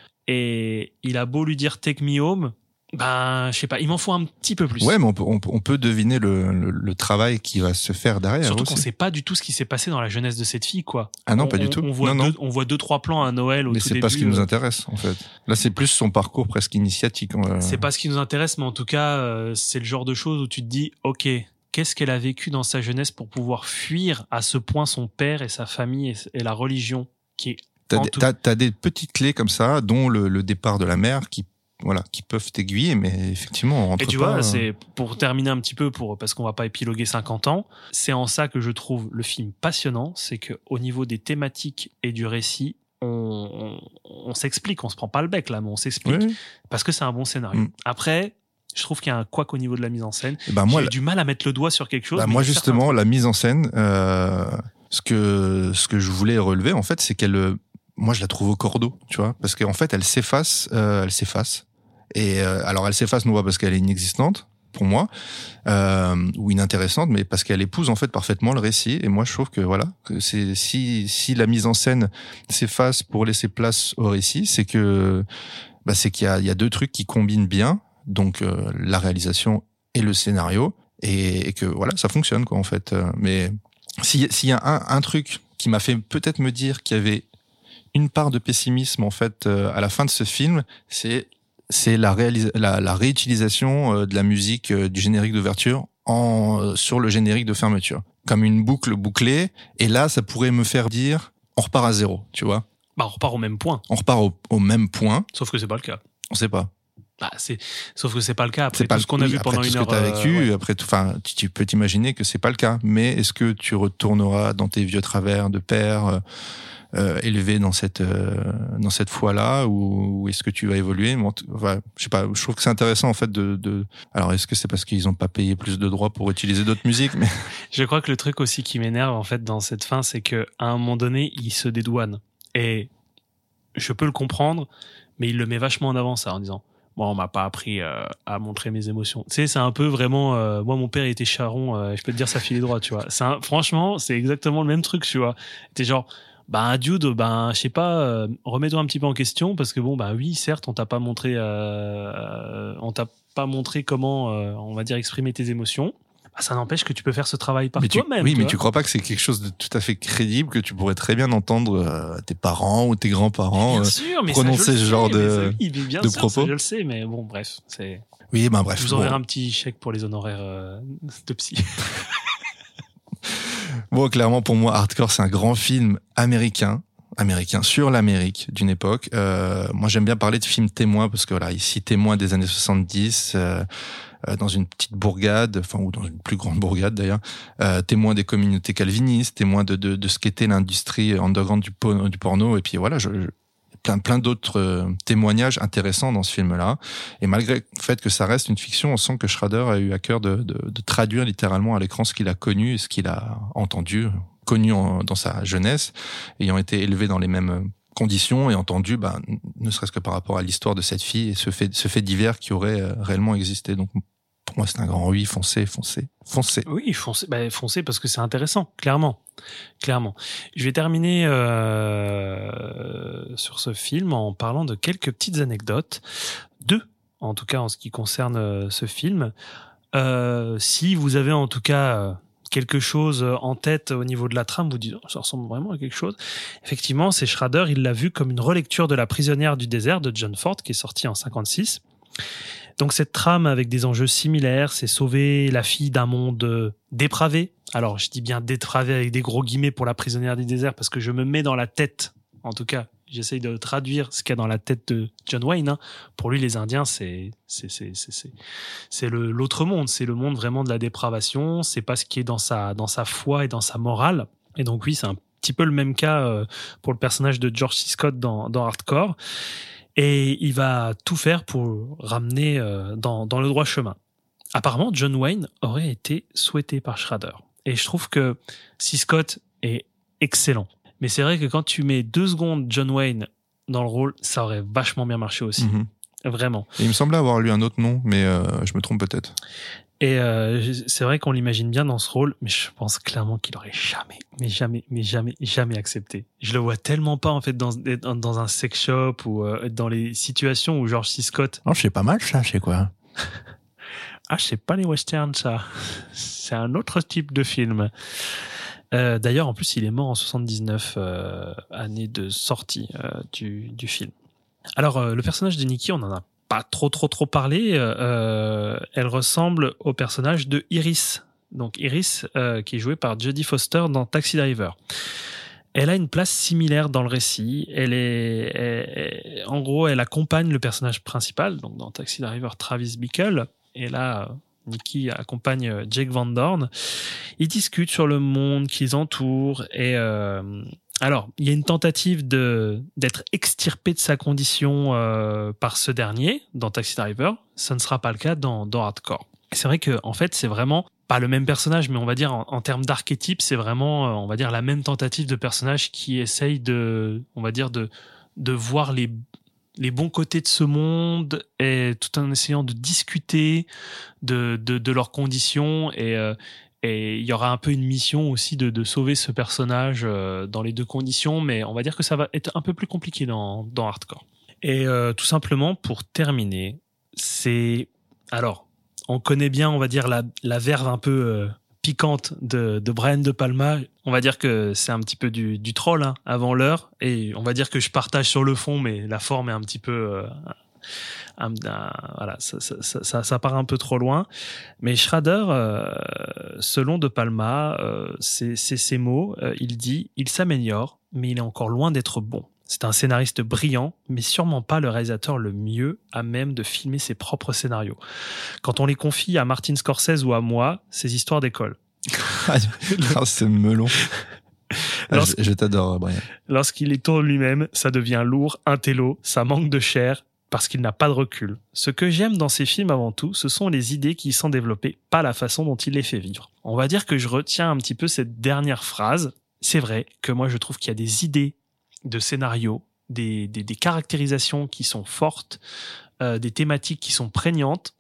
Et il a beau lui dire take me home, ben je sais pas, il m'en faut un petit peu plus. Ouais, mais on peut, on, on peut deviner le, le, le travail qui va se faire derrière. Surtout aussi. qu'on sait pas du tout ce qui s'est passé dans la jeunesse de cette fille, quoi. Ah non, on, pas du on, tout. On voit, non, deux, non. on voit deux, trois plans à Noël au mais tout c'est début. pas ce qui nous euh... intéresse, en fait. Là, c'est plus son parcours presque initiatique. Euh... C'est pas ce qui nous intéresse, mais en tout cas, euh, c'est le genre de choses où tu te dis, ok, qu'est-ce qu'elle a vécu dans sa jeunesse pour pouvoir fuir à ce point son père et sa famille et, et la religion qui est. T'as, tout... t'as, t'as des petites clés comme ça, dont le, le départ de la mère qui voilà, qui peuvent t'aiguiller, mais effectivement, on rentre Et tu pas... vois, c'est pour terminer un petit peu, pour parce qu'on va pas épiloguer cinquante ans, c'est en ça que je trouve le film passionnant, c'est que au niveau des thématiques et du récit, on, on, on s'explique, on se prend pas le bec là, mais on s'explique oui. parce que c'est un bon scénario. Mm. Après, je trouve qu'il y a un couac au niveau de la mise en scène. Et ben moi, j'ai eu du mal à mettre le doigt sur quelque chose. Bah moi justement, la mise en scène, euh, ce que ce que je voulais relever en fait, c'est qu'elle, moi je la trouve au cordeau, tu vois, parce qu'en fait elle s'efface, euh, elle s'efface. Et euh, alors elle s'efface non pas parce qu'elle est inexistante pour moi euh, ou inintéressante, mais parce qu'elle épouse en fait parfaitement le récit. Et moi je trouve que voilà, que c'est si si la mise en scène s'efface pour laisser place au récit, c'est que bah c'est qu'il y a il y a deux trucs qui combinent bien, donc euh, la réalisation et le scénario, et, et que voilà ça fonctionne quoi en fait. Mais s'il s'il y a un un truc qui m'a fait peut-être me dire qu'il y avait une part de pessimisme en fait euh, à la fin de ce film, c'est c'est la, réalis- la, la réutilisation euh, de la musique euh, du générique d'ouverture en euh, sur le générique de fermeture, comme une boucle bouclée. Et là, ça pourrait me faire dire, on repart à zéro, tu vois. Bah, on repart au même point. On repart au, au même point. Sauf que c'est pas le cas. On sait pas. Bah, c'est, sauf que c'est pas le cas après c'est tout pas, ce qu'on a oui, vu pendant après une tout heure. ce que t'as vécu, euh, ouais. après tout, enfin, tu, tu peux t'imaginer que c'est pas le cas. Mais est-ce que tu retourneras dans tes vieux travers de père? Euh, Euh, élevé dans cette euh, dans cette foi-là, ou, ou est-ce que tu vas évoluer? Bon, t- enfin, je sais pas. Je trouve que c'est intéressant en fait de, de... Alors est-ce que c'est parce qu'ils ont pas payé plus de droits pour utiliser d'autres musiques? Mais je crois que le truc aussi qui m'énerve en fait dans cette fin, c'est que à un moment donné, il se dédouane et je peux le comprendre, mais il le met vachement en avant ça en disant. Bon, on m'a pas appris euh, à montrer mes émotions. Tu sais, c'est un peu vraiment. Euh, moi, mon père il était charron. Euh, je peux te dire, ça filait droit, tu vois. C'est un, franchement, c'est exactement le même truc, tu vois. T'es genre. Ben Dude, ben je sais pas, euh, remets-toi un petit peu en question parce que bon ben oui certes on t'a pas montré, euh, on t'a pas montré comment euh, on va dire exprimer tes émotions. Ben, ça n'empêche que tu peux faire ce travail par mais tu, toi-même. oui, tu mais vois. tu crois pas que c'est quelque chose de tout à fait crédible que tu pourrais très bien entendre euh, tes parents ou tes grands-parents bien euh, sûr, mais prononcer ça, je ce le genre sais, de, ça, oui, bien de sûr, propos. ça, je le sais, mais bon bref, c'est. Oui, ben bref. Je vous enverrai bon. un petit chèque pour les honoraires euh, de psy. Bon, clairement pour moi, Hardcore c'est un grand film américain. américain sur l'Amérique d'une époque. Euh, moi, j'aime bien parler de films témoins parce que voilà, ici témoin des années soixante-dix, euh, euh, dans une petite bourgade, enfin ou dans une plus grande bourgade d'ailleurs, euh, témoin des communautés calvinistes, témoin de de, de ce qu'était l'industrie underground du, po- du porno. Et puis voilà, je, je plein plein d'autres euh, témoignages intéressants dans ce film-là. Et malgré le fait que ça reste une fiction, on sent que Schrader a eu à cœur de, de, de traduire littéralement à l'écran ce qu'il a connu et ce qu'il a entendu. connu en, dans sa jeunesse, ayant été élevé dans les mêmes conditions et entendu, bah, ne serait-ce que par rapport à l'histoire de cette fille et ce fait, ce fait divers qui aurait euh, réellement existé. Donc, pour moi, c'est un grand oui, foncez, foncez, foncez. Oui, foncez, bah, foncez parce que c'est intéressant, clairement, clairement. Je vais terminer euh, sur ce film en parlant de quelques petites anecdotes, deux, en tout cas en ce qui concerne euh, ce film. Euh, si vous avez en tout cas euh, quelque chose en tête au niveau de la trame, vous dites oh, ça ressemble vraiment à quelque chose. Effectivement, c'est Schrader, il l'a vu comme une relecture de La prisonnière du désert de John Ford qui est sortie en cinquante-six. Donc cette trame avec des enjeux similaires, c'est sauver la fille d'un monde dépravé. Alors je dis bien dépravé avec des gros guillemets pour La prisonnière du désert parce que je me mets dans la tête, en tout cas, j'essaye de traduire ce qu'il y a dans la tête de John Wayne. Hein. Pour lui, les Indiens, c'est c'est c'est c'est c'est c'est le l'autre monde, c'est le monde vraiment de la dépravation. C'est pas ce qui est dans sa dans sa foi et dans sa morale. Et donc oui, c'est un petit peu le même cas euh, pour le personnage de George C. Scott dans, dans Hardcore. Et il va tout faire pour ramener euh, dans, dans le droit chemin. Apparemment, John Wayne aurait été souhaité par Schrader. Et je trouve que C. Scott est excellent. Mais c'est vrai que quand tu mets deux secondes John Wayne dans le rôle, ça aurait vachement bien marché aussi. Mm-hmm. Vraiment. Et il me semblait avoir lu un autre nom, mais euh, je me trompe peut-être. Et euh, c'est vrai qu'on l'imagine bien dans ce rôle, mais je pense clairement qu'il aurait jamais, mais jamais, mais jamais, jamais accepté. Je le vois tellement pas en fait dans dans un sex shop ou euh, dans les situations où George C. Scott. Non, je sais pas mal ça, je sais quoi. Ah, je sais pas les westerns ça. C'est un autre type de film. Euh, d'ailleurs, en plus, il est mort en soixante-dix-neuf, euh, année de sortie euh, du du film. Alors, euh, le personnage de Nikki, on en a pas trop trop trop parlé. Euh, elle ressemble au personnage de Iris. Donc Iris, euh, qui est jouée par Jodie Foster dans Taxi Driver. Elle a une place similaire dans le récit. Elle est, elle, elle, en gros, elle accompagne le personnage principal. Donc dans Taxi Driver, Travis Bickle. Et là, Nikki accompagne Jake Van Dorn. Ils discutent sur le monde qui les entoure et euh, alors, il y a une tentative de d'être extirpé de sa condition euh, par ce dernier dans Taxi Driver. Ça ne sera pas le cas dans, dans Hardcore. Et c'est vrai que en fait, c'est vraiment pas le même personnage, mais on va dire en, en termes d'archétype, c'est vraiment, euh, on va dire la même tentative de personnage qui essaye de, on va dire de de voir les les bons côtés de ce monde et tout en essayant de discuter de de, de leurs conditions et euh, Et il y aura un peu une mission aussi de, de sauver ce personnage euh, dans les deux conditions, mais on va dire que ça va être un peu plus compliqué dans, dans Hardcore. Et euh, tout simplement, pour terminer, c'est... Alors, on connaît bien, on va dire, la, la verve un peu euh, piquante de, de Brian De Palma. On va dire que c'est un petit peu du, du troll hein, avant l'heure, et on va dire que je partage sur le fond, mais la forme est un petit peu... Euh, Un, un, voilà, ça, ça, ça, ça part un peu trop loin. Mais Schrader, euh, selon De Palma, euh, c'est, c'est ses mots, euh, il dit « Il s'améliore, mais il est encore loin d'être bon. C'est un scénariste brillant, mais sûrement pas le réalisateur le mieux à même de filmer ses propres scénarios. Quand on les confie à Martin Scorsese ou à moi, ces histoires décollent. » Oh, c'est melon. Lorsqu... je, je t'adore, Brian. Lorsqu'il les tourne lui-même, ça devient lourd, intello, ça manque de chair, parce qu'il n'a pas de recul. Ce que j'aime dans ces films avant tout, ce sont les idées qui y sont développées, pas la façon dont il les fait vivre. On va dire que je retiens un petit peu cette dernière phrase. C'est vrai que moi je trouve qu'il y a des idées de scénario, des, des, des caractérisations qui sont fortes, euh, des thématiques qui sont prégnantes,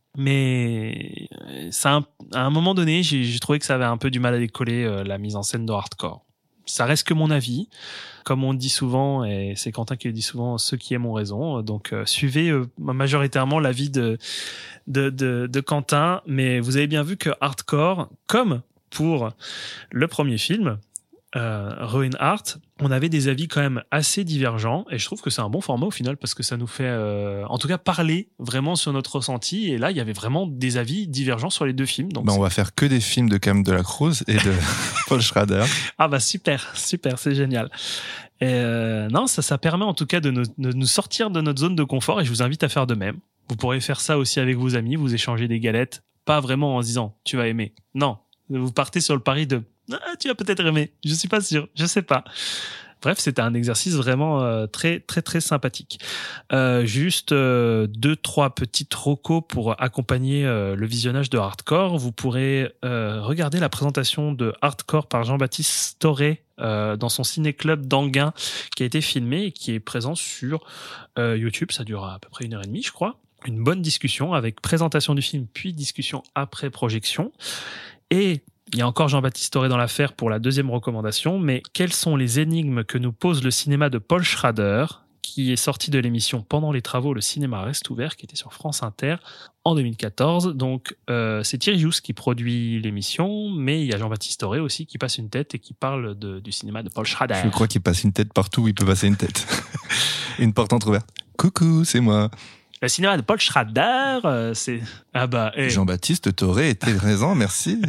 mais ça, à un moment donné, j'ai, j'ai trouvé que ça avait un peu du mal à décoller euh, la mise en scène de Hardcore. Ça reste que mon avis. Comme on dit souvent, et c'est Quentin qui le dit souvent, ceux qui aiment ont raison. Donc, euh, suivez euh, majoritairement l'avis de, de, de, de Quentin. Mais vous avez bien vu que Hardcore, comme pour le premier film, euh, Ruin Heart, on avait des avis quand même assez divergents. Et je trouve que c'est un bon format au final parce que ça nous fait, euh, en tout cas, parler vraiment sur notre ressenti. Et là, il y avait vraiment des avis divergents sur les deux films. Donc bah, on va faire que des films de Cam de la Cruz et de Paul Schrader. Ah bah super, super, c'est génial. Et euh, non, ça, ça permet en tout cas de nous, de nous sortir de notre zone de confort et je vous invite à faire de même. Vous pourrez faire ça aussi avec vos amis, vous échangez des galettes, pas vraiment en se disant tu vas aimer. Non, vous partez sur le pari de ah, tu vas peut-être aimer, je suis pas sûr, je sais pas. Bref, c'était un exercice vraiment euh, très très très sympathique. Euh, juste euh, deux trois petites recos pour accompagner euh, le visionnage de Hardcore. Vous pourrez euh, regarder la présentation de Hardcore par Jean-Baptiste Toré euh, dans son ciné-club d'Anguin qui a été filmé et qui est présent sur euh, YouTube. Ça dure à peu près une heure et demie, je crois. Une bonne discussion avec présentation du film puis discussion après projection. Et il y a encore Jean-Baptiste Toré dans l'affaire pour la deuxième recommandation, mais quelles sont les énigmes que nous pose le cinéma de Paul Schrader, qui est sorti de l'émission Pendant les travaux, le cinéma reste ouvert, qui était sur France Inter en deux mille quatorze. Donc euh, c'est Thierry Jousse qui produit l'émission, mais il y a Jean-Baptiste Toré aussi qui passe une tête et qui parle de, du cinéma de Paul Schrader. Je crois qu'il passe une tête partout où il peut passer une tête. Une porte entrouverte. Coucou, c'est moi. Le cinéma de Paul Schrader, euh, c'est... Ah bah... Hey. Jean-Baptiste Toré était présent, merci.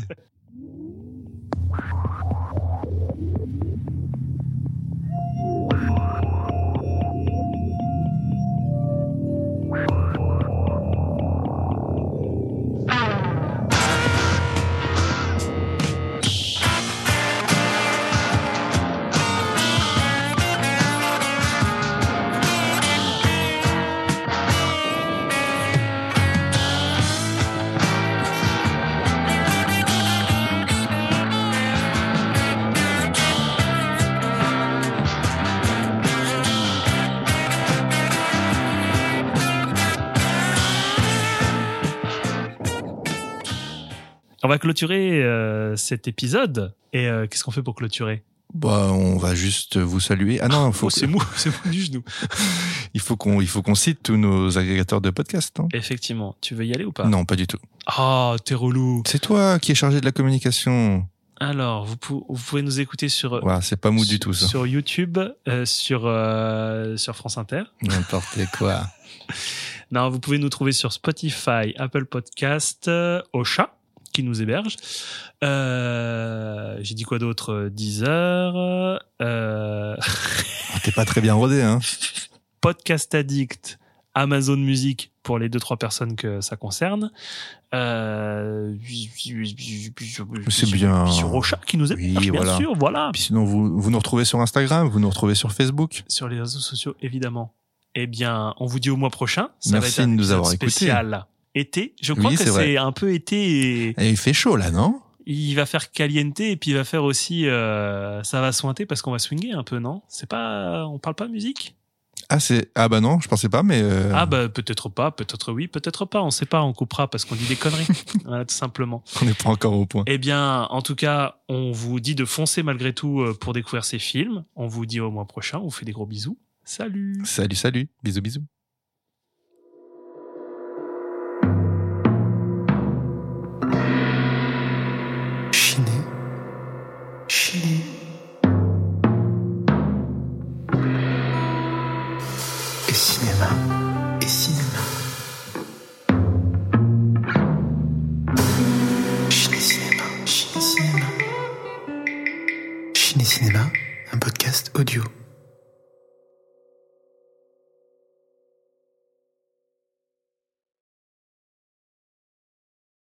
On va clôturer euh, cet épisode. Et euh, qu'est-ce qu'on fait pour clôturer? Bah, on va juste vous saluer. Ah non, faut oh, c'est mou, c'est mou du genou. il faut qu'on, il faut qu'on cite tous nos agrégateurs de podcasts. Hein. Effectivement. Tu veux y aller ou pas? Non, pas du tout. Ah, oh, t'es relou. C'est toi qui es chargé de la communication. Alors, vous, pou- vous pouvez nous écouter sur. Voilà, c'est pas mou du tout ça. Sur YouTube, euh, sur euh, sur France Inter. N'importe quoi. Non, vous pouvez nous trouver sur Spotify, Apple Podcast, euh, Ocha, qui nous héberge. Euh, j'ai dit quoi d'autre? Deezer. Euh... Oh, t'es pas très bien rodé, hein. Podcast Addict, Amazon Music pour les deux trois personnes que ça concerne. Euh... C'est bien. Sur Ocha qui nous héberge, oui, bien voilà. sûr, voilà. Puis sinon, vous, vous nous retrouvez sur Instagram, vous nous retrouvez sur Facebook. Sur les réseaux sociaux, évidemment. Eh bien, on vous dit au mois prochain. Ça Merci va être un de nous épisode avoir spécial été. Je crois Oui, que c'est vrai. c'est un peu été. Et... Et il fait chaud là, non? Il va faire caliente et puis il va faire aussi. Euh... Ça va sointer parce qu'on va swinger un peu, non? C'est pas. On parle pas musique? Ah c'est ah bah non, je pensais pas, mais euh... Ah bah peut-être pas, peut-être oui, peut-être pas. On sait pas. On coupera parce qu'on dit des conneries. Voilà, tout simplement. on n'est pas encore au point. Eh bien, en tout cas, on vous dit de foncer malgré tout pour découvrir ces films. On vous dit au mois prochain. On vous fait des gros bisous. Salut. Salut, salut. Bisous, bisous. Chiné. Chiné. Et cinéma. Et cinéma. Chiné Cinéma. Chiné Cinéma. Chiné Cinéma, un podcast audio.